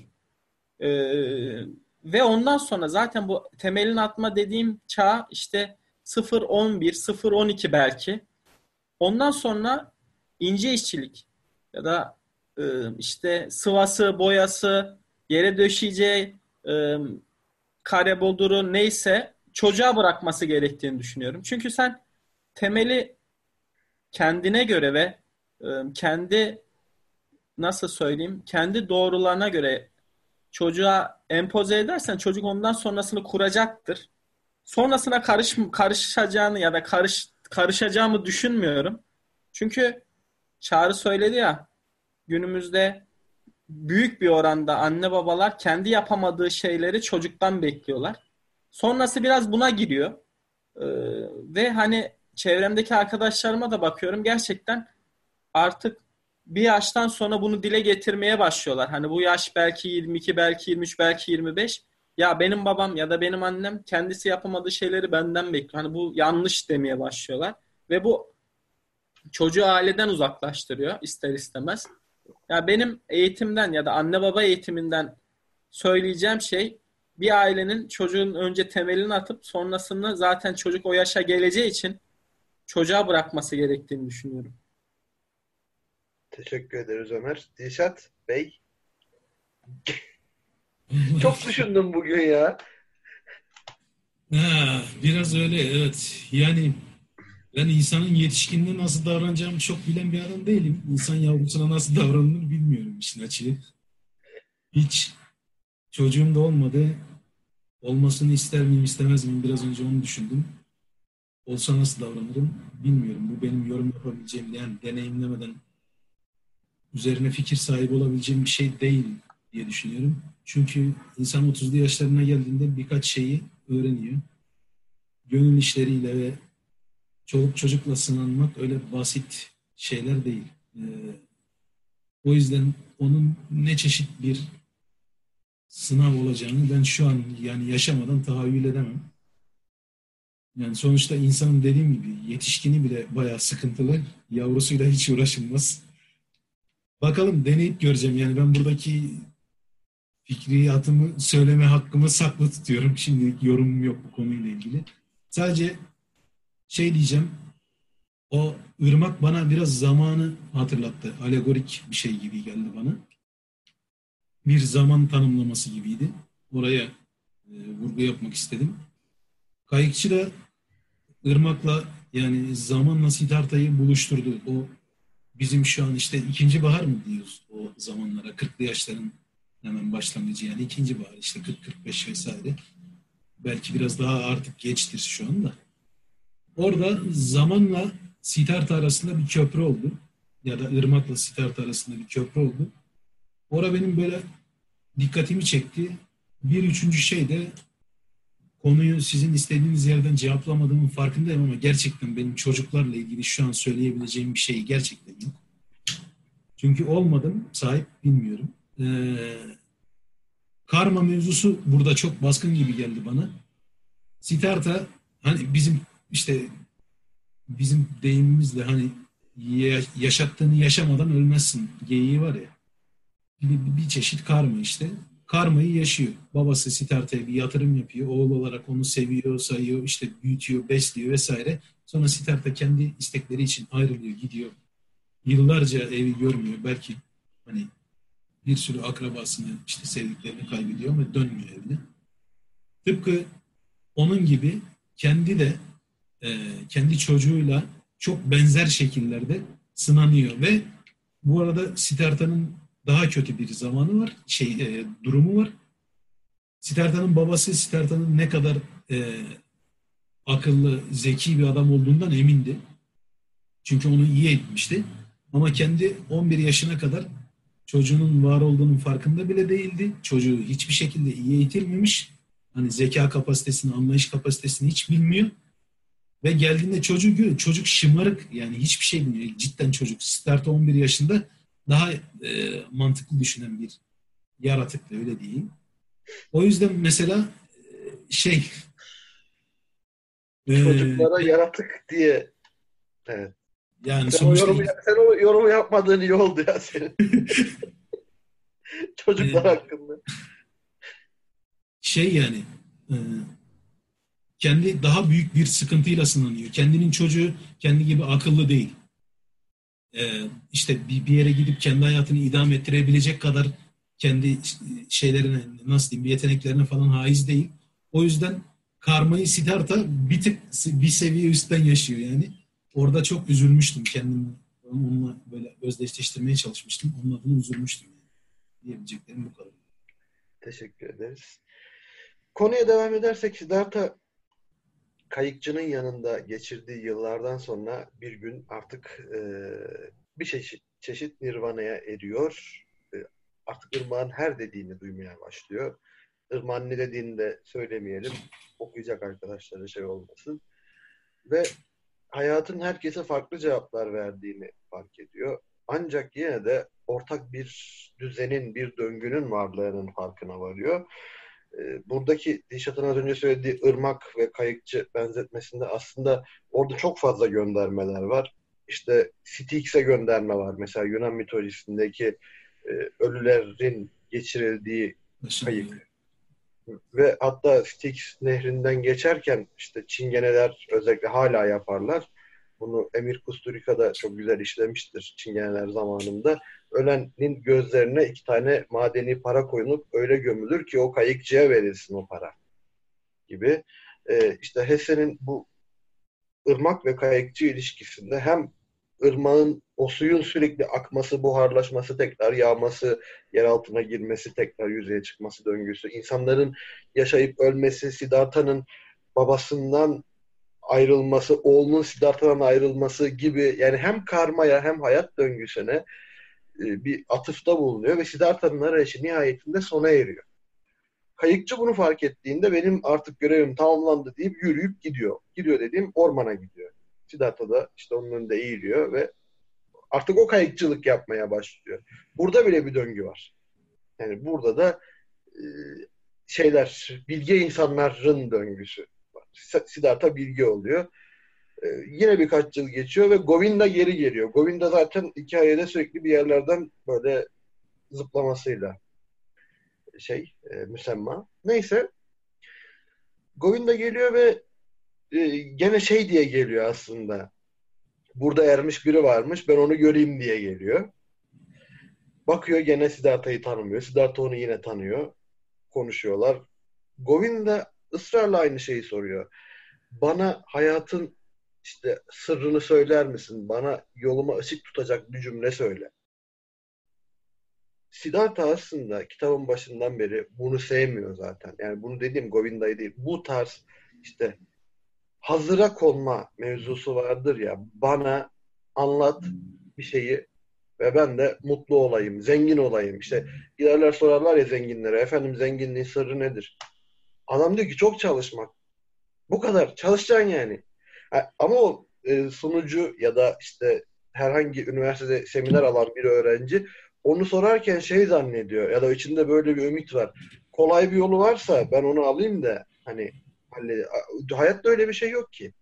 Ee, Ve ondan sonra zaten bu temelini atma dediğim çağ işte 0-11, 0-12 belki. Ondan sonra ince işçilik ya da işte sıvası, boyası, yere döşeyeceği, e, kare bolduru neyse çocuğa bırakması gerektiğini düşünüyorum. Çünkü sen temeli kendine göre ve kendi nasıl söyleyeyim kendi doğrularına göre çocuğa empoze edersen çocuk ondan sonrasını kuracaktır. Sonrasına karışacağını ya da karışacağımı düşünmüyorum. Çünkü Çağrı söyledi ya, günümüzde büyük bir oranda anne babalar kendi yapamadığı şeyleri çocuktan bekliyorlar. Sonrası biraz buna giriyor. Ee, Ve hani çevremdeki arkadaşlarıma da bakıyorum, gerçekten artık bir yaştan sonra bunu dile getirmeye başlıyorlar. Hani bu yaş belki 22, belki 23, belki 25. Ya benim babam ya da benim annem kendisi yapamadığı şeyleri benden bekliyor. Hani bu yanlış demeye başlıyorlar. Ve bu çocuğu aileden uzaklaştırıyor ister istemez. Ya benim eğitimden ya da anne baba eğitiminden söyleyeceğim şey, bir ailenin çocuğun önce temelini atıp sonrasında zaten çocuk o yaşa geleceği için çocuğa bırakması gerektiğini düşünüyorum. Teşekkür ederiz Ömer. Dilşat Bey. Çok düşündüm bugün ya. Biraz öyle, evet. Yani ben insanın yetişkinliğe nasıl davranacağımı çok bilen bir adam değilim. İnsan yavrusuna nasıl davranılır bilmiyorum işin açığı. Hiç çocuğum da olmadı. Olmasını ister miyim istemez miyim, biraz önce onu düşündüm. Olsa nasıl davranırım bilmiyorum. Bu benim yorum yapabileceğim, yani deneyimlemeden üzerine fikir sahibi olabileceğim bir şey değil diye düşünüyorum. Çünkü insan 30'lu yaşlarına geldiğinde birkaç şeyi öğreniyor. Gönül işleriyle ve çoluk çocukla sınanmak öyle basit şeyler değil. O yüzden onun ne çeşit bir sınav olacağını ben şu an yani yaşamadan tahayyül edemem. Yani sonuçta insanın dediğim gibi yetişkini bile bayağı sıkıntılı. Yavrusuyla hiç uğraşılmaz. Bakalım, deneyip göreceğim. Yani ben buradaki fikriyatımı söyleme hakkımı saklı tutuyorum. Şimdilik yorumum yok bu konuyla ilgili. Sadece şey diyeceğim. O ırmak bana biraz zamanı hatırlattı. Alegorik bir şey gibi geldi bana. Bir zaman tanımlaması gibiydi. Oraya vurgu yapmak istedim. Kayıkçı da ırmakla, yani zamanla Siddhartha'yı buluşturdu. O bizim şu an işte ikinci bahar mı diyoruz o zamanlara? 40'lı yaşların hemen başlangıcı, yani ikinci bahar işte 40-45 vesaire. Belki biraz daha artık geçtir şu anda. Orada zamanla Siddhartha arasında bir köprü oldu. Ya da ırmakla Siddhartha arasında bir köprü oldu. Orada benim böyle dikkatimi çekti. Bir üçüncü şey de, konuyu sizin istediğiniz yerden cevaplamadığımın farkındayım ama gerçekten benim çocuklarla ilgili şu an söyleyebileceğim bir şey gerçekten yok. Çünkü olmadım, sahip bilmiyorum. Karma mevzusu burada çok baskın gibi geldi bana. Siddhartha hani bizim deyimimizle hani yaşattığını yaşamadan ölmezsin geyiği var ya. Bir çeşit karma işte. Karmayı yaşıyor. Babası Siddhartha'ya bir yatırım yapıyor. Oğul olarak onu seviyor, sayıyor, işte büyütüyor, besliyor vesaire. Sonra Siddhartha kendi istekleri için ayrılıyor, gidiyor. Yıllarca evi görmüyor. Belki hani bir sürü akrabasını, işte sevdiklerini kaybediyor ama dönmüyor evine. Tıpkı onun gibi kendi de kendi çocuğuyla çok benzer şekillerde sınanıyor ve bu arada Siddhartha'nın daha kötü bir zamanı var, durumu var. Siddhartha'nın babası Siddhartha'nın ne kadar akıllı, zeki bir adam olduğundan emindi. Çünkü onu iyi eğitmişti. Ama kendi 11 yaşına kadar çocuğunun var olduğunun farkında bile değildi. Çocuğu hiçbir şekilde iyi eğitilmemiş. Hani zeka kapasitesini, anlayış kapasitesini hiç bilmiyor. Ve geldiğinde çocuğu görüyor. Çocuk şımarık, yani hiçbir şey bilmiyor. Cidden çocuk. Siddhartha 11 yaşında daha mantıklı düşünen bir yaratık da, öyle diyeyim. O yüzden mesela çocuklara yaratık diye, evet. Yani Sen sonuçta o yorumu yapmadığın iyi oldu ya senin. Çocuklar hakkında. Yani kendi daha büyük bir sıkıntıyla sınanıyor. Kendinin çocuğu kendi gibi akıllı değil. İşte bir yere gidip kendi hayatını idame ettirebilecek kadar kendi şeylerine, nasıl diyeyim, yeteneklerine falan haiz değil. O yüzden karmayı Siddhartha bir seviye üstten yaşıyor yani. Orada çok üzülmüştüm kendimi. Onunla böyle özdeşleştirmeye çalışmıştım. Onun adına üzülmüştüm. Yani. Diyebileceklerim bu kadar. Teşekkür ederiz. Konuya devam edersek Siddhartha kayıkçının yanında geçirdiği yıllardan sonra bir gün artık bir çeşit nirvana'ya eriyor. Artık ırmağın her dediğini duymaya başlıyor. Irmak'ın ne dediğini de söylemeyelim. Okuyacak arkadaşlara şey olmasın. Ve hayatın herkese farklı cevaplar verdiğini fark ediyor. Ancak yine de ortak bir düzenin, bir döngünün varlığının farkına varıyor. Buradaki Dilşat'ın az önce söylediği ırmak ve kayıkçı benzetmesinde aslında orada çok fazla göndermeler var. İşte Styx'e gönderme var. Mesela Yunan mitolojisindeki ölülerin geçirildiği kayık. Ve hatta Styx nehrinden geçerken işte Çingeneler özellikle hala yaparlar. Bunu Emir Kusturica da çok güzel işlemiştir Çingeneler zamanında. Ölenin gözlerine 2 tane madeni para koyulup öyle gömülür ki o kayıkçıya verilsin o para gibi. İşte Hesse'nin bu ırmak ve kayıkçı ilişkisinde hem ırmağın o suyun sürekli akması, buharlaşması, tekrar yağması, yer altına girmesi, tekrar yüzeye çıkması döngüsü, insanların yaşayıp ölmesi, Siddhartha'nın babasından ayrılması, oğlunun Siddhartha'dan ayrılması gibi, yani hem karmaya hem hayat döngüsüne bir atıfta bulunuyor ve Siddhartha'nın arayışı nihayetinde sona eriyor. Kayıkçı bunu fark ettiğinde benim artık görevim tamamlandı deyip yürüyüp gidiyor. Gidiyor dediğim ormana gidiyor. Siddhartha da işte onun önünde eğiliyor ve artık o kayıkçılık yapmaya başlıyor. Burada bile bir döngü var. Yani burada da bilge insanların döngüsü var. Siddhartha bilge oluyor. Yine birkaç yıl geçiyor ve Govinda geri geliyor. Govinda zaten hikayede sürekli bir yerlerden böyle zıplamasıyla müsemma. Neyse. Govinda geliyor ve gene diye geliyor aslında. Burada ermiş biri varmış, ben onu göreyim diye geliyor. Bakıyor gene Siddhartha'yı tanımıyor. Siddhartha onu yine tanıyor. Konuşuyorlar. Govinda ısrarla aynı şeyi soruyor. Bana hayatın işte sırrını söyler misin? Bana yoluma ışık tutacak bir cümle söyle. Siddhartha aslında kitabın başından beri bunu sevmiyor zaten. Yani bunu dediğim Govinda'yı değil. Bu tarz işte hazıra konma mevzusu vardır ya. Bana anlat bir şeyi ve ben de mutlu olayım, zengin olayım. İşte giderler sorarlar ya zenginlere. Efendim zenginliğin sırrı nedir? Adam diyor ki çok çalışmak. Bu kadar. Çalışacaksın yani. Ama o sunucu ya da işte herhangi üniversitede seminer alan bir öğrenci onu sorarken zannediyor ya da içinde böyle bir ümit var. Kolay bir yolu varsa ben onu alayım da hani hayatta öyle bir şey yok ki.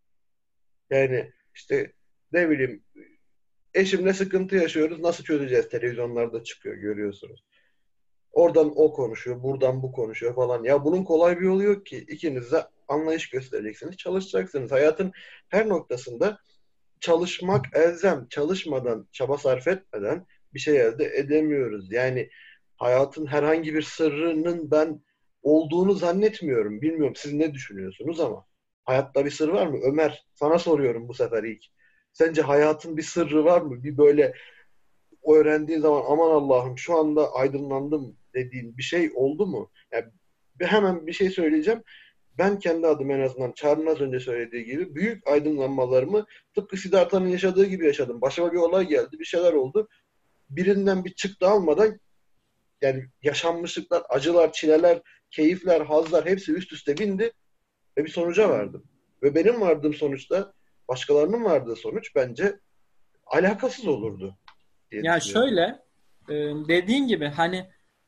Yani işte ne bileyim eşimle sıkıntı yaşıyoruz. Nasıl çözeceğiz? Televizyonlarda çıkıyor görüyorsunuz. Oradan o konuşuyor, buradan bu konuşuyor falan. Ya bunun kolay bir yolu yok ki. İkiniz de anlayış göstereceksiniz, çalışacaksınız. Hayatın her noktasında çalışmak elzem. Çalışmadan, çaba sarf etmeden bir şey elde edemiyoruz. Yani hayatın herhangi bir sırrının ben olduğunu zannetmiyorum. Bilmiyorum siz ne düşünüyorsunuz ama hayatta bir sır var mı? Ömer, sana soruyorum bu sefer ilk. Sence hayatın bir sırrı var mı? Bir böyle öğrendiğin zaman aman Allah'ım şu anda aydınlandım dediğin bir şey oldu mu? Yani hemen bir şey söyleyeceğim. Ben kendi adıma en azından Çağrı'nın az önce söylediği gibi büyük aydınlanmalarımı tıpkı Siddhartha'nın yaşadığı gibi yaşadım. Başıma bir olay geldi, bir şeyler oldu. Birinden bir çıktı almadan yani yaşanmışlıklar, acılar, çileler, keyifler, hazlar hepsi üst üste bindi ve bir sonuca vardım. Ve benim vardığım sonuçta başkalarının vardığı sonuç bence alakasız olurdu diye Ya düşünüyorum. şöyle dediğin gibi hani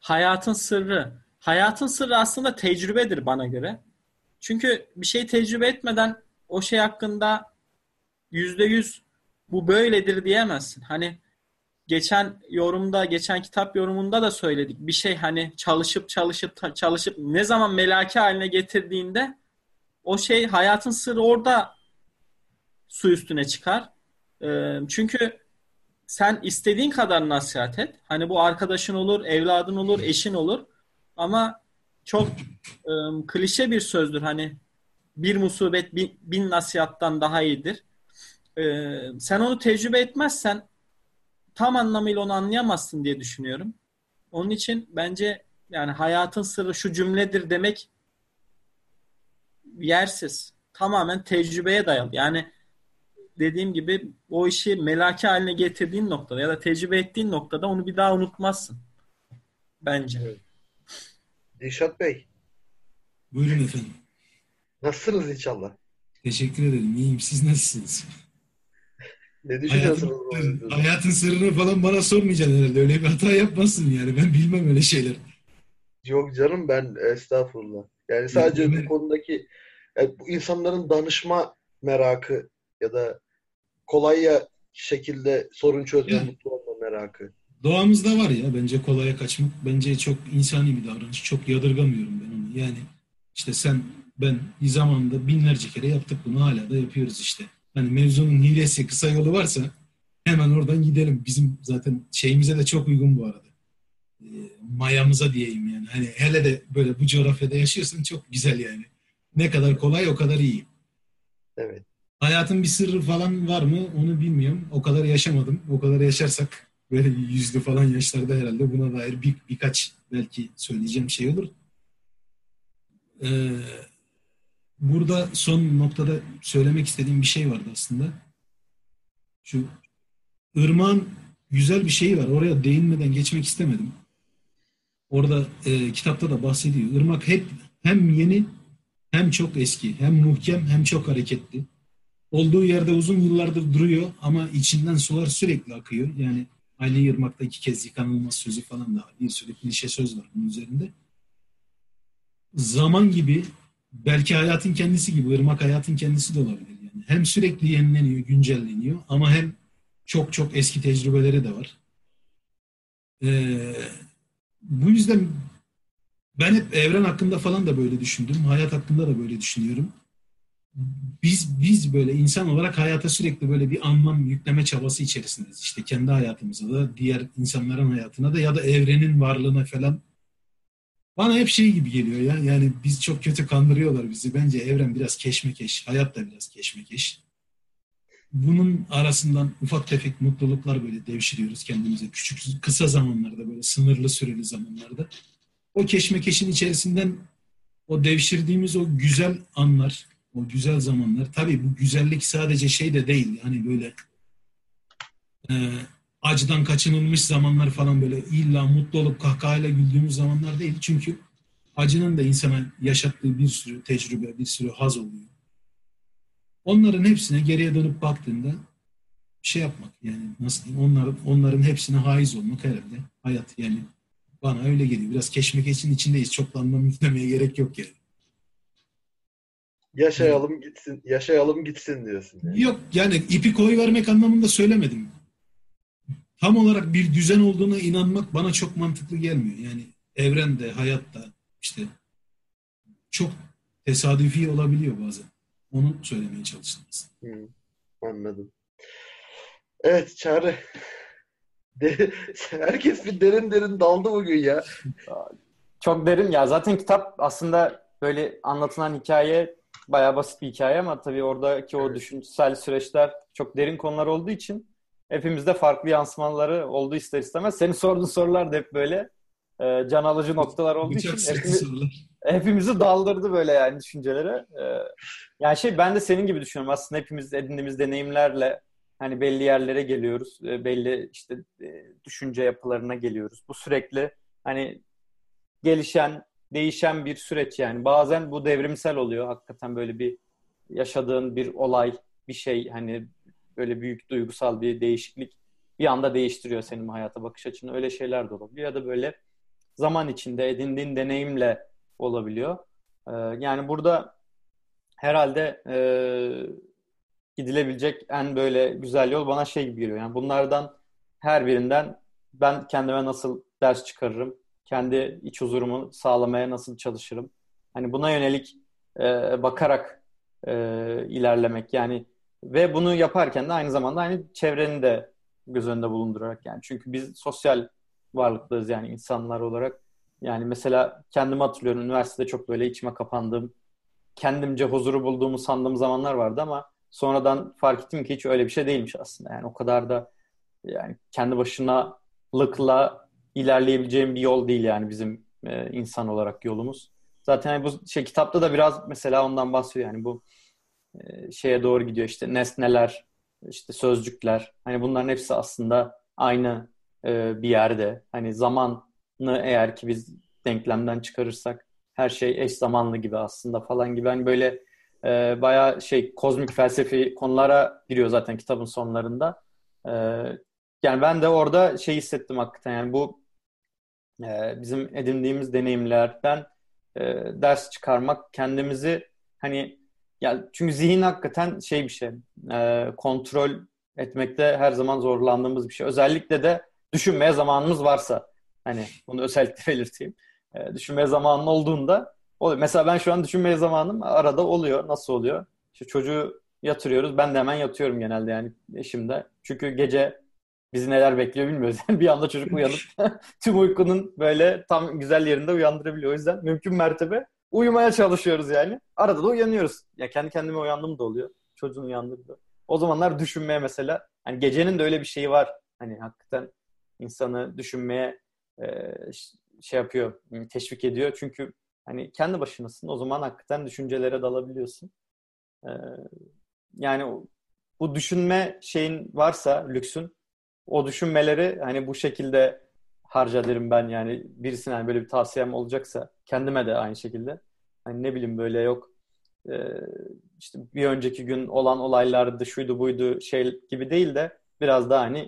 hayatın sırrı aslında tecrübedir bana göre. Çünkü bir şey tecrübe etmeden o şey hakkında %100 bu böyledir diyemezsin. Hani geçen kitap yorumunda da söyledik. Bir şey hani çalışıp ne zaman melake haline getirdiğinde o şey hayatın sırrı orada su üstüne çıkar. Çünkü sen istediğin kadar nasihat et. Hani bu arkadaşın olur, evladın olur, eşin olur. Ama çok klişe bir sözdür. Hani bir musibet bin nasihattan daha iyidir. Sen onu tecrübe etmezsen tam anlamıyla onu anlayamazsın diye düşünüyorum. Onun için bence yani hayatın sırrı şu cümledir demek yersiz. tamamen tecrübeye dayalı. Yani dediğim gibi o işi melaki haline getirdiğin noktada ya da tecrübe ettiğin noktada onu bir daha unutmazsın bence. Evet. Dilşat Bey, Buyurun efendim. nasılsınız inşallah? Teşekkür ederim. İyiyim. Siz nasılsınız? Ne düşünüyorsunuz bu mevzuda? Hayatın sırrını falan bana sormayacaksın herhalde. Öyle bir hata yapmazsın yani. Ben bilmem öyle şeyler. Yok canım, ben estağfurullah. Yani sadece bu konudaki bu insanların danışma merakı ya da kolayca şekilde sorun çözme, Ya, mutlu olma merakı. doğamızda var ya bence kolaya kaçmak. Bence çok insani bir davranış. Çok yadırgamıyorum ben onu. Yani işte sen, ben zamanında binlerce kere yaptık bunu. Hala da yapıyoruz işte. Hani mevzunun hilesi, kısa yolu varsa hemen oradan gidelim. Bizim zaten şeyimize de çok uygun bu arada. E, Mayamıza diyeyim yani. Hani hele de böyle bu coğrafyada yaşıyorsan çok güzel yani. Ne kadar kolay o kadar iyi. Evet. Hayatın bir sırrı falan var mı onu bilmiyorum. O kadar yaşamadım. O kadar yaşarsak böyle yüzlü falan yaşlarda herhalde buna dair birkaç belki söyleyeceğim şey olur. Ee, Burada son noktada söylemek istediğim bir şey vardı aslında. Şu ırmağın güzel bir şeyi var. Oraya değinmeden geçmek istemedim. Orada kitapta da bahsediyor. Irmak hep hem yeni hem çok eski, hem muhkem hem çok hareketli. Olduğu yerde uzun yıllardır duruyor ama içinden sular sürekli akıyor. Yani aynı ırmakta 2 kez yıkanılmaz sözü falan da var. Bir sürü klişe söz var bunun üzerinde. Zaman gibi, belki hayatın kendisi gibi, ırmak hayatın kendisi de olabilir. Yani hem sürekli yenileniyor, güncelleniyor ama hem çok çok eski tecrübeleri de var. Ee, Bu yüzden ben hep evren hakkında falan da böyle düşündüm. Hayat hakkında da böyle düşünüyorum. Biz böyle insan olarak hayata sürekli böyle bir anlam yükleme çabası içerisindeyiz. İşte kendi hayatımıza da, diğer insanların hayatına da ya da evrenin varlığına falan. Bana hep şey gibi geliyor ya. Yani biz çok kötü kandırıyorlar bizi. Bence evren biraz keşmekeş, hayat da biraz keşmekeş. Bunun arasından ufak tefek mutluluklar böyle devşiriyoruz kendimize. Küçük, kısa zamanlarda, böyle sınırlı süreli zamanlarda. O keşmekeşin içerisinden o devşirdiğimiz o güzel anlar, o güzel zamanlar. Tabii bu güzellik sadece şey de değil. Hani böyle e, acıdan kaçınılmış zamanlar falan, böyle illa mutlu olup kahkahayla güldüğümüz zamanlar değil. Çünkü acının da insana yaşattığı bir sürü tecrübe, bir sürü haz oluyor. Onların hepsine geriye dönüp baktığında şey yapmak, yani nasıl diyeyim, onların hepsine haiz olmak herhalde hayat. Yani bana öyle geliyor. Biraz keşmekeşin içindeyiz. Çok da anlam yüklemeye gerek yok yani. Yaşayalım gitsin, yaşayalım gitsin diyorsun yani. Yok yani ipi koyuvermek anlamında söylemedim. Tam olarak bir düzen olduğuna inanmak bana çok mantıklı gelmiyor. Yani evrende, hayatta işte çok tesadüfi olabiliyor bazen. Onu söylemeye çalıştım. Hı, anladım. Evet Çağrı. Herkes bir derin derin daldı bugün ya. Çok derin ya. Zaten kitap aslında böyle anlatılan hikaye bayağı basit bir hikaye ama tabii oradaki o Evet. düşünsel süreçler çok derin konular olduğu için hepimizde farklı yansımaları oldu ister istemez. Senin sorduğun sorular da hep böyle can alıcı noktalar olduğu Bıçak için sırtı sorular. hepimizi daldırdı böyle yani düşüncelere. Yani ben de senin gibi düşünüyorum. Aslında hepimiz edindiğimiz deneyimlerle hani belli yerlere geliyoruz. Belli işte düşünce yapılarına geliyoruz. Bu sürekli hani gelişen, değişen bir süreç yani. Bazen bu devrimsel oluyor. Hakikaten böyle bir yaşadığın bir olay, bir şey hani böyle büyük duygusal bir değişiklik bir anda değiştiriyor senin hayata bakış açını. Öyle şeyler de olabiliyor. Ya da böyle zaman içinde edindiğin deneyimle olabiliyor. Yani burada herhalde gidilebilecek en böyle güzel yol bana şey gibi geliyor. Yani bunlardan her birinden ben kendime nasıl ders çıkarırım, kendi iç huzurumu sağlamaya nasıl çalışırım. Hani buna yönelik bakarak ilerlemek yani ve bunu yaparken de aynı zamanda aynı çevreni de göz önünde bulundurarak yani. Çünkü biz sosyal varlıklarız yani insanlar olarak. Yani mesela kendimi hatırlıyorum üniversitede çok böyle içime kapandığım, kendimce huzuru bulduğumu sandığım zamanlar vardı ama sonradan fark ettim ki hiç öyle bir şey değilmiş aslında. Yani o kadar da yani kendi başınalıkla ilerleyebileceğim bir yol değil yani bizim insan olarak yolumuz. Zaten bu kitapta da biraz mesela ondan bahsediyor yani bu şeye doğru gidiyor, işte nesneler, işte sözcükler. Hani bunların hepsi aslında aynı bir yerde. Hani zamanı eğer ki biz denklemden çıkarırsak her şey eş zamanlı gibi aslında falan gibi. Hani böyle bayağı kozmik felsefi konulara giriyor zaten kitabın sonlarında. E, Yani ben de orada hissettim hakikaten. Yani bu bizim edindiğimiz deneyimlerden ders çıkarmak, kendimizi hani, ya çünkü zihin hakikaten bir şey, kontrol etmekte her zaman zorlandığımız bir şey. Özellikle de düşünmeye zamanımız varsa, hani bunu özellikle belirteyim. Düşünmeye zamanın olduğunda oluyor. Mesela ben şu an düşünmeye zamanım arada oluyor. Nasıl oluyor? İşte çocuğu yatırıyoruz. Ben de hemen yatıyorum genelde, yani eşim de. Çünkü gece bizi neler bekliyor bilmiyoruz. Yani bir anda çocuk uyanıp tüm uykunun böyle tam güzel yerinde uyandırabiliyor. O yüzden mümkün mertebe uyumaya çalışıyoruz yani. Arada da uyanıyoruz. Ya kendi kendime uyandığım da oluyor. Çocuğun uyandırdı. O zamanlar düşünmeye mesela, hani gecenin de öyle bir şeyi var. Hani hakikaten insanı düşünmeye yapıyor, teşvik ediyor. Çünkü hani kendi başınasın. O zaman hakikaten düşüncelere dalabiliyorsun. E, Yani bu düşünme şeyin varsa, lüksün, o düşünmeleri hani bu şekilde harca derim ben. Yani birisine hani böyle bir tavsiyem olacaksa, kendime de aynı şekilde. Hani ne bileyim, böyle yok işte bir önceki gün olan olaylardı, şuydu buydu gibi değil de biraz daha hani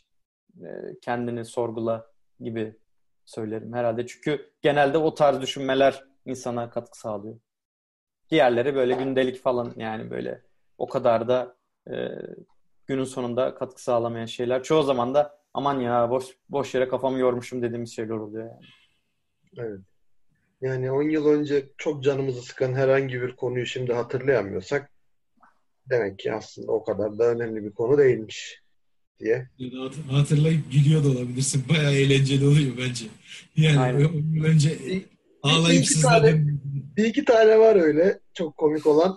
kendini sorgula gibi söylerim herhalde. Çünkü genelde o tarz düşünmeler insana katkı sağlıyor. Diğerleri böyle gündelik falan, yani böyle o kadar da e, günün sonunda katkı sağlamayan şeyler. Çoğu zaman da aman ya, boş boş yere kafamı yormuşum dediğimiz şeyler oluyor yani. Evet. Yani 10 yıl önce çok canımızı sıkan herhangi bir konuyu şimdi hatırlayamıyorsak demek ki aslında o kadar da önemli bir konu değilmiş diye. Ya da hatırlayıp gülüyor da olabilirsin. Bayağı eğlenceli oluyor bence. Yani Aynen. önce Bir ağlayıp iki tane sızladığım. bir iki tane var öyle çok komik olan.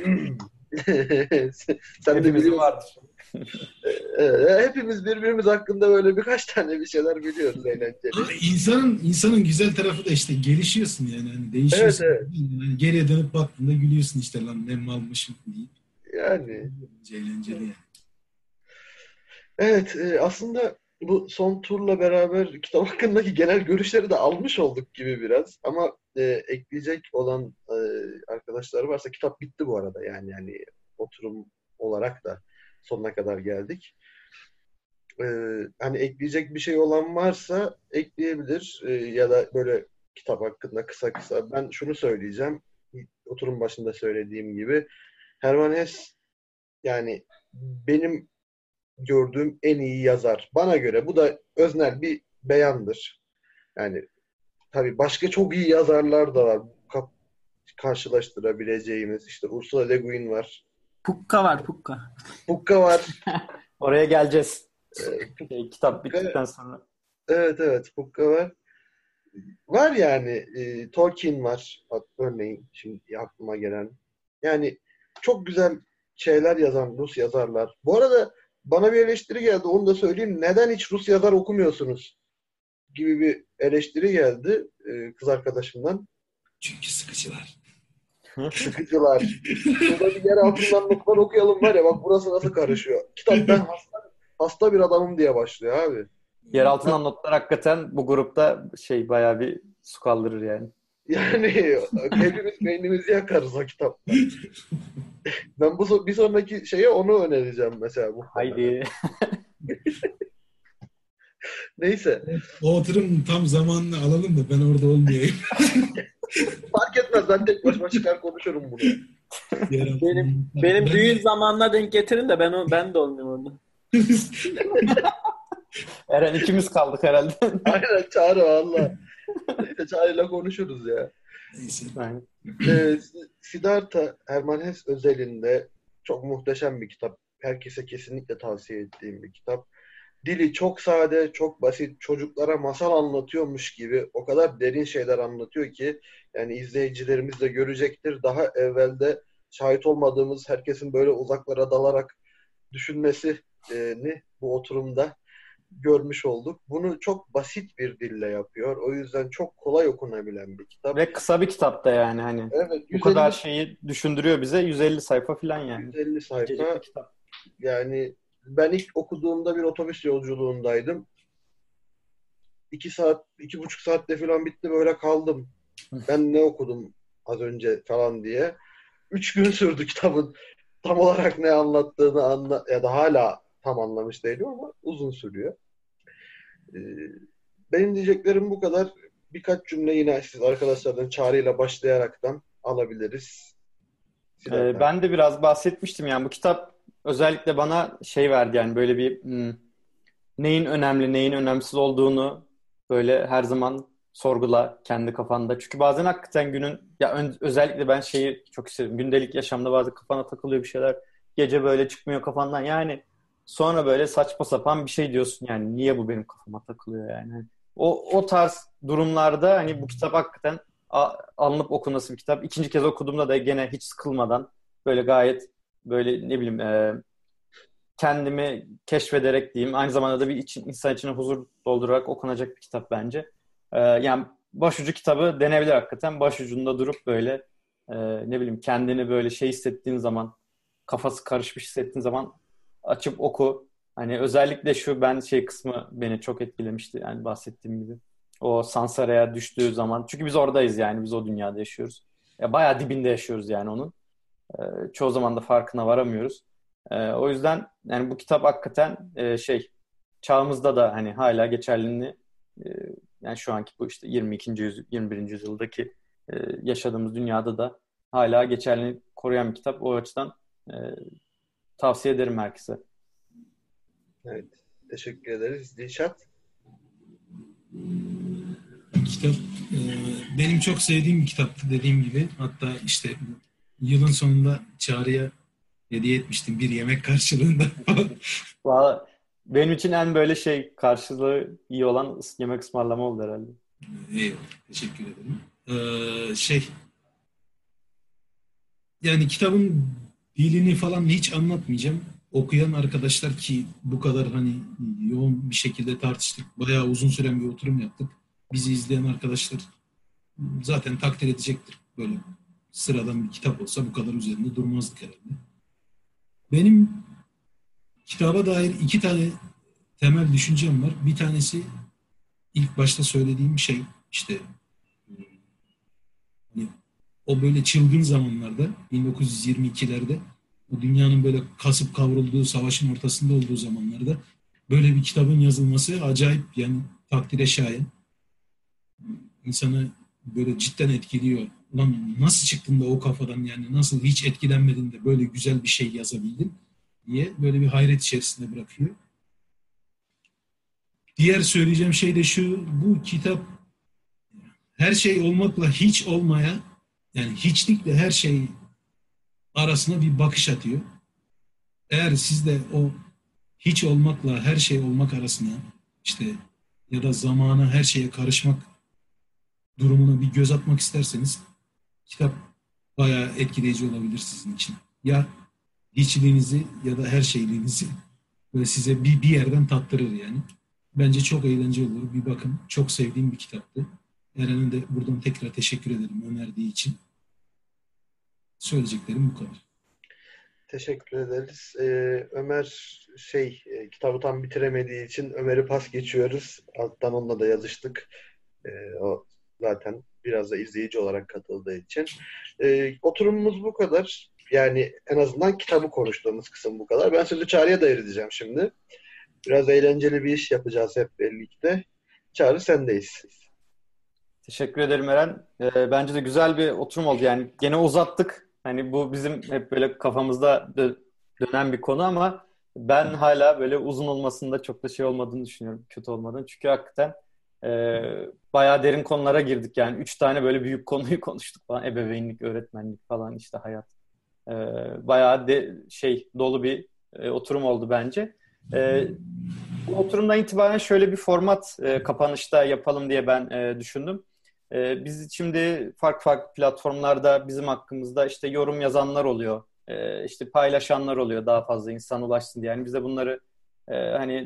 Sen de Hepimizin biliyorsun. vardır. Hepimiz birbirimiz hakkında böyle birkaç tane bir şeyler biliyoruz Ama eğlenceli. insanın güzel tarafı da işte gelişiyorsun yani. Hani Evet, değişiyorsun. evet. Yani geriye dönüp baktığında gülüyorsun işte, lan ne malmışım deyip. Yani Eğlenceli yani. evet, aslında bu son turla beraber kitap hakkındaki genel görüşleri de almış olduk gibi biraz. Ama ekleyecek olan arkadaşlar varsa, kitap bitti bu arada. Yani oturum olarak da sonuna kadar geldik. E, Hani ekleyecek bir şey olan varsa ekleyebilir. Ya da böyle kitap hakkında kısa kısa. Ben şunu söyleyeceğim. Oturum başında söylediğim gibi. Hermann Hesse, yani benim gördüğüm en iyi yazar. Bana göre bu da öznel bir beyandır. Yani tabii başka çok iyi yazarlar da var. Karşılaştırabileceğimiz. İşte Ursula Le Guin var. Pukka var, Pukka. Pukka var. Oraya geleceğiz. Kitap Pukka, bittikten sonra. evet, evet, Pukka var. Var yani. Tolkien var. Örneğin şimdi aklıma gelen. Yani çok güzel şeyler yazan Rus yazarlar. Bu arada bana bir eleştiri geldi. Onu da söyleyeyim. Neden hiç Rus yazar okumuyorsunuz gibi bir eleştiri geldi kız arkadaşımdan. Çünkü sıkıcılar. Sıkıcılar. Şurada bir yer altından notlar okuyalım var ya, bak burası nasıl karışıyor. Kitap ben hasta bir adamım diye başlıyor abi. Yer altından notlar hakikaten bu grupta bayağı bir su kaldırır yani. Yani hepimiz beynimizi yakarız o kitapta. Ben bir sonraki şeye onu önereceğim mesela muhtemelen. Haydi. Neyse. O oturum tam zamanını alalım da ben orada olmayayım. Fark etmez, ben tek başıma çıkar konuşurum bunu. Benim düğün zamanına denk getirin de ben de olmayayım orada. Eren, ikimiz kaldık herhalde. Aynen, Çağrı valla. Neyse, Çağrı'yla konuşuruz ya. Neyse. Aynen. Siddhartha Hermann Hesse özelinde çok muhteşem bir kitap. Herkese kesinlikle tavsiye ettiğim bir kitap. Dili çok sade, çok basit. Çocuklara masal anlatıyormuş gibi o kadar derin şeyler anlatıyor ki yani izleyicilerimiz de görecektir. Daha evvelde şahit olmadığımız, herkesin böyle uzaklara dalarak düşünmesini bu oturumda görmüş olduk. Bunu çok basit bir dille yapıyor. O yüzden çok kolay okunabilen bir kitap. Ve kısa bir kitap da yani hani. Evet, Bu kadar 150 şeyi düşündürüyor bize. 150 sayfa falan yani. 150 İncecik bir sayfa. kitap. Yani ben ilk okuduğumda bir otobüs yolculuğundaydım. 2 saat, 2,5 saatte falan bitti, böyle kaldım. Ben ne okudum az önce falan diye. 3 gün sürdü kitabın tam olarak ne anlattığını ya da hala tam anlamış değilim ama uzun sürüyor. Ee, Benim diyeceklerim bu kadar. Birkaç cümle yine siz arkadaşlardan çağrıyla başlayaraktan alabiliriz. Siddhartha. Ben de biraz bahsetmiştim yani bu kitap özellikle bana şey verdi yani böyle bir neyin önemli, neyin önemsiz olduğunu böyle her zaman sorgula kendi kafanda. Çünkü bazen hakikaten günün ya özellikle ben şeyi çok istedim. Gündelik yaşamda bazı kafana takılıyor bir şeyler. Gece böyle çıkmıyor kafandan. Yani sonra böyle saçma sapan bir şey diyorsun yani niye bu benim kafama takılıyor yani. Hani o tarz durumlarda hani bu kitap hakikaten alınıp okunası bir kitap. İkinci kez okuduğumda da gene hiç sıkılmadan böyle gayet böyle ne bileyim kendimi keşfederek diyeyim. Aynı zamanda da bir insan içine huzur doldurarak okunacak bir kitap bence. Yani başucu kitabı denebilir hakikaten. Başucunda durup böyle ne bileyim kendini böyle şey hissettiğin zaman, kafası karışmış hissettiğin zaman açıp oku. Hani özellikle şu ben şey kısmı beni çok etkilemişti. Yani bahsettiğim gibi. O Sansara'ya düştüğü zaman. Çünkü biz oradayız yani. Biz o dünyada yaşıyoruz. Bayağı dibinde yaşıyoruz yani onun. Çoğu zaman da farkına varamıyoruz. O yüzden yani bu kitap hakikaten şey çağımızda da hani hala geçerliliğini e, yani şu anki bu işte 22. 21. yüzyıldaki yaşadığımız dünyada da hala geçerliliğini koruyan bir kitap. O açıdan tavsiye ederim herkese. Evet. Teşekkür ederiz. Dilşat. Kitap benim çok sevdiğim bir kitaptı dediğim gibi. Hatta işte yılın sonunda Çağrı'ya hediye etmiştim bir yemek karşılığında. Vallahi benim için en böyle şey karşılığı iyi olan yemek ısmarlama oldu herhalde. Eyvallah, teşekkür ederim. Yani kitabın dilini falan hiç anlatmayacağım. Okuyan arkadaşlar ki bu kadar hani yoğun bir şekilde tartıştık. Bayağı uzun süren bir oturum yaptık. Bizi izleyen arkadaşlar zaten takdir edecektir. Böyle sıradan bir kitap olsa bu kadar üzerinde durmazdık herhalde. Benim kitaba dair 2 tane temel düşüncem var. Bir tanesi ilk başta söylediğim şey işte hani o böyle çılgın zamanlarda 1922'lerde o dünyanın böyle kasıp kavrulduğu savaşın ortasında olduğu zamanlarda böyle bir kitabın yazılması acayip yani takdire şayan. İnsanı böyle cidden etkiliyor. Ulan nasıl çıktın da o kafadan yani nasıl hiç etkilenmedin de böyle güzel bir şey yazabildin diye böyle bir hayret içerisinde bırakıyor. Diğer söyleyeceğim şey de şu, bu kitap her şey olmakla hiç olmaya yani hiçlikle her şey arasına bir bakış atıyor. Eğer siz de o hiç olmakla her şey olmak arasına işte ya da zamana her şeye karışmak durumuna bir göz atmak isterseniz kitap bayağı etkileyici olabilir sizin için. Ya hiçliğinizi ya da her şeyliğinizi böyle size bir yerden tattırır yani. Bence çok eğlenceli olur. Bir bakın. Çok sevdiğim bir kitaptı. Eren'e de buradan tekrar teşekkür ederim önerdiği için. Söyleyeceklerim bu kadar. Teşekkür ederiz. Ömer kitabı tam bitiremediği için Ömer'i pas geçiyoruz. Alttan onunla da yazıştık. O zaten biraz da izleyici olarak katıldığı için. Oturumumuz bu kadar. Yani en azından kitabı konuştuğumuz kısım bu kadar. Ben sözü Çağrı'ya devredeceğim şimdi. Biraz eğlenceli bir iş yapacağız hep birlikte. Çağrı, sendeyiz. Teşekkür ederim Eren. Bence de güzel bir oturum oldu. Yani gene uzattık. Hani bu bizim hep böyle kafamızda dönen bir konu ama ben hala böyle uzun olmasında çok da şey olmadığını düşünüyorum. Kötü olmadığını. Çünkü hakikaten e, bayağı derin konulara girdik. Yani 3 tane böyle büyük konuyu konuştuk falan. Ebeveynlik, öğretmenlik falan işte hayat. E, Bayağı dolu bir oturum oldu bence. Bu oturumdan itibaren şöyle bir format kapanışta yapalım diye ben düşündüm. Biz şimdi farklı farklı platformlarda bizim hakkımızda işte yorum yazanlar oluyor. İşte paylaşanlar oluyor daha fazla insan ulaşsın diye. Yani biz de bunları hani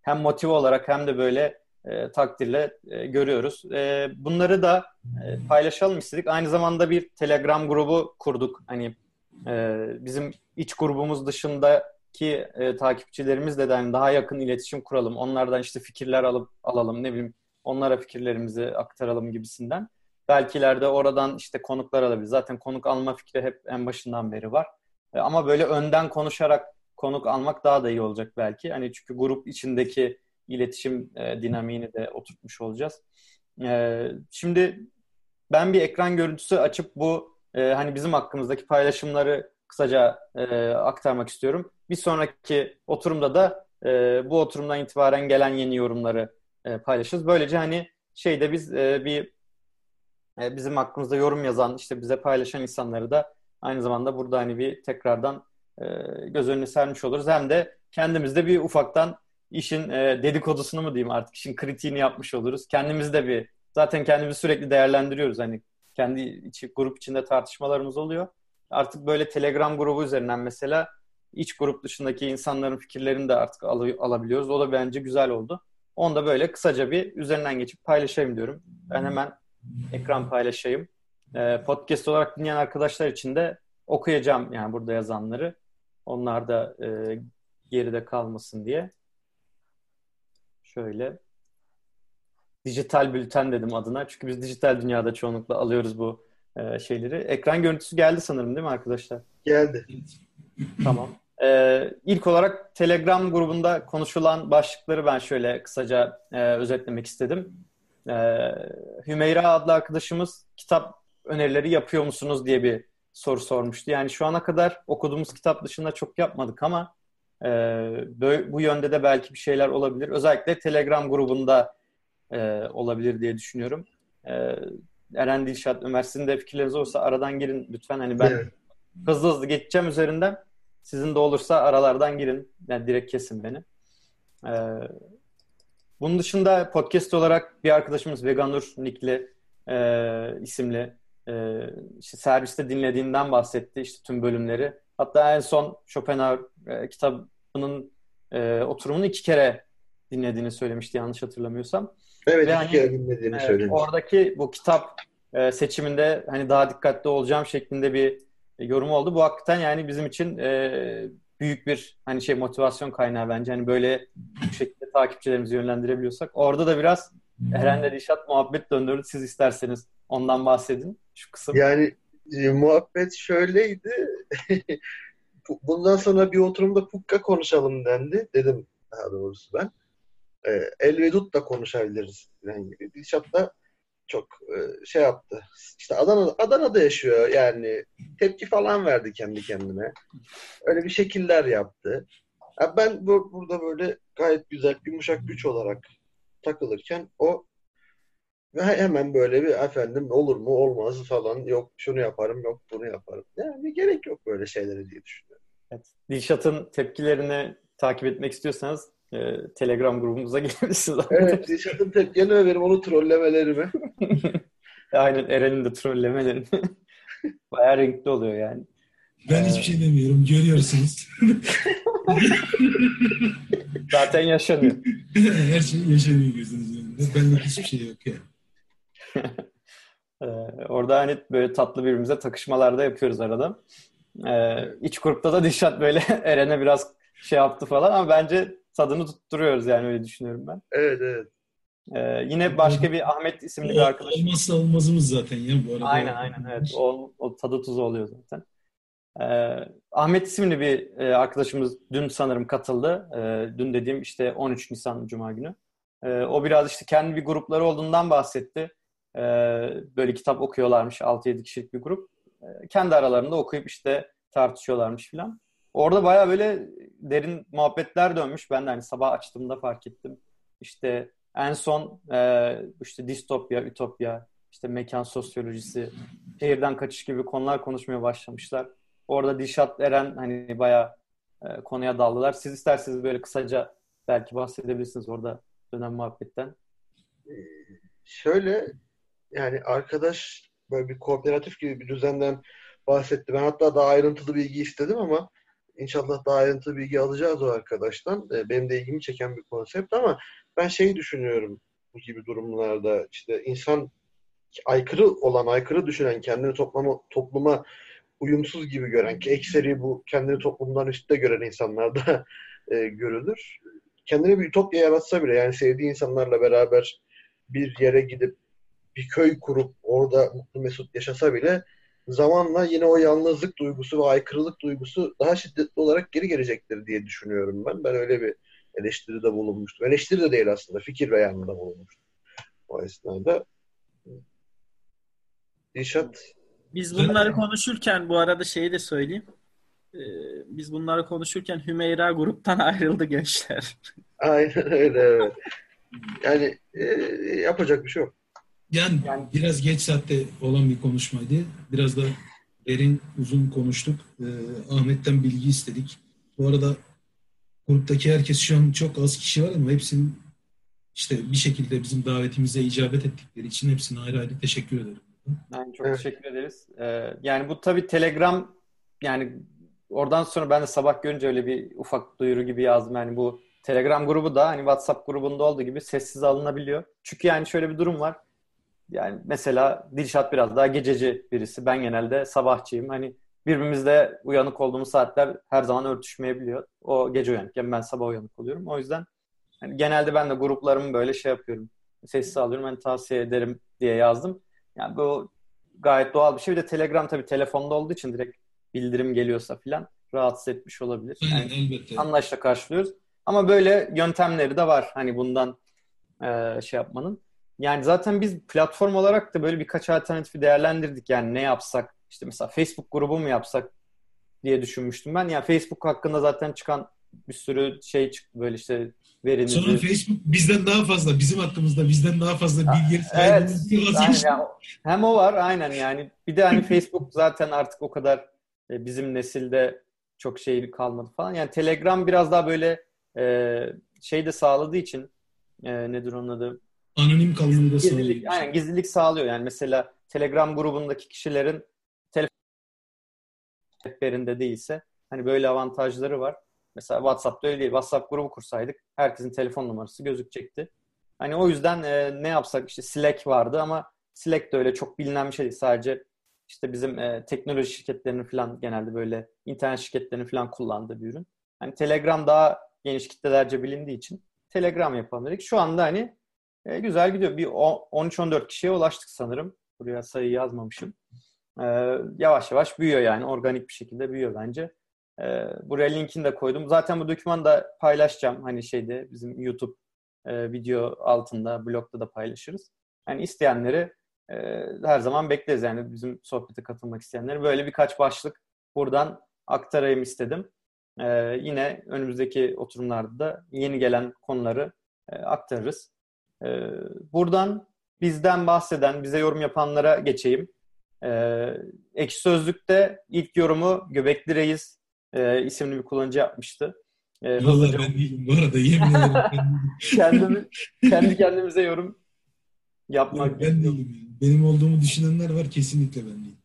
hem motive olarak hem de böyle takdirle görüyoruz. Bunları da paylaşalım istedik. Aynı zamanda bir Telegram grubu kurduk. Hani bizim iç grubumuz dışındaki takipçilerimizle de hani daha yakın iletişim kuralım. Onlardan işte fikirler alalım, ne bileyim, onlara fikirlerimizi aktaralım gibisinden. Belki ileride oradan işte konuklar alabiliriz. Zaten konuk alma fikri hep en başından beri var. Ama böyle önden konuşarak konuk almak daha da iyi olacak belki. Hani çünkü grup içindeki iletişim dinamiğini de oturtmuş olacağız. Şimdi ben bir ekran görüntüsü açıp bu hani bizim hakkımızdaki paylaşımları kısaca aktarmak istiyorum. Bir sonraki oturumda da bu oturumdan itibaren gelen yeni yorumları paylaşırız. Böylece hani biz bizim hakkımızda yorum yazan, işte bize paylaşan insanları da aynı zamanda burada hani bir tekrardan göz önüne sermiş oluruz. Hem de kendimiz de bir ufaktan işin dedikodusunu mu diyeyim, artık işin kritiğini yapmış oluruz. Kendimiz de zaten kendimizi sürekli değerlendiriyoruz. Hani kendi grup içinde tartışmalarımız oluyor. Artık böyle Telegram grubu üzerinden mesela iç grup dışındaki insanların fikirlerini de artık alabiliyoruz. O da bence güzel oldu. Onu da böyle kısaca bir üzerinden geçip paylaşayım diyorum. Ben hemen ekran paylaşayım. Podcast olarak dinleyen arkadaşlar için de okuyacağım yani burada yazanları. Onlar da geride kalmasın diye. Şöyle. Dijital bülten dedim adına. Çünkü biz dijital dünyada çoğunlukla alıyoruz bu şeyleri. Ekran görüntüsü geldi sanırım, değil mi arkadaşlar? Geldi. Tamam. İlk olarak Telegram grubunda konuşulan başlıkları ben şöyle kısaca özetlemek istedim. Hümeyra adlı arkadaşımız kitap önerileri yapıyor musunuz diye bir soru sormuştu. Yani şu ana kadar okuduğumuz kitap dışında çok yapmadık ama bu yönde de belki bir şeyler olabilir. Özellikle Telegram grubunda olabilir diye düşünüyorum. Eren, Dilşat, Ömer, sizin de fikirleriniz olursa aradan girin lütfen. Hani ben hızlı geçeceğim üzerinden. Sizin de olursa aralardan girin. Yani direkt kesin beni. Bunun dışında podcast olarak bir arkadaşımız Veganur Nikli isimli işte serviste dinlediğinden bahsetti, işte tüm bölümleri. Hatta en son Schopenhauer kitabının oturumunu 2 kere dinlediğini söylemişti yanlış hatırlamıyorsam. Evet, Ve 2 kere dinlediğini söylemiş. Oradaki bu kitap seçiminde hani daha dikkatli olacağım şeklinde bir yorum oldu. Bu hakikaten yani bizim için büyük bir hani motivasyon kaynağı bence. Hani böyle bu şekilde takipçilerimizi yönlendirebiliyorsak. Orada da biraz Eren'le Dilşat muhabbet döndürdü. Siz isterseniz ondan bahsedin şu kısım. Yani muhabbet şöyleydi. Bundan sonra bir oturumda Pukka konuşalım dendi. Dedim daha doğrusu ben. Elvedut da konuşabiliriz. Yani Dilşat da çok şey yaptı. İşte Adana'da yaşıyor yani. Tepki falan verdi kendi kendine. Öyle bir şekiller yaptı. Ya ben burada böyle gayet güzel yumuşak güç olarak takılırken o hemen böyle bir efendim olur mu olmaz falan, yok şunu yaparım yok bunu yaparım. Yani gerek yok böyle şeylere diye düşünüyorum. Evet. Dilşat'ın tepkilerini takip etmek istiyorsanız Telegram grubumuza gelebilirsiniz. Evet, Dilşat'ın tepkilerini ve benim onu trollemelerimi. Aynen, Eren'in de trollemelerini. Bayağı renkli oluyor yani. Ben hiçbir şey demiyorum. Görüyorsunuz. Zaten yaşanıyor. Her şey yaşanıyor gözünüzün önünde. Benlik hiçbir şey yok ya. Orada hani böyle tatlı birbirimize takışmalar da yapıyoruz arada. İç grupta da Dilşat böyle Eren'e biraz şey yaptı falan ama bence tadını tutturuyoruz yani, öyle düşünüyorum ben. Evet. Yine başka bir Ahmet isimli bir arkadaşım. Olmazsa olmazımız zaten ya bu arada. Aynen evet. O tadı tuzu oluyor zaten. Ahmet isimli bir arkadaşımız dün sanırım katıldı. Dün dediğim işte 13 Nisan Cuma günü. O biraz işte kendi bir grupları olduğundan bahsetti. Böyle kitap okuyorlarmış, 6-7 kişilik bir grup. Kendi aralarında okuyup işte tartışıyorlarmış filan. Orada bayağı böyle derin muhabbetler dönmüş. Ben de hani sabah açtığımda fark ettim. İşte en son işte distopya, ütopya, işte mekan sosyolojisi, şehirden kaçış gibi konular konuşmaya başlamışlar. Orada Dilşat, Eren hani bayağı konuya daldılar. Siz isterseniz böyle kısaca belki bahsedebilirsiniz orada dönen muhabbetten. Şöyle, yani arkadaş böyle bir kooperatif gibi bir düzenden bahsetti. Ben hatta daha ayrıntılı bilgi istedim ama İnşallah daha ayrıntılı bilgi alacağız o arkadaştan. Benim de ilgimi çeken bir konsept ama ben şeyi düşünüyorum bu gibi durumlarda. İşte insan aykırı düşünen, kendini topluma uyumsuz gibi gören ki ekseri bu kendini toplumdan üstte gören insanlarda görülür. Kendine bir ütopya yaratsa bile yani sevdiği insanlarla beraber bir yere gidip bir köy kurup orada mutlu mesut yaşasa bile zamanla yine o yalnızlık duygusu ve aykırılık duygusu daha şiddetli olarak geri gelecektir diye düşünüyorum ben. Ben öyle bir eleştiride bulunmuştum. Eleştiri de değil aslında, fikir beyanında bulunmuştum o esnada. Dilşat. Biz bunları konuşurken bu arada şeyi de söyleyeyim. Biz bunları konuşurken Hümeyra gruptan ayrıldı gençler. Aynen öyle, evet. Yani yapacak bir şey yok. Yani biraz geç saatte olan bir konuşmaydı. Biraz da derin uzun konuştuk. Ahmet'ten bilgi istedik. Bu arada gruptaki herkes şu an çok az kişi var ama hepsinin işte bir şekilde bizim davetimize icabet ettikleri için hepsine ayrı ayrı teşekkür ederim. Yani çok teşekkür ederiz. Yani bu tabii Telegram, yani oradan sonra ben de sabah görünce öyle bir ufak duyuru gibi yazdım. Yani bu Telegram grubu da hani WhatsApp grubunda olduğu gibi sessiz alınabiliyor. Çünkü yani şöyle bir durum var. Yani mesela Dilşat biraz daha gececi birisi. Ben genelde sabahçıyım. Hani birbirimizle uyanık olduğumuz saatler her zaman örtüşmeyebiliyor. O gece uyanıkken ben sabah uyanık oluyorum. O yüzden hani genelde ben de gruplarımı böyle şey yapıyorum. Sessiz alıyorum. Hani tavsiye ederim diye yazdım. Yani bu gayet doğal bir şey. Bir de Telegram tabii telefonda olduğu için direkt bildirim geliyorsa filan rahatsız etmiş olabilir. Yani Aynen, elbette. anlayışla karşılıyoruz. Ama böyle yöntemleri de var. Hani bundan şey yapmanın. Yani zaten biz platform olarak da böyle birkaç alternatifi değerlendirdik. Yani ne yapsak? İşte mesela Facebook grubu mu yapsak diye düşünmüştüm ben. Yani Facebook hakkında zaten çıkan bir sürü şey çıktı. Böyle işte verinizi... Sonra Facebook bizden daha fazla, bizim hakkımızda bizden daha fazla bilgiye Evet. sahip. Yani hem o var aynen yani. Bir de hani Facebook zaten artık o kadar bizim nesilde çok şey kalmadı falan. Yani Telegram biraz daha böyle şey de sağladığı için nedir onun adı? Anonim kalmayı da sağlıyor. Gizlilik, aynen gizlilik sağlıyor. Yani mesela Telegram grubundaki kişilerin telefon rehberinde değilse hani böyle avantajları var. Mesela WhatsApp'ta öyle değil. WhatsApp grubu kursaydık herkesin telefon numarası gözükecekti. Hani o yüzden ne yapsak işte Slack vardı ama Slack de öyle çok bilinen bir şey değil. Sadece işte bizim teknoloji şirketlerinin falan genelde böyle internet şirketlerinin falan kullandığı bir ürün. Hani Telegram daha geniş kitlelerce bilindiği için Telegram yapalım dedik. Şu anda hani güzel gidiyor. Bir 13-14 kişiye ulaştık sanırım. Buraya sayı yazmamışım. Yavaş yavaş büyüyor yani. Organik bir şekilde büyüyor bence. Buraya linkini de koydum. Zaten bu dokümanı da paylaşacağım. Hani şeyde bizim YouTube video altında, blogda da paylaşırız. Yani isteyenleri her zaman bekleriz. Yani bizim sohbete katılmak isteyenleri. Böyle birkaç başlık buradan aktarayım istedim. Yine önümüzdeki oturumlarda da yeni gelen konuları aktarırız. Buradan bizden bahseden, bize yorum yapanlara geçeyim. Ekşi Sözlük'te ilk yorumu Göbekli Reis isimli bir kullanıcı yapmıştı. Vallahi ben değilim bu arada, yemin ederim. Kendi kendimize yorum yapmak. Yok, ben değilim. Yani. Benim olduğumu düşünenler var, kesinlikle ben değilim.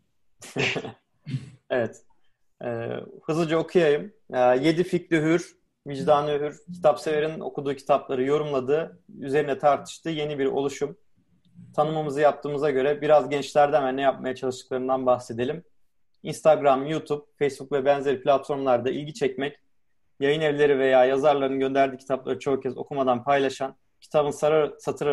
Evet. Hızlıca okuyayım. 7 fikri hür, vicdanı hür, kitapseverin okuduğu kitapları yorumladığı, üzerine tartıştığı yeni bir oluşum. Tanımımızı yaptığımıza göre biraz gençlerden ve ne yapmaya çalıştıklarından bahsedelim. Instagram, YouTube, Facebook ve benzeri platformlarda ilgi çekmek, yayın evleri veya yazarların gönderdiği kitapları çoğu kez okumadan paylaşan, kitabın satır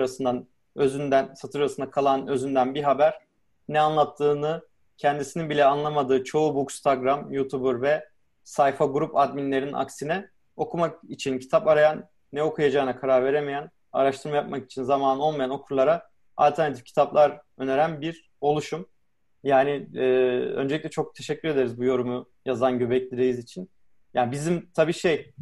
arasında kalan özünden bir haber, ne anlattığını kendisinin bile anlamadığı çoğu Bookstagram, YouTuber ve sayfa grup adminlerin aksine okumak için kitap arayan, ne okuyacağına karar veremeyen, araştırma yapmak için zaman olmayan okurlara alternatif kitaplar öneren bir oluşum. Yani öncelikle çok teşekkür ederiz bu yorumu yazan Göbekli Reis için. Yani bizim tabii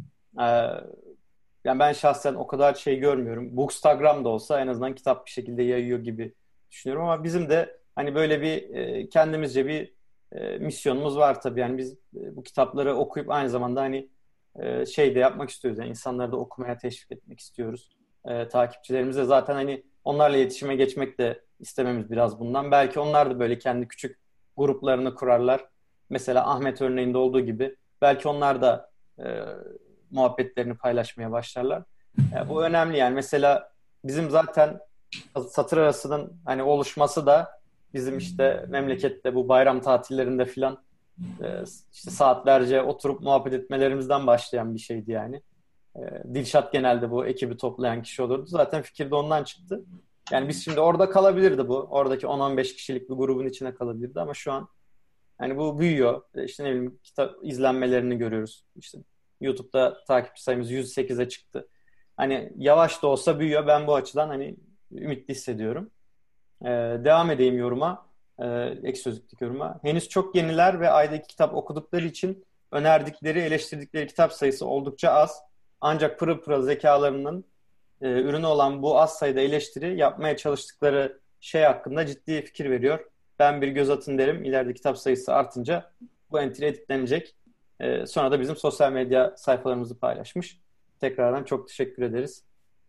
yani ben şahsen o kadar şey görmüyorum. Bookstagram'da olsa en azından kitap bir şekilde yayıyor gibi düşünüyorum ama bizim de hani böyle bir kendimizce bir misyonumuz var tabii. Yani biz bu kitapları okuyup aynı zamanda hani şey de yapmak istiyoruz. Yani insanları da okumaya teşvik etmek istiyoruz. Takipçilerimize zaten hani onlarla iletişime geçmek de istememiz biraz bundan. Belki onlar da böyle kendi küçük gruplarını kurarlar. Mesela Ahmet örneğinde olduğu gibi Belki onlar da muhabbetlerini paylaşmaya başlarlar. Bu önemli yani. Mesela bizim zaten satır arasının hani oluşması da bizim işte memlekette bu bayram tatillerinde filan işte saatlerce oturup muhabbet etmelerimizden başlayan bir şeydi yani. Dilşat genelde bu ekibi toplayan kişi olurdu. Zaten fikir de ondan çıktı. Yani biz şimdi orada kalabilirdi bu. Oradaki 10-15 kişilik bir grubun içine kalabilirdi ama şu an hani bu büyüyor. İşte ne bileyim kitap izlenmelerini görüyoruz. İşte YouTube'da takipçi sayımız 108'e çıktı. Hani yavaş da olsa büyüyor. Ben bu açıdan hani ümitli hissediyorum. Devam edeyim yoruma. Ek sözlükteki yoruma. Henüz çok yeniler ve ayda 2 kitap okudukları için önerdikleri, eleştirdikleri kitap sayısı oldukça az. Ancak pırıl pırıl zekalarının ürünü olan bu az sayıda eleştiri yapmaya çalıştıkları şey hakkında ciddi fikir veriyor. Ben bir göz atın derim. İleride kitap sayısı artınca bu entry editlenecek. Sonra da bizim sosyal medya sayfalarımızı paylaşmış. Tekrardan çok teşekkür ederiz.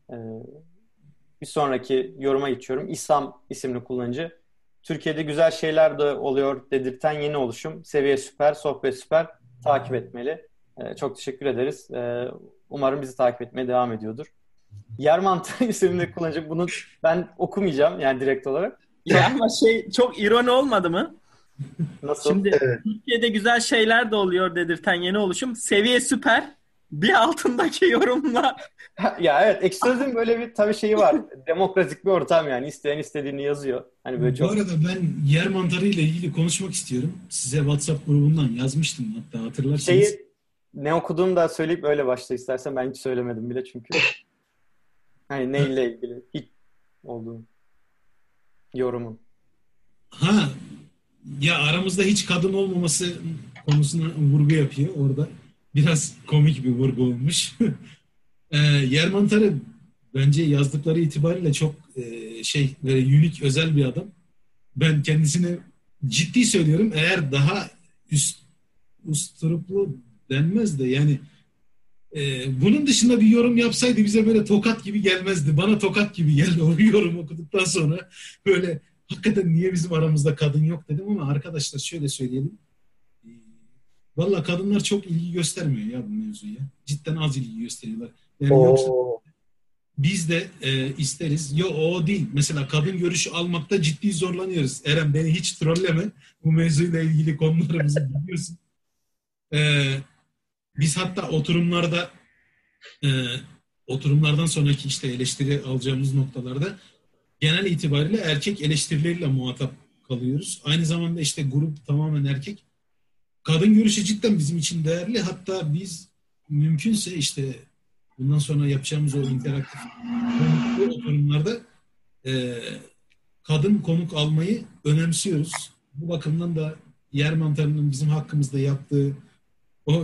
Bir sonraki yoruma geçiyorum. İsam isimli kullanıcı. Türkiye'de güzel şeyler de oluyor dedirten yeni oluşum. Seviye süper, sohbet süper. Takip etmeli. Çok teşekkür ederiz. Umarım bizi takip etmeye devam ediyordur. Yer mantığı isimli kullanıcı. Bunu ben okumayacağım yani direkt olarak. Ya ama çok ironi olmadı mı? Nasıl? Şimdi Evet. Türkiye'de güzel şeyler de oluyor dedirten yeni oluşum. Seviye süper. Bir altındaki yorumla. Ya evet, Exodus'un böyle bir tabii şeyi var. Demokratik bir ortam yani. İsteyen istediğini yazıyor. Hani böyle Bu çok... arada ben yer mantarı ile ilgili konuşmak istiyorum. Size WhatsApp grubundan yazmıştım hatta hatırlarsanız. Şeyi ne okuduğumu da söyleyip öyle başla istersen. Ben hiç söylemedim bile çünkü. Hani neyle ilgili hiç olduğunu. Yorumun. Ha, ya aramızda hiç kadın olmaması konusuna vurgu yapıyor orada. Biraz komik bir vurgu olmuş. Yer mantarı bence yazdıkları itibariyle çok böyle unik, özel bir adam. Ben kendisine ciddi söylüyorum, eğer daha usturuplu denmez de yani bunun dışında bir yorum yapsaydı bize böyle tokat gibi gelmezdi. Bana tokat gibi geldi o yorum okuduktan sonra. Böyle hakikaten niye bizim aramızda kadın yok dedim ama arkadaşlar şöyle söyleyelim. Valla kadınlar çok ilgi göstermiyor ya bu mevzuya. Cidden az ilgi gösteriyorlar. Yani yoksa biz de isteriz. Yo, o değil. Mesela kadın görüşü almakta ciddi zorlanıyoruz. Eren, beni hiç trolleme. Bu mevzuyla ilgili konularımızı biliyorsun. Biz hatta oturumlardan sonraki işte eleştiri alacağımız noktalarda genel itibariyle erkek eleştirileriyle muhatap kalıyoruz. Aynı zamanda işte grup tamamen erkek. Kadın görüşü cidden bizim için değerli. Hatta biz mümkünse işte bundan sonra yapacağımız o interaktif oturumlarda kadın konuk almayı önemsiyoruz. Bu bakımdan da yer mantarının bizim hakkımızda yaptığı o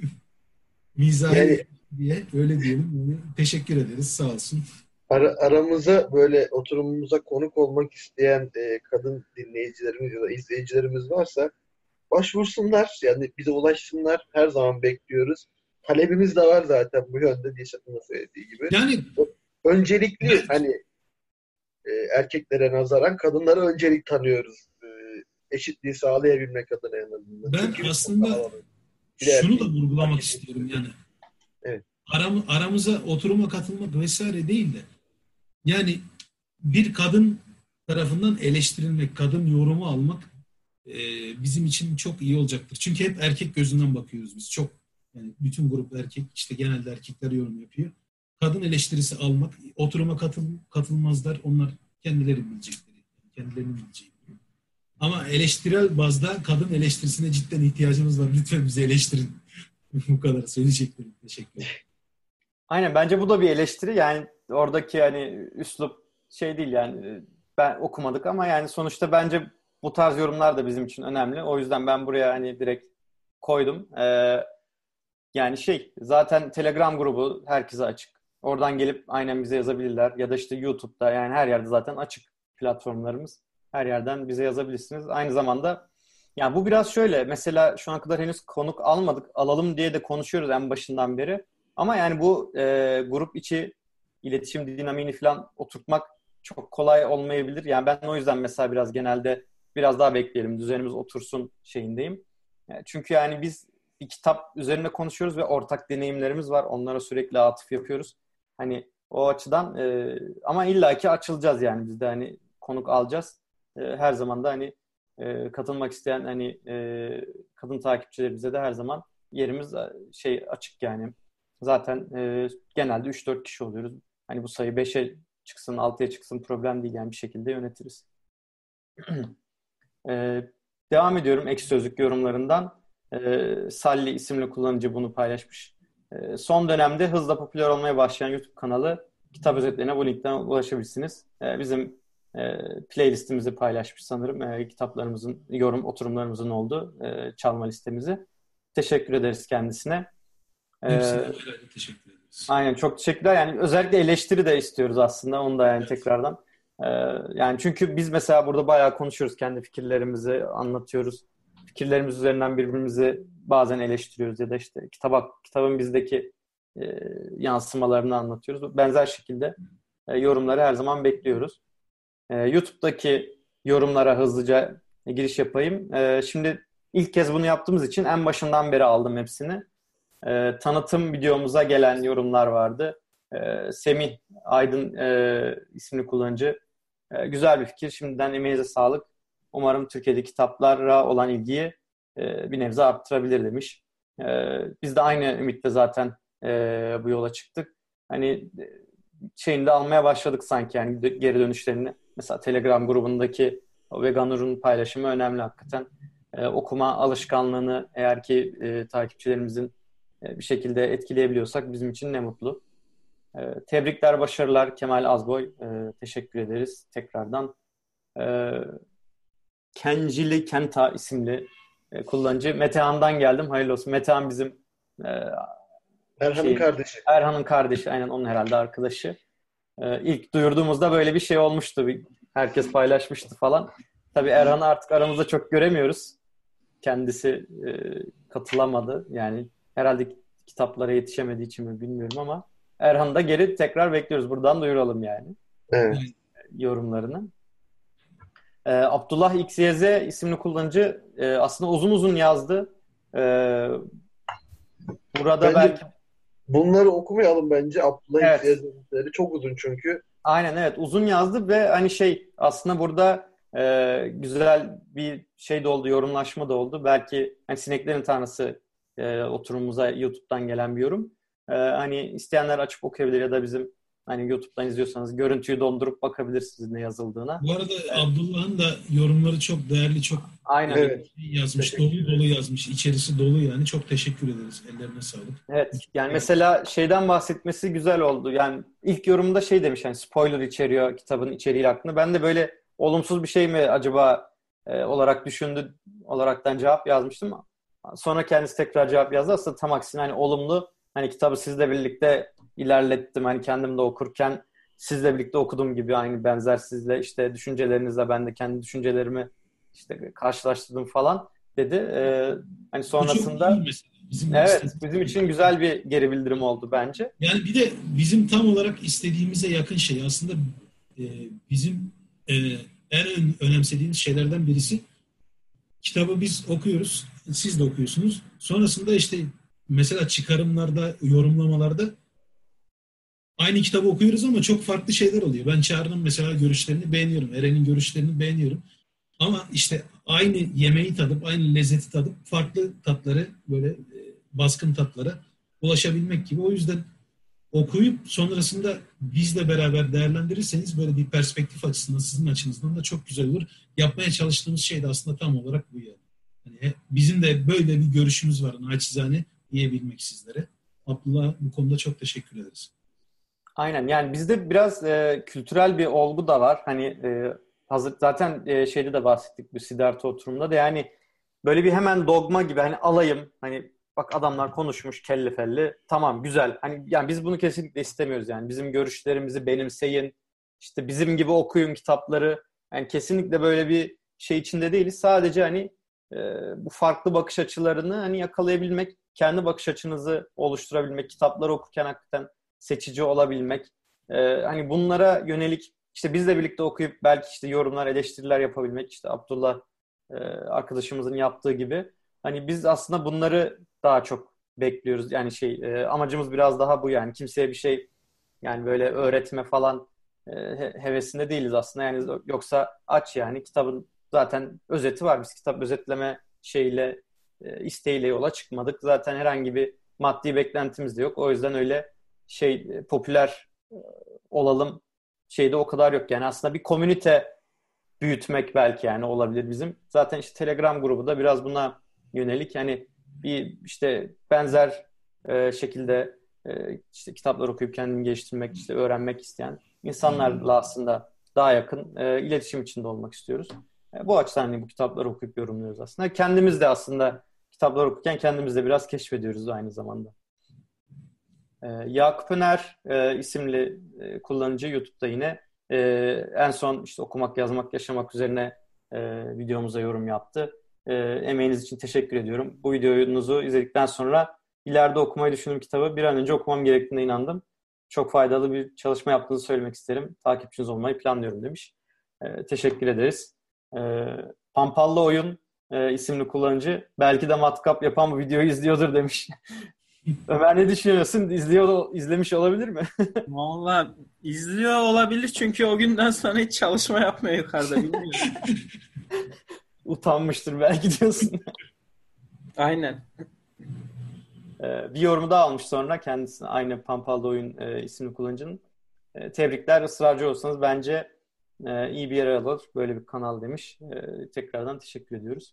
mizahi Yani, diye öyle diyelim. Yani teşekkür ederiz. Sağ olsun. aramıza böyle oturumumuza konuk olmak isteyen kadın dinleyicilerimiz ya da izleyicilerimiz varsa başvursunlar. Yani bize ulaşsınlar. Her zaman bekliyoruz. Talebimiz de var zaten bu yönde, Dilşat'ın da söylediği gibi. Yani Öncelikli hani erkeklere nazaran kadınlara öncelik tanıyoruz. Eşitliği sağlayabilmek adına en azından. ben Çünkü aslında şunu da vurgulamak istiyorum yani. Evet. Aramıza oturuma katılmak vesaire değil de yani bir kadın tarafından eleştirilmek, kadın yorumu almak bizim için çok iyi olacaktır. Çünkü hep erkek gözünden bakıyoruz biz. Çok yani bütün grup erkek, işte genelde erkekler yorum yapıyor. Kadın eleştirisi almak, oturuma katılmazlar. Onlar kendileri bilecekleri. Kendilerinin bileceği. Ama eleştirel bazda kadın eleştirisine cidden ihtiyacımız var. Lütfen bizi eleştirin. Bu kadar söyleyeceklerim. Teşekkür ederim. Aynen, bence bu da bir eleştiri. Yani oradaki hani üslup şey değil yani, ben okumadık ama yani sonuçta bence bu tarz yorumlar da bizim için önemli. O yüzden ben buraya hani direkt koydum. Yani zaten Telegram grubu herkese açık. Oradan gelip aynen bize yazabilirler. Ya da işte YouTube'da, yani her yerde zaten açık platformlarımız. Her yerden bize yazabilirsiniz. Aynı zamanda yani bu biraz şöyle, mesela şu ana kadar henüz konuk almadık. Alalım diye de konuşuyoruz en başından beri. Ama yani bu grup içi iletişim dinamiğini falan oturtmak çok kolay olmayabilir. Yani ben o yüzden mesela biraz genelde biraz daha bekleyelim, düzenimiz otursun şeyindeyim. Çünkü yani biz bir kitap üzerine konuşuyoruz ve ortak deneyimlerimiz var. Onlara sürekli atıf yapıyoruz. Hani o açıdan ama illaki açılacağız yani biz de hani konuk alacağız. Her zaman da hani katılmak isteyen hani kadın takipçilerimize de her zaman yerimiz açık yani. Zaten genelde 3-4 kişi oluyoruz. Hani bu sayı 5'e çıksın, 6'ya çıksın problem değil yani bir şekilde yönetiriz. Devam ediyorum Ekşi Sözlük yorumlarından. Salli isimli kullanıcı bunu paylaşmış. Son dönemde hızla popüler olmaya başlayan YouTube kanalı kitap özetlerine bu linkten ulaşabilirsiniz. Bizim playlistimizi paylaşmış sanırım. Kitaplarımızın, oturumlarımızın olduğu çalma listemizi. Teşekkür ederiz kendisine. Hepsine teşekkür ederiz. Aynen çok teşekkürler. Yani özellikle eleştiri de istiyoruz aslında. Onu da yani tekrardan. Yani çünkü biz mesela burada bayağı konuşuyoruz. Kendi fikirlerimizi anlatıyoruz. Fikirlerimiz üzerinden birbirimizi bazen eleştiriyoruz ya da işte kitabın bizdeki yansımalarını anlatıyoruz. Benzer şekilde yorumları her zaman bekliyoruz. YouTube'daki yorumlara hızlıca giriş yapayım. Şimdi ilk kez bunu yaptığımız için en başından beri aldım hepsini. Tanıtım videomuza gelen yorumlar vardı. Semih Aydın isimli kullanıcı. Güzel bir fikir. Şimdiden emeğinize sağlık. Umarım Türkiye'de kitaplara olan ilgiyi bir nebze arttırabilir demiş. Biz de aynı ümitle zaten bu yola çıktık. Hani şeyini de almaya başladık sanki yani geri dönüşlerini. Mesela Telegram grubundaki Veganur'un paylaşımı önemli hakikaten. Okuma alışkanlığını eğer ki takipçilerimizin bir şekilde etkileyebiliyorsak bizim için ne mutlu. Tebrikler, başarılar Kemal Azboy. Teşekkür ederiz tekrardan. Kencili Kenta isimli kullanıcı. Metehan'dan geldim. Hayırlı olsun. Metehan bizim Erhan'ın kardeşi. Erhan'ın kardeşi. Aynen onun herhalde arkadaşı. İlk duyurduğumuzda böyle bir şey olmuştu. Herkes paylaşmıştı falan. Tabii Erhan'ı artık aramızda çok göremiyoruz. Kendisi katılamadı. Yani herhalde kitaplara yetişemediği için mi bilmiyorum ama Erhan'ı da geri tekrar bekliyoruz. Buradan duyuralım yani. Evet. Yorumlarını. Abdullah XYZ isimli kullanıcı aslında uzun uzun yazdı. Burada Bence belki bunları okumayalım bence. Abdullah Evet. İlk çok uzun çünkü. Aynen evet uzun yazdı ve hani aslında burada güzel bir şey de oldu, yorumlaşma da oldu. Belki hani Sineklerin Tanrısı oturumumuza YouTube'dan gelen bir yorum. Hani isteyenler açıp okuyabilir ya da bizim hani YouTube'dan izliyorsanız görüntüyü dondurup bakabilirsiniz ne yazıldığına. Bu arada Abdullah'ın da yorumları çok değerli, çok Aynen. Evet. yazmış, dolu dolu yazmış. İçerisi dolu yani. Çok teşekkür ederiz. Ellerine sağlık. Evet. Yani mesela şeyden bahsetmesi güzel oldu. Yani ilk yorumda demiş hani spoiler içeriyor kitabın içeriği hakkında. Ben de böyle olumsuz bir şey mi acaba olarak düşündü olaraktan cevap yazmıştım. Sonra kendisi tekrar cevap yazdı. Aslında tam aksine hani olumlu. Hani kitabı sizle birlikte ilerlettim. Hani kendim de okurken sizle birlikte okudum gibi aynı benzer sizle işte düşüncelerinizle ben de kendi düşüncelerimi karşılaştırdım falan dedi. Hani sonrasında Bu çok iyi mesela. bizim için güzel bir geri bildirim oldu bence. Yani bir de bizim tam olarak istediğimize yakın şey aslında bizim en önemsediğimiz şeylerden birisi kitabı biz okuyoruz, siz de okuyorsunuz. Sonrasında mesela çıkarımlarda, yorumlamalarda aynı kitabı okuyoruz ama çok farklı şeyler oluyor. Ben Çağrı'nın mesela görüşlerini beğeniyorum, Eren'in görüşlerini beğeniyorum. Ama aynı yemeği tadıp, aynı lezzeti tadıp farklı tatları, böyle baskın tatlara ulaşabilmek gibi. O yüzden okuyup sonrasında bizle beraber değerlendirirseniz böyle bir perspektif açısından, sizin açınızdan da çok güzel olur. Yapmaya çalıştığımız şey de aslında tam olarak bu yani. Yani bizim de böyle bir görüşümüz var naçizane diyebilmek sizlere. Abdullah bu konuda çok teşekkür ederiz. Aynen yani bizde biraz kültürel bir olgu da var. Hani hazır zaten şeyde de bahsettik bu Siddhartha oturumunda da yani böyle bir hemen dogma gibi hani alayım hani bak adamlar konuşmuş kelli felli tamam güzel hani yani biz bunu kesinlikle istemiyoruz yani bizim görüşlerimizi benimseyin işte bizim gibi okuyun kitapları yani kesinlikle böyle bir şey içinde değiliz sadece hani bu farklı bakış açılarını hani yakalayabilmek kendi bakış açınızı oluşturabilmek kitapları okurken hakikaten seçici olabilmek hani bunlara yönelik bizle birlikte okuyup belki yorumlar eleştiriler yapabilmek Abdullah arkadaşımızın yaptığı gibi Hani biz aslında bunları daha çok bekliyoruz. Yani amacımız biraz daha bu yani. Kimseye bir şey yani böyle öğretme falan hevesinde değiliz aslında. Yani yoksa aç yani kitabın zaten özeti var. Biz kitap özetleme isteğiyle yola çıkmadık. Zaten herhangi bir maddi beklentimiz de yok. O yüzden öyle popüler olalım o kadar yok. Yani aslında bir komünite büyütmek belki yani olabilir bizim. Zaten işte Telegram grubu da biraz buna yönelik. Yani bir işte benzer şekilde işte kitaplar okuyup kendini geliştirmek, işte öğrenmek isteyen insanlarla aslında daha yakın iletişim içinde olmak istiyoruz. Bu açıdan hani bu kitapları okuyup yorumluyoruz aslında. Kendimiz de aslında kitaplar okurken kendimiz de biraz keşfediyoruz aynı zamanda. Yakup Öner isimli kullanıcı YouTube'da yine en son işte okumak, yazmak, yaşamak üzerine videomuza yorum yaptı. Emeğiniz için teşekkür ediyorum. Bu videonuzu izledikten sonra ileride okumayı düşündüğüm kitabı bir an önce okumam gerektiğine inandım. Çok faydalı bir çalışma yaptığınızı söylemek isterim. Takipçiniz olmayı planlıyorum demiş. Teşekkür ederiz. Pampallı Oyun isimli kullanıcı belki de matkap yapan bu videoyu izliyordur demiş. Ömer ne düşünüyorsun? İzlemiş olabilir mi? Vallahi izliyor olabilir çünkü o günden sonra hiç çalışma yapmıyor yukarıda, bilmiyorum. Utanmıştır belki diyorsun. Aynen. Bir yorumu daha almış sonra kendisine aynı Pampalda Oyun isimli kullanıcının. Tebrikler, ısrarcı olsanız bence iyi bir yere alır böyle bir kanal demiş. Tekrardan teşekkür ediyoruz.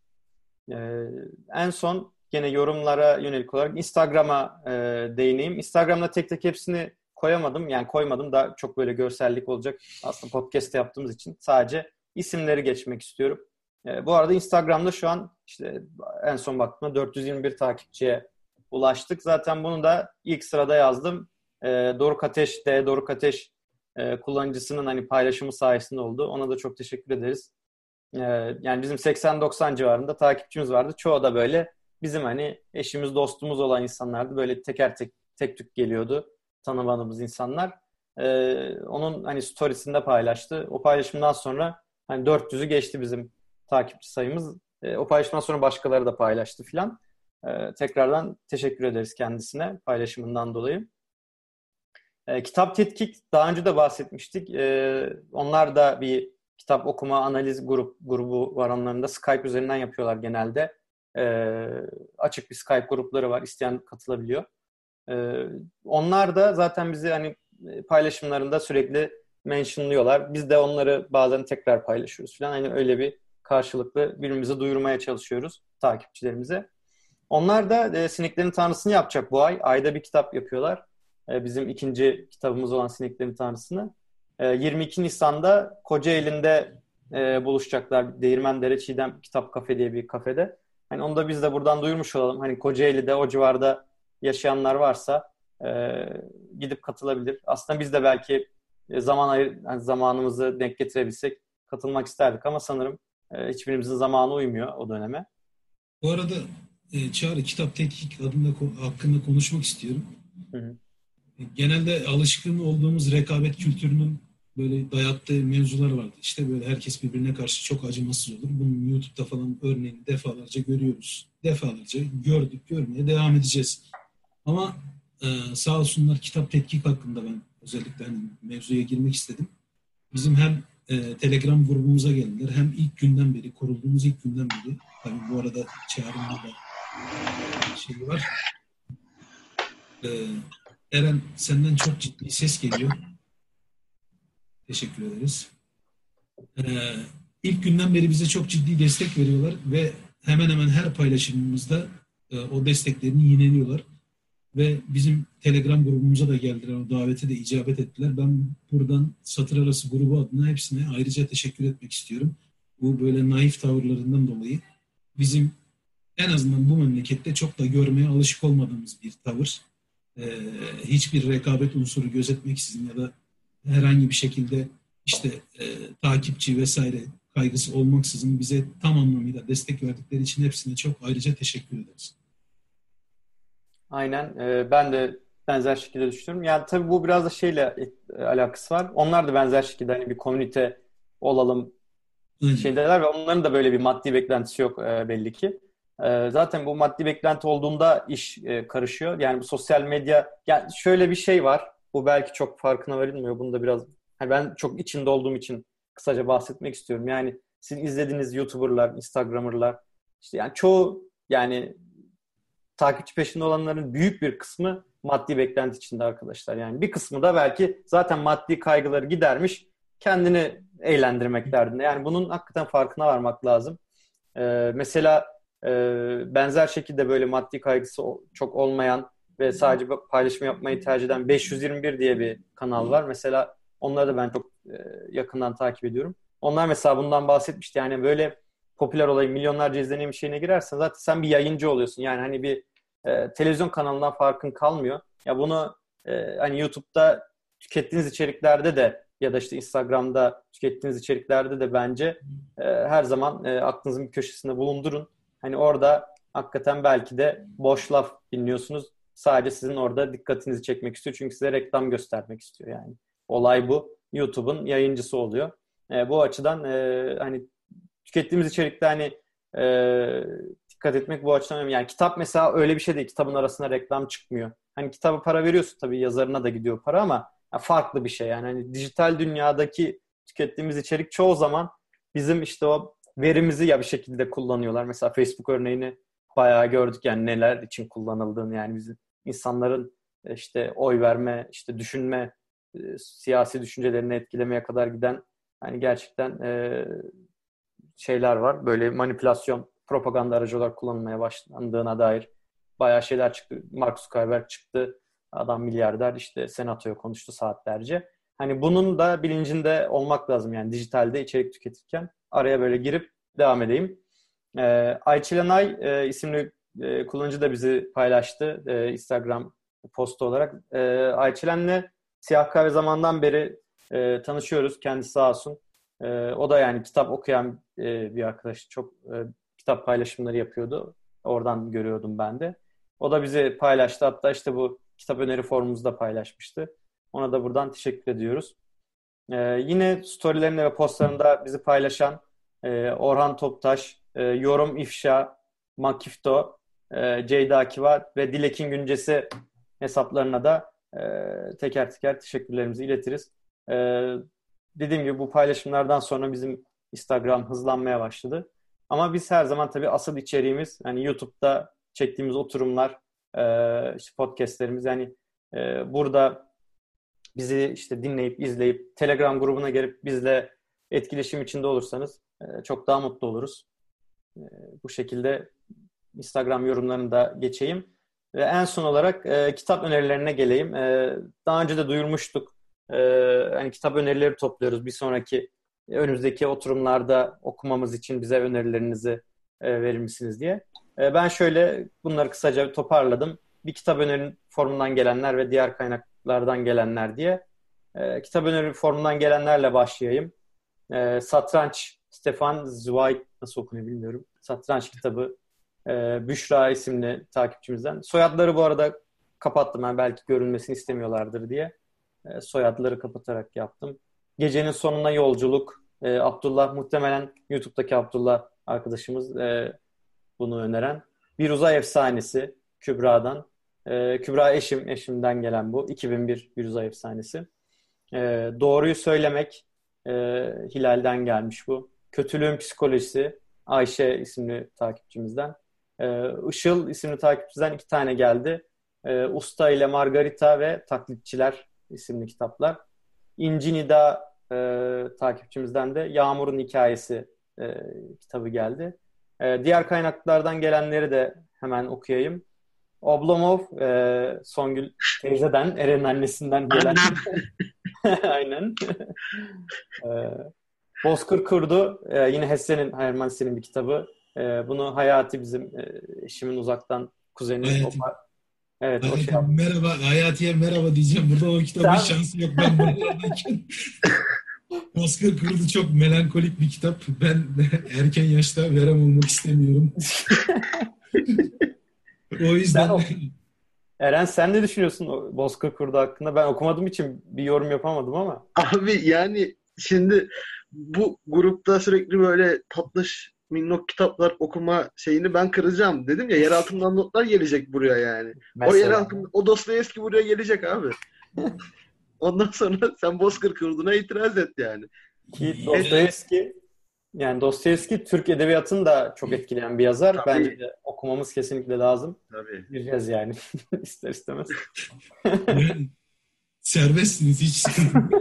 En son gene yorumlara yönelik olarak Instagram'a değineyim. Instagram'da tek tek hepsini koyamadım. Yani koymadım da çok böyle görsellik olacak. Aslında podcast'te yaptığımız için sadece isimleri geçmek istiyorum. Bu arada Instagram'da şu an işte en son baktığımda 421 takipçiye ulaştık. Zaten bunu da ilk sırada yazdım. Doruk Ateş kullanıcısının hani paylaşımı sayesinde oldu. Ona da çok teşekkür ederiz. Yani bizim 80-90 civarında takipçimiz vardı. Çoğu da böyle bizim hani eşimiz, dostumuz olan insanlardı. Böyle tek tük geliyordu tanımadığımız insanlar. Onun hani storiesinde paylaştı. O paylaşımdan sonra hani 400'ü geçti bizim takipçi sayımız. O paylaşımdan sonra başkaları da paylaştı filan. Tekrardan teşekkür ederiz kendisine paylaşımından dolayı. Kitap Tetkik daha önce de bahsetmiştik. Onlar da bir kitap okuma analiz grubu var onların da. Skype üzerinden yapıyorlar genelde. Açık bir Skype grupları var. İsteyen katılabiliyor. Onlar da zaten bizi hani paylaşımlarında sürekli mentionlıyorlar. Biz de onları bazen tekrar paylaşıyoruz falan. Hani öyle bir karşılıklı birbirimizi duyurmaya çalışıyoruz takipçilerimize. Onlar da Sineklerin Tanrısı'nı yapacak bu ay. Ayda bir kitap yapıyorlar. Bizim ikinci kitabımız olan Sineklerin Tanrısı'nı. 22 Nisan'da Kocaeli'nde buluşacaklar. Değirmendere Çiğdem Kitap Kafe diye bir kafede. Hani onu da biz de buradan duyurmuş olalım. Hani Kocaeli'de o civarda yaşayanlar varsa gidip katılabilir. Aslında biz de belki zamanımızı denk getirebilsek katılmak isterdik ama sanırım hiçbirimizin zamanı uymuyor o döneme. Bu arada Çağrı, Kitap Tetkik hakkında konuşmak istiyorum. Hı. Genelde alışkın olduğumuz rekabet kültürünün böyle dayattığı mevzular vardı. İşte böyle herkes birbirine karşı çok acımasız olur. Bunu YouTube'da falan örneğini defalarca görüyoruz. Defalarca gördük, görmeye devam edeceğiz. Ama sağ olsunlar Kitap Tetkik hakkında ben özellikle hani mevzuya girmek istedim. Bizim hem Telegram grubumuza geldiler hem ilk günden beri, kurulduğumuz ilk günden beri, tabii bu arada Çağrı'nın da şeyi var. Eren, senden çok ciddi ses geliyor. Teşekkür ederiz. İlk günden beri bize çok ciddi destek veriyorlar ve hemen hemen her paylaşımımızda o desteklerini yineliyorlar. Ve bizim Telegram grubumuza da geldiler. O davete de icabet ettiler. Ben buradan Satır Arası grubu adına hepsine ayrıca teşekkür etmek istiyorum. Bu böyle naif tavırlarından dolayı bizim en azından bu memlekette çok da görmeye alışık olmadığımız bir tavır. Hiçbir rekabet unsuru gözetmeksizin ya da herhangi bir şekilde işte takipçi vesaire kaygısı olmaksızın bize tam anlamıyla destek verdikleri için hepsine çok ayrıca teşekkür ederiz. Aynen. Ben de benzer şekilde düşünüyorum. Yani tabii bu biraz da alakası var. Onlar da benzer şekilde hani bir komünite olalım şeydeler ve onların da böyle bir maddi beklentisi yok belli ki. Zaten bu maddi beklenti olduğunda iş karışıyor. Yani bu sosyal medya, yani şöyle bir şey var. Bu belki çok farkına verilmiyor. Bunu da biraz hani ben çok içinde olduğum için kısaca bahsetmek istiyorum. Yani sizin izlediğiniz YouTuber'lar, Instagram'ırlar, işte yani çoğu, yani takipçi peşinde olanların büyük bir kısmı maddi beklenti içinde arkadaşlar. Yani bir kısmı da belki zaten maddi kaygıları gidermiş, kendini eğlendirmek derdinde. Yani bunun hakikaten farkına varmak lazım. Mesela benzer şekilde böyle maddi kaygısı çok olmayan ve sadece paylaşım yapmayı tercih eden 521 diye bir kanal var. Mesela onları da ben çok yakından takip ediyorum. Onlar mesela bundan bahsetmişti. Yani böyle popüler olayım, milyonlarca izleneyim şeyine girersen zaten sen bir yayıncı oluyorsun. Yani hani bir televizyon kanalından farkın kalmıyor. Ya bunu hani YouTube'da tükettiğiniz içeriklerde de ya da işte Instagram'da tükettiğiniz içeriklerde de bence her zaman aklınızın bir köşesinde bulundurun. Hani orada hakikaten belki de boş laf dinliyorsunuz. Sadece sizin orada dikkatinizi çekmek istiyor. Çünkü size reklam göstermek istiyor yani. Olay bu. YouTube'un yayıncısı oluyor. Bu açıdan hani tükettiğimiz içerikte hani dikkat etmek bu açıdan önemli. Yani kitap mesela öyle bir şey değil. Kitabın arasına reklam çıkmıyor. Hani kitaba para veriyorsun, tabii yazarına da gidiyor para ama farklı bir şey. Yani hani dijital dünyadaki tükettiğimiz içerik çoğu zaman bizim işte o verimizi ya bir şekilde kullanıyorlar. Mesela Facebook örneğini bayağı gördük, yani neler için kullanıldığını, yani bizim insanların işte oy verme, işte düşünme, siyasi düşüncelerini etkilemeye kadar giden hani gerçekten şeyler var. Böyle manipülasyon, propaganda aracı olarak kullanılmaya başlandığına dair bayağı şeyler çıktı. Mark Zuckerberg çıktı. Adam milyarder, işte senatoya konuştu saatlerce. Hani bunun da bilincinde olmak lazım yani dijitalde içerik tüketirken. Araya böyle girip devam edeyim. Ayçilanay isimli kullanıcı da bizi paylaştı Instagram postu olarak. Ayçilen'le Siyah Kahve zamandan beri tanışıyoruz. Kendisi sağ olsun. O da yani kitap okuyan bir arkadaş. Çok kitap paylaşımları yapıyordu. Oradan görüyordum ben de. O da bizi paylaştı. Hatta işte bu kitap öneri forumumuzda paylaşmıştı. Ona da buradan teşekkür ediyoruz. Yine storylerinde ve postlarında bizi paylaşan Orhan Toptaş, Yorum İfşa, Makifto, Ceyda Kivar ve Dilek'in Güncesi hesaplarına da teker teker teşekkürlerimizi iletiriz. Dediğim gibi bu paylaşımlardan sonra bizim Instagram hızlanmaya başladı. Ama biz her zaman tabii asıl içeriğimiz yani YouTube'da çektiğimiz oturumlar, işte podcastlerimiz, yani burada bizi işte dinleyip izleyip Telegram grubuna gelip bizle etkileşim içinde olursanız çok daha mutlu oluruz. Bu şekilde Instagram yorumlarını da geçeyim. Ve en son olarak kitap önerilerine geleyim. Daha önce de duyurmuştuk. Hani kitap önerileri topluyoruz. Bir sonraki önümüzdeki oturumlarda okumamız için bize önerilerinizi verir misiniz diye. Ben şöyle bunları kısaca toparladım. Bir kitap öneri formundan gelenler ve diğer kaynaklardan gelenler diye. Kitap öneri formundan gelenlerle başlayayım. Satranç, Stefan Zweig, nasıl okunuyor bilmiyorum. Satranç kitabı. Büşra isimli takipçimizden. Soyadları bu arada kapattım. Yani belki görünmesini istemiyorlardır diye. Soyadları kapatarak yaptım. Gecenin Sonuna Yolculuk. Abdullah, muhtemelen YouTube'daki Abdullah arkadaşımız bunu öneren. Bir Uzay Efsanesi Kübra'dan. Kübra eşimden gelen bu. 2001 Bir Uzay Efsanesi. Doğruyu Söylemek Hilal'den gelmiş bu. Kötülüğün Psikolojisi Ayşe isimli takipçimizden. Işıl isimli takipçimizden 2 tane geldi. Usta ile Margarita ve Taklitçiler isimli kitaplar. İnci Nida takipçimizden de Yağmur'un Hikayesi kitabı geldi. Diğer kaynaklardan gelenleri de hemen okuyayım. Oblomov, Songül teyzeden, Eren'in annesinden gelen. Aynen. Bozkır Kurdu, yine Hesse'nin, Hermann Hesse'nin bir kitabı. Bunu Hayati, bizim eşimin uzaktan kuzeni. Hayati. Evet, Hayati, o şey yaptı. merhaba. Hayati'ye merhaba diyeceğim. Burada o kitabın şansı yok. Ben buralardayken. Bozkır Kurdu çok melankolik bir kitap. Ben erken yaşta verem olmak istemiyorum. O yüzden... Eren, sen ne düşünüyorsun o Bozkır Kurdu hakkında? Ben okumadığım için bir yorum yapamadım ama. Abi yani şimdi bu grupta sürekli böyle tatlış minnok kitaplar okuma şeyini ben kıracağım. Dedim ya yer altından notlar gelecek buraya yani. O yer Mesela. altında, o Dostoyevski buraya gelecek abi. Ondan sonra sen Bozkır Kurdu'na itiraz et yani. Ki Neyse, Dostoyevski Türk edebiyatını da çok etkileyen bir yazar. Bence tabii, de okumamız kesinlikle lazım. tabii. Gireceğiz yani ister istemez. Yani serbestsiniz, hiç sıkıntı yok.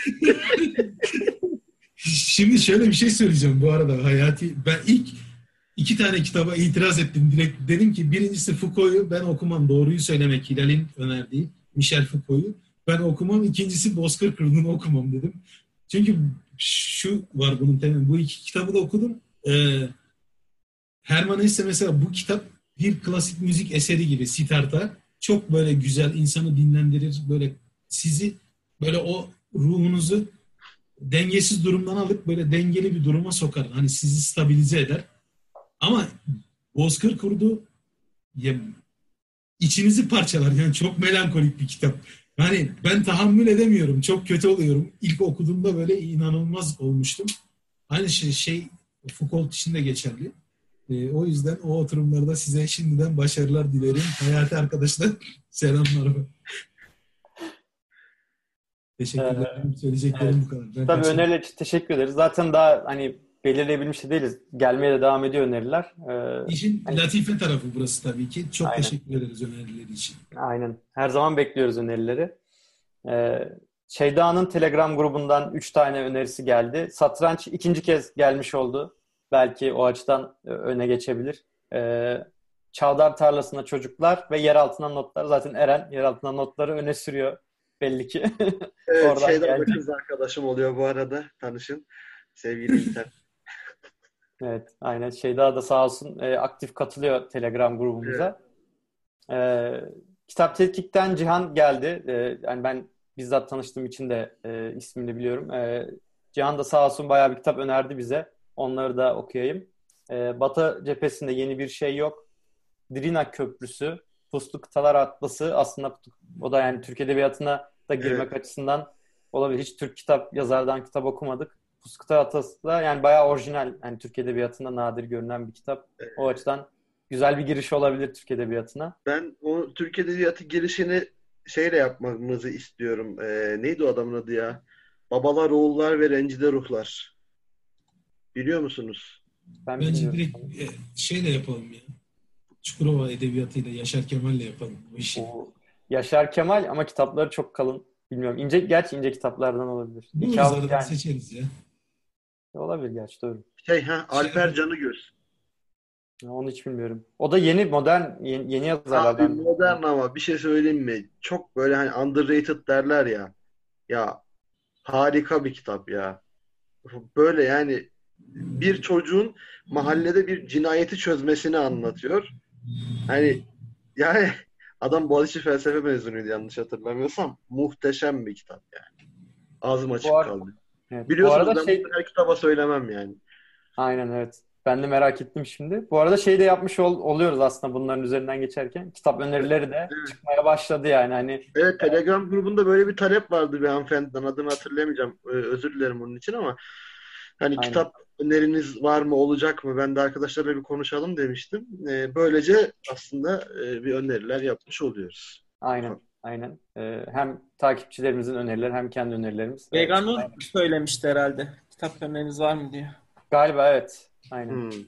Şimdi şöyle bir şey söyleyeceğim bu arada Hayati. Ben ilk iki tane kitaba itiraz ettim. Direkt dedim ki birincisi Foucault'u ben okumam. Doğruyu söylemek Hilal'in önerdiği Michel Foucault'u ben okumam. İkincisi Bozkır Kırdı'nı okumam dedim. Çünkü şu var bunun temeli. Bu iki kitabı da okudum. Hermann Hesse mesela bu kitap bir klasik müzik eseri gibi Siddhartha. Çok böyle güzel, insanı dinlendirir. Böyle sizi böyle o ruhunuzu dengesiz durumdan alıp böyle dengeli bir duruma sokar. Hani sizi stabilize eder. Ama Bozkır Kurdu ya, içinizi parçalar. Yani çok melankolik bir kitap. Yani ben tahammül edemiyorum. Çok kötü oluyorum. İlk okuduğumda böyle inanılmaz olmuştum. Aynı şey Foucault için de geçerli. O yüzden o oturumlarda size şimdiden başarılar dilerim. Hayati arkadaşlar selamlar. Teşekkür ederim. Söyleyeceklerim Evet. bu kadar. Ben Tabii kaçayım. öneriler için teşekkür ederiz. Zaten daha hani belirleyebilmiş de değiliz. Gelmeye de devam ediyor öneriler. İşin Hani, latife tarafı burası tabii ki. Çok aynen. teşekkür ederiz önerileri için. Aynen. Her zaman bekliyoruz önerileri. Şeyda'nın Telegram grubundan 3 tane önerisi geldi. Satranç ikinci kez gelmiş oldu. Belki o açıdan öne geçebilir. Çavdar Tarlası'na çocuklar ve yer altından notlar. Zaten Eren yer altından notları öne sürüyor belli ki. Evet, Oradan şeyden de geldi. kız arkadaşım oluyor bu arada. Tanışın. Sevgili İlter. Evet, aynen. Şeyda da sağ olsun aktif katılıyor Telegram Evet. grubumuza. Kitap Tetkik'ten Cihan geldi. Yani ben bizzat tanıştığım için de ismini biliyorum. Cihan da sağ olsun bayağı bir kitap önerdi bize. Onları da okuyayım. Batı cephesinde yeni bir şey yok. Drina Köprüsü, Puslu Kıtalar Atlası aslında o da yani Türk Edebiyatı'na da girmek Evet. açısından olabilir. Hiç Türk yazardan kitap okumadık. Puslu Kıtalar Atlası da yani bayağı orijinal. Yani Türk Edebiyatı'nda nadir görünen bir kitap. O açıdan güzel bir giriş olabilir Türk Edebiyatı'na. Ben o Türk Edebiyatı girişini şeyle yapmamızı istiyorum. Neydi o adamın adı ya? Babalar, oğullar ve rencide ruhlar. Biliyor musunuz? Ben Bence bilmiyorum. direkt şeyle yapalım ya. Çukurova Edebiyatı'yla, Yaşar Kemal'le yapalım bu işi. O Yaşar Kemal ama kitapları çok kalın. Bilmiyorum. Gerçi ince kitaplardan olabilir. İki Buluruz alt aradan yani. seçeriz ya. Olabilir gerçi doğru. Şey Alper yapalım. Canıgöz. Onu hiç bilmiyorum. O da yeni modern yeni Abi yazarlardan. modern ama bir şey söyleyeyim mi? Çok böyle hani underrated derler ya. Ya harika bir kitap ya. Böyle yani bir çocuğun mahallede bir cinayeti çözmesini anlatıyor. Hani yani adam Boğaziçi felsefe mezunuydu yanlış hatırlamıyorsam. Muhteşem bir kitap yani. Ağzım Bu, açık ar- kaldı. evet. Bu Biliyorsunuz arada ben bunu her kitaba söylemem yani. aynen evet. Ben de merak ettim şimdi. Bu arada şey de yapmış oluyoruz aslında bunların üzerinden geçerken. Kitap önerileri de Evet. çıkmaya başladı yani. Hani Evet, Telegram grubunda böyle bir talep vardı bir hanımefendiden. Adını hatırlayamayacağım. Özür dilerim onun için ama hani aynen. kitap öneriniz var mı, olacak mı? Ben de arkadaşlarla bir konuşalım demiştim. Böylece aslında bir öneriler yapmış oluyoruz. Aynen. Aynen. Hem takipçilerimizin önerileri hem kendi önerilerimiz Veganur çıkmaya. söylemişti herhalde. Kitap öneriniz var mı diye. Galiba evet. Aynen. Hmm,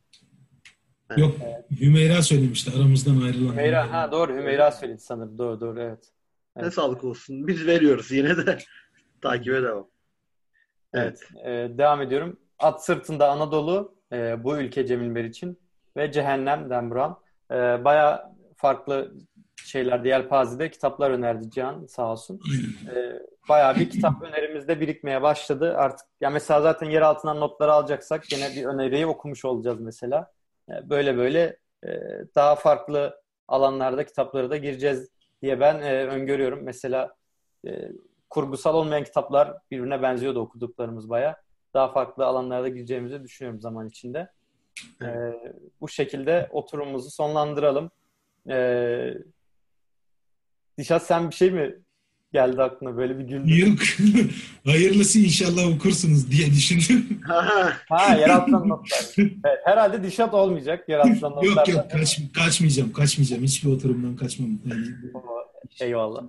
evet. Yok, Hümeyra söylemişti aramızdan ayrılan Hümeyra, Hümeyra. ha doğru Öyle Hümeyra mi? söyledi sanırım. Doğru doğru evet. Ne Evet. sağlık olsun. Biz veriyoruz yine de. Takibe devam. Evet. Evet. Devam ediyorum. At Sırtında Anadolu, Bu Ülke Cemil Meriç'in ve Cehennem Dan Brown. Bayağı farklı şeyler, yelpazede kitaplar önerdi Cihan sağ olsun. Bayağı bir kitap önerimizde birikmeye başladı. Artık ya mesela zaten yer altından notları alacaksak yine bir öneriyi okumuş olacağız mesela. Böyle böyle daha farklı alanlarda kitapları da gireceğiz diye ben öngörüyorum. Mesela e, kurgusal olmayan kitaplar birbirine benziyordu okuduklarımız bayağı. Daha farklı alanlarda gireceğimizi düşünüyorum zaman içinde. E, Evet. Bu şekilde oturumumuzu sonlandıralım. Dişat sen bir şey mi geldi aklına, böyle bir güldüm. Yok. Hayırlısı inşallah okursunuz diye düşündüm. Ha, yer altından notlar. Evet, herhalde Dilşat olmayacak yer altından Yok notlarda. yok kaçmayacağım. Hiçbir oturumdan kaçmam. Yani, Eyvallah.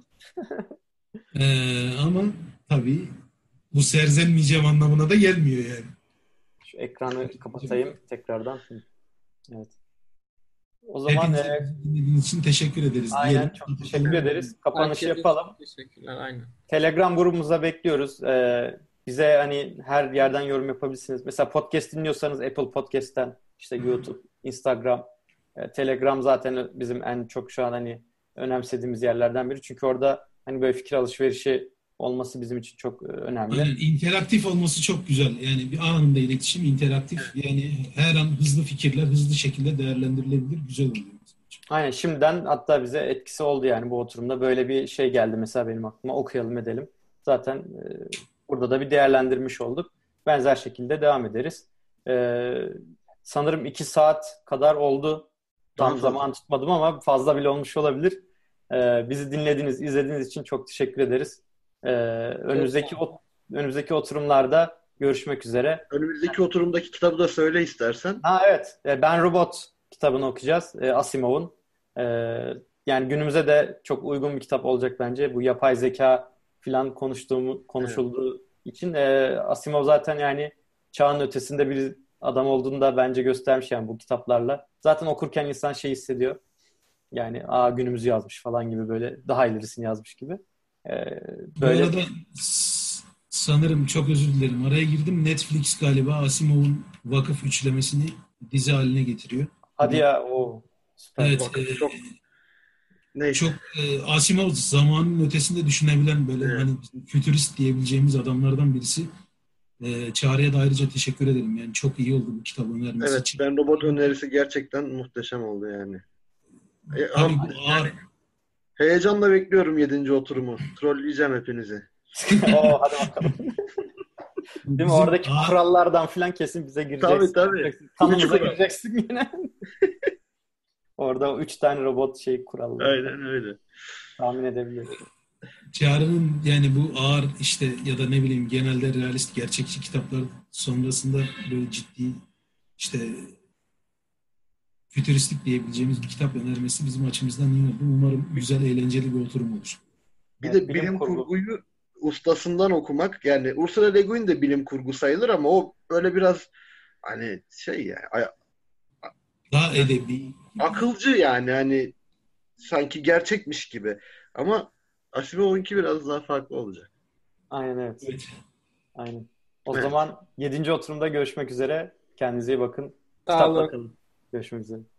ama tabii bu serzenmeyeceğim anlamına da gelmiyor yani. Şu ekranı kapatayım tekrardan. Evet. O zaman Hepinize dinlediğiniz için teşekkür ederiz. aynen, diyelim. çok teşekkür ederiz. Kapanışı Herkese yapalım. teşekkürler. Aynen. Telegram grubumuza bekliyoruz. Bize hani her yerden yorum yapabilirsiniz. Mesela podcast dinliyorsanız Apple Podcast'ten, işte YouTube, Instagram, Telegram zaten bizim en çok şu an hani önemsediğimiz yerlerden biri. Çünkü orada hani böyle fikir alışverişi olması bizim için çok önemli. Aynen, interaktif olması çok güzel. Yani bir anında iletişim interaktif. Yani her an hızlı fikirler hızlı şekilde değerlendirilebilir. Güzel oluyor. Aynen, şimdiden hatta bize etkisi oldu yani bu oturumda. Böyle bir şey geldi mesela benim aklıma. Okuyalım edelim. Zaten burada da bir değerlendirmiş olduk. Benzer şekilde devam ederiz. Sanırım 2 saat kadar oldu. Tam zaman tutmadım ama fazla bile olmuş olabilir. Bizi dinlediğiniz, izlediğiniz için çok teşekkür ederiz. Önümüzdeki oturumlarda görüşmek üzere. Önümüzdeki oturumdaki kitabı da söyle istersen. Ha, evet. Ben Robot kitabını okuyacağız. Asimov'un. Yani günümüze de çok uygun bir kitap olacak bence. Bu yapay zeka falan konuşulduğu için. Asimov zaten yani çağın ötesinde bir adam olduğunu da bence göstermiş yani bu kitaplarla. Zaten okurken insan şey hissediyor. Yani günümüzü yazmış falan gibi, böyle daha ilerisini yazmış gibi. Böyle... Bu arada sanırım, çok özür dilerim, araya girdim. Netflix galiba Asimov'un Vakıf üçlemesini dizi haline getiriyor. Hadi ya, o süper. Evet, çok Asimov zamanın ötesinde düşünebilen böyle hani fütürist diyebileceğimiz adamlardan birisi. Çağrı'ya da ayrıca teşekkür ederim. Yani çok iyi oldu bu kitabı önermesi için. Ben Robot önerisi gerçekten muhteşem oldu yani. Tabii bu ağır. Heyecanla bekliyorum 7. oturumu. Trolleyeceğim hepinizi. Hadi bakalım. Değil mi? Oradaki kurallardan falan kesin bize gireceksin. Tabii. Kanımıza gireceksin yine. Orada 3 tane robot kuralları. Aynen öyle. Tahmin edebiliyorum. Çağrı'nın yani bu ağır işte ya da ne bileyim genelde realist gerçekçi kitaplar sonrasında böyle ciddi işte fütüristik diyebileceğimiz bir kitap önermesi bizim açımızdan iyi oldu. Umarım güzel, eğlenceli bir oturum olur. Bir de bilim kurguyu ustasından okumak, yani Ursula Le Guin de bilim kurgu sayılır ama o böyle biraz hani daha edebi. Akılcı yani, hani sanki gerçekmiş gibi. Ama Asimov'unki biraz daha farklı olacak. Aynen, evet. Aynen. O Evet. zaman 7. oturumda görüşmek üzere. Kendinize iyi bakın. Sağ Kitap olun. bakalım. Görüşmek üzere.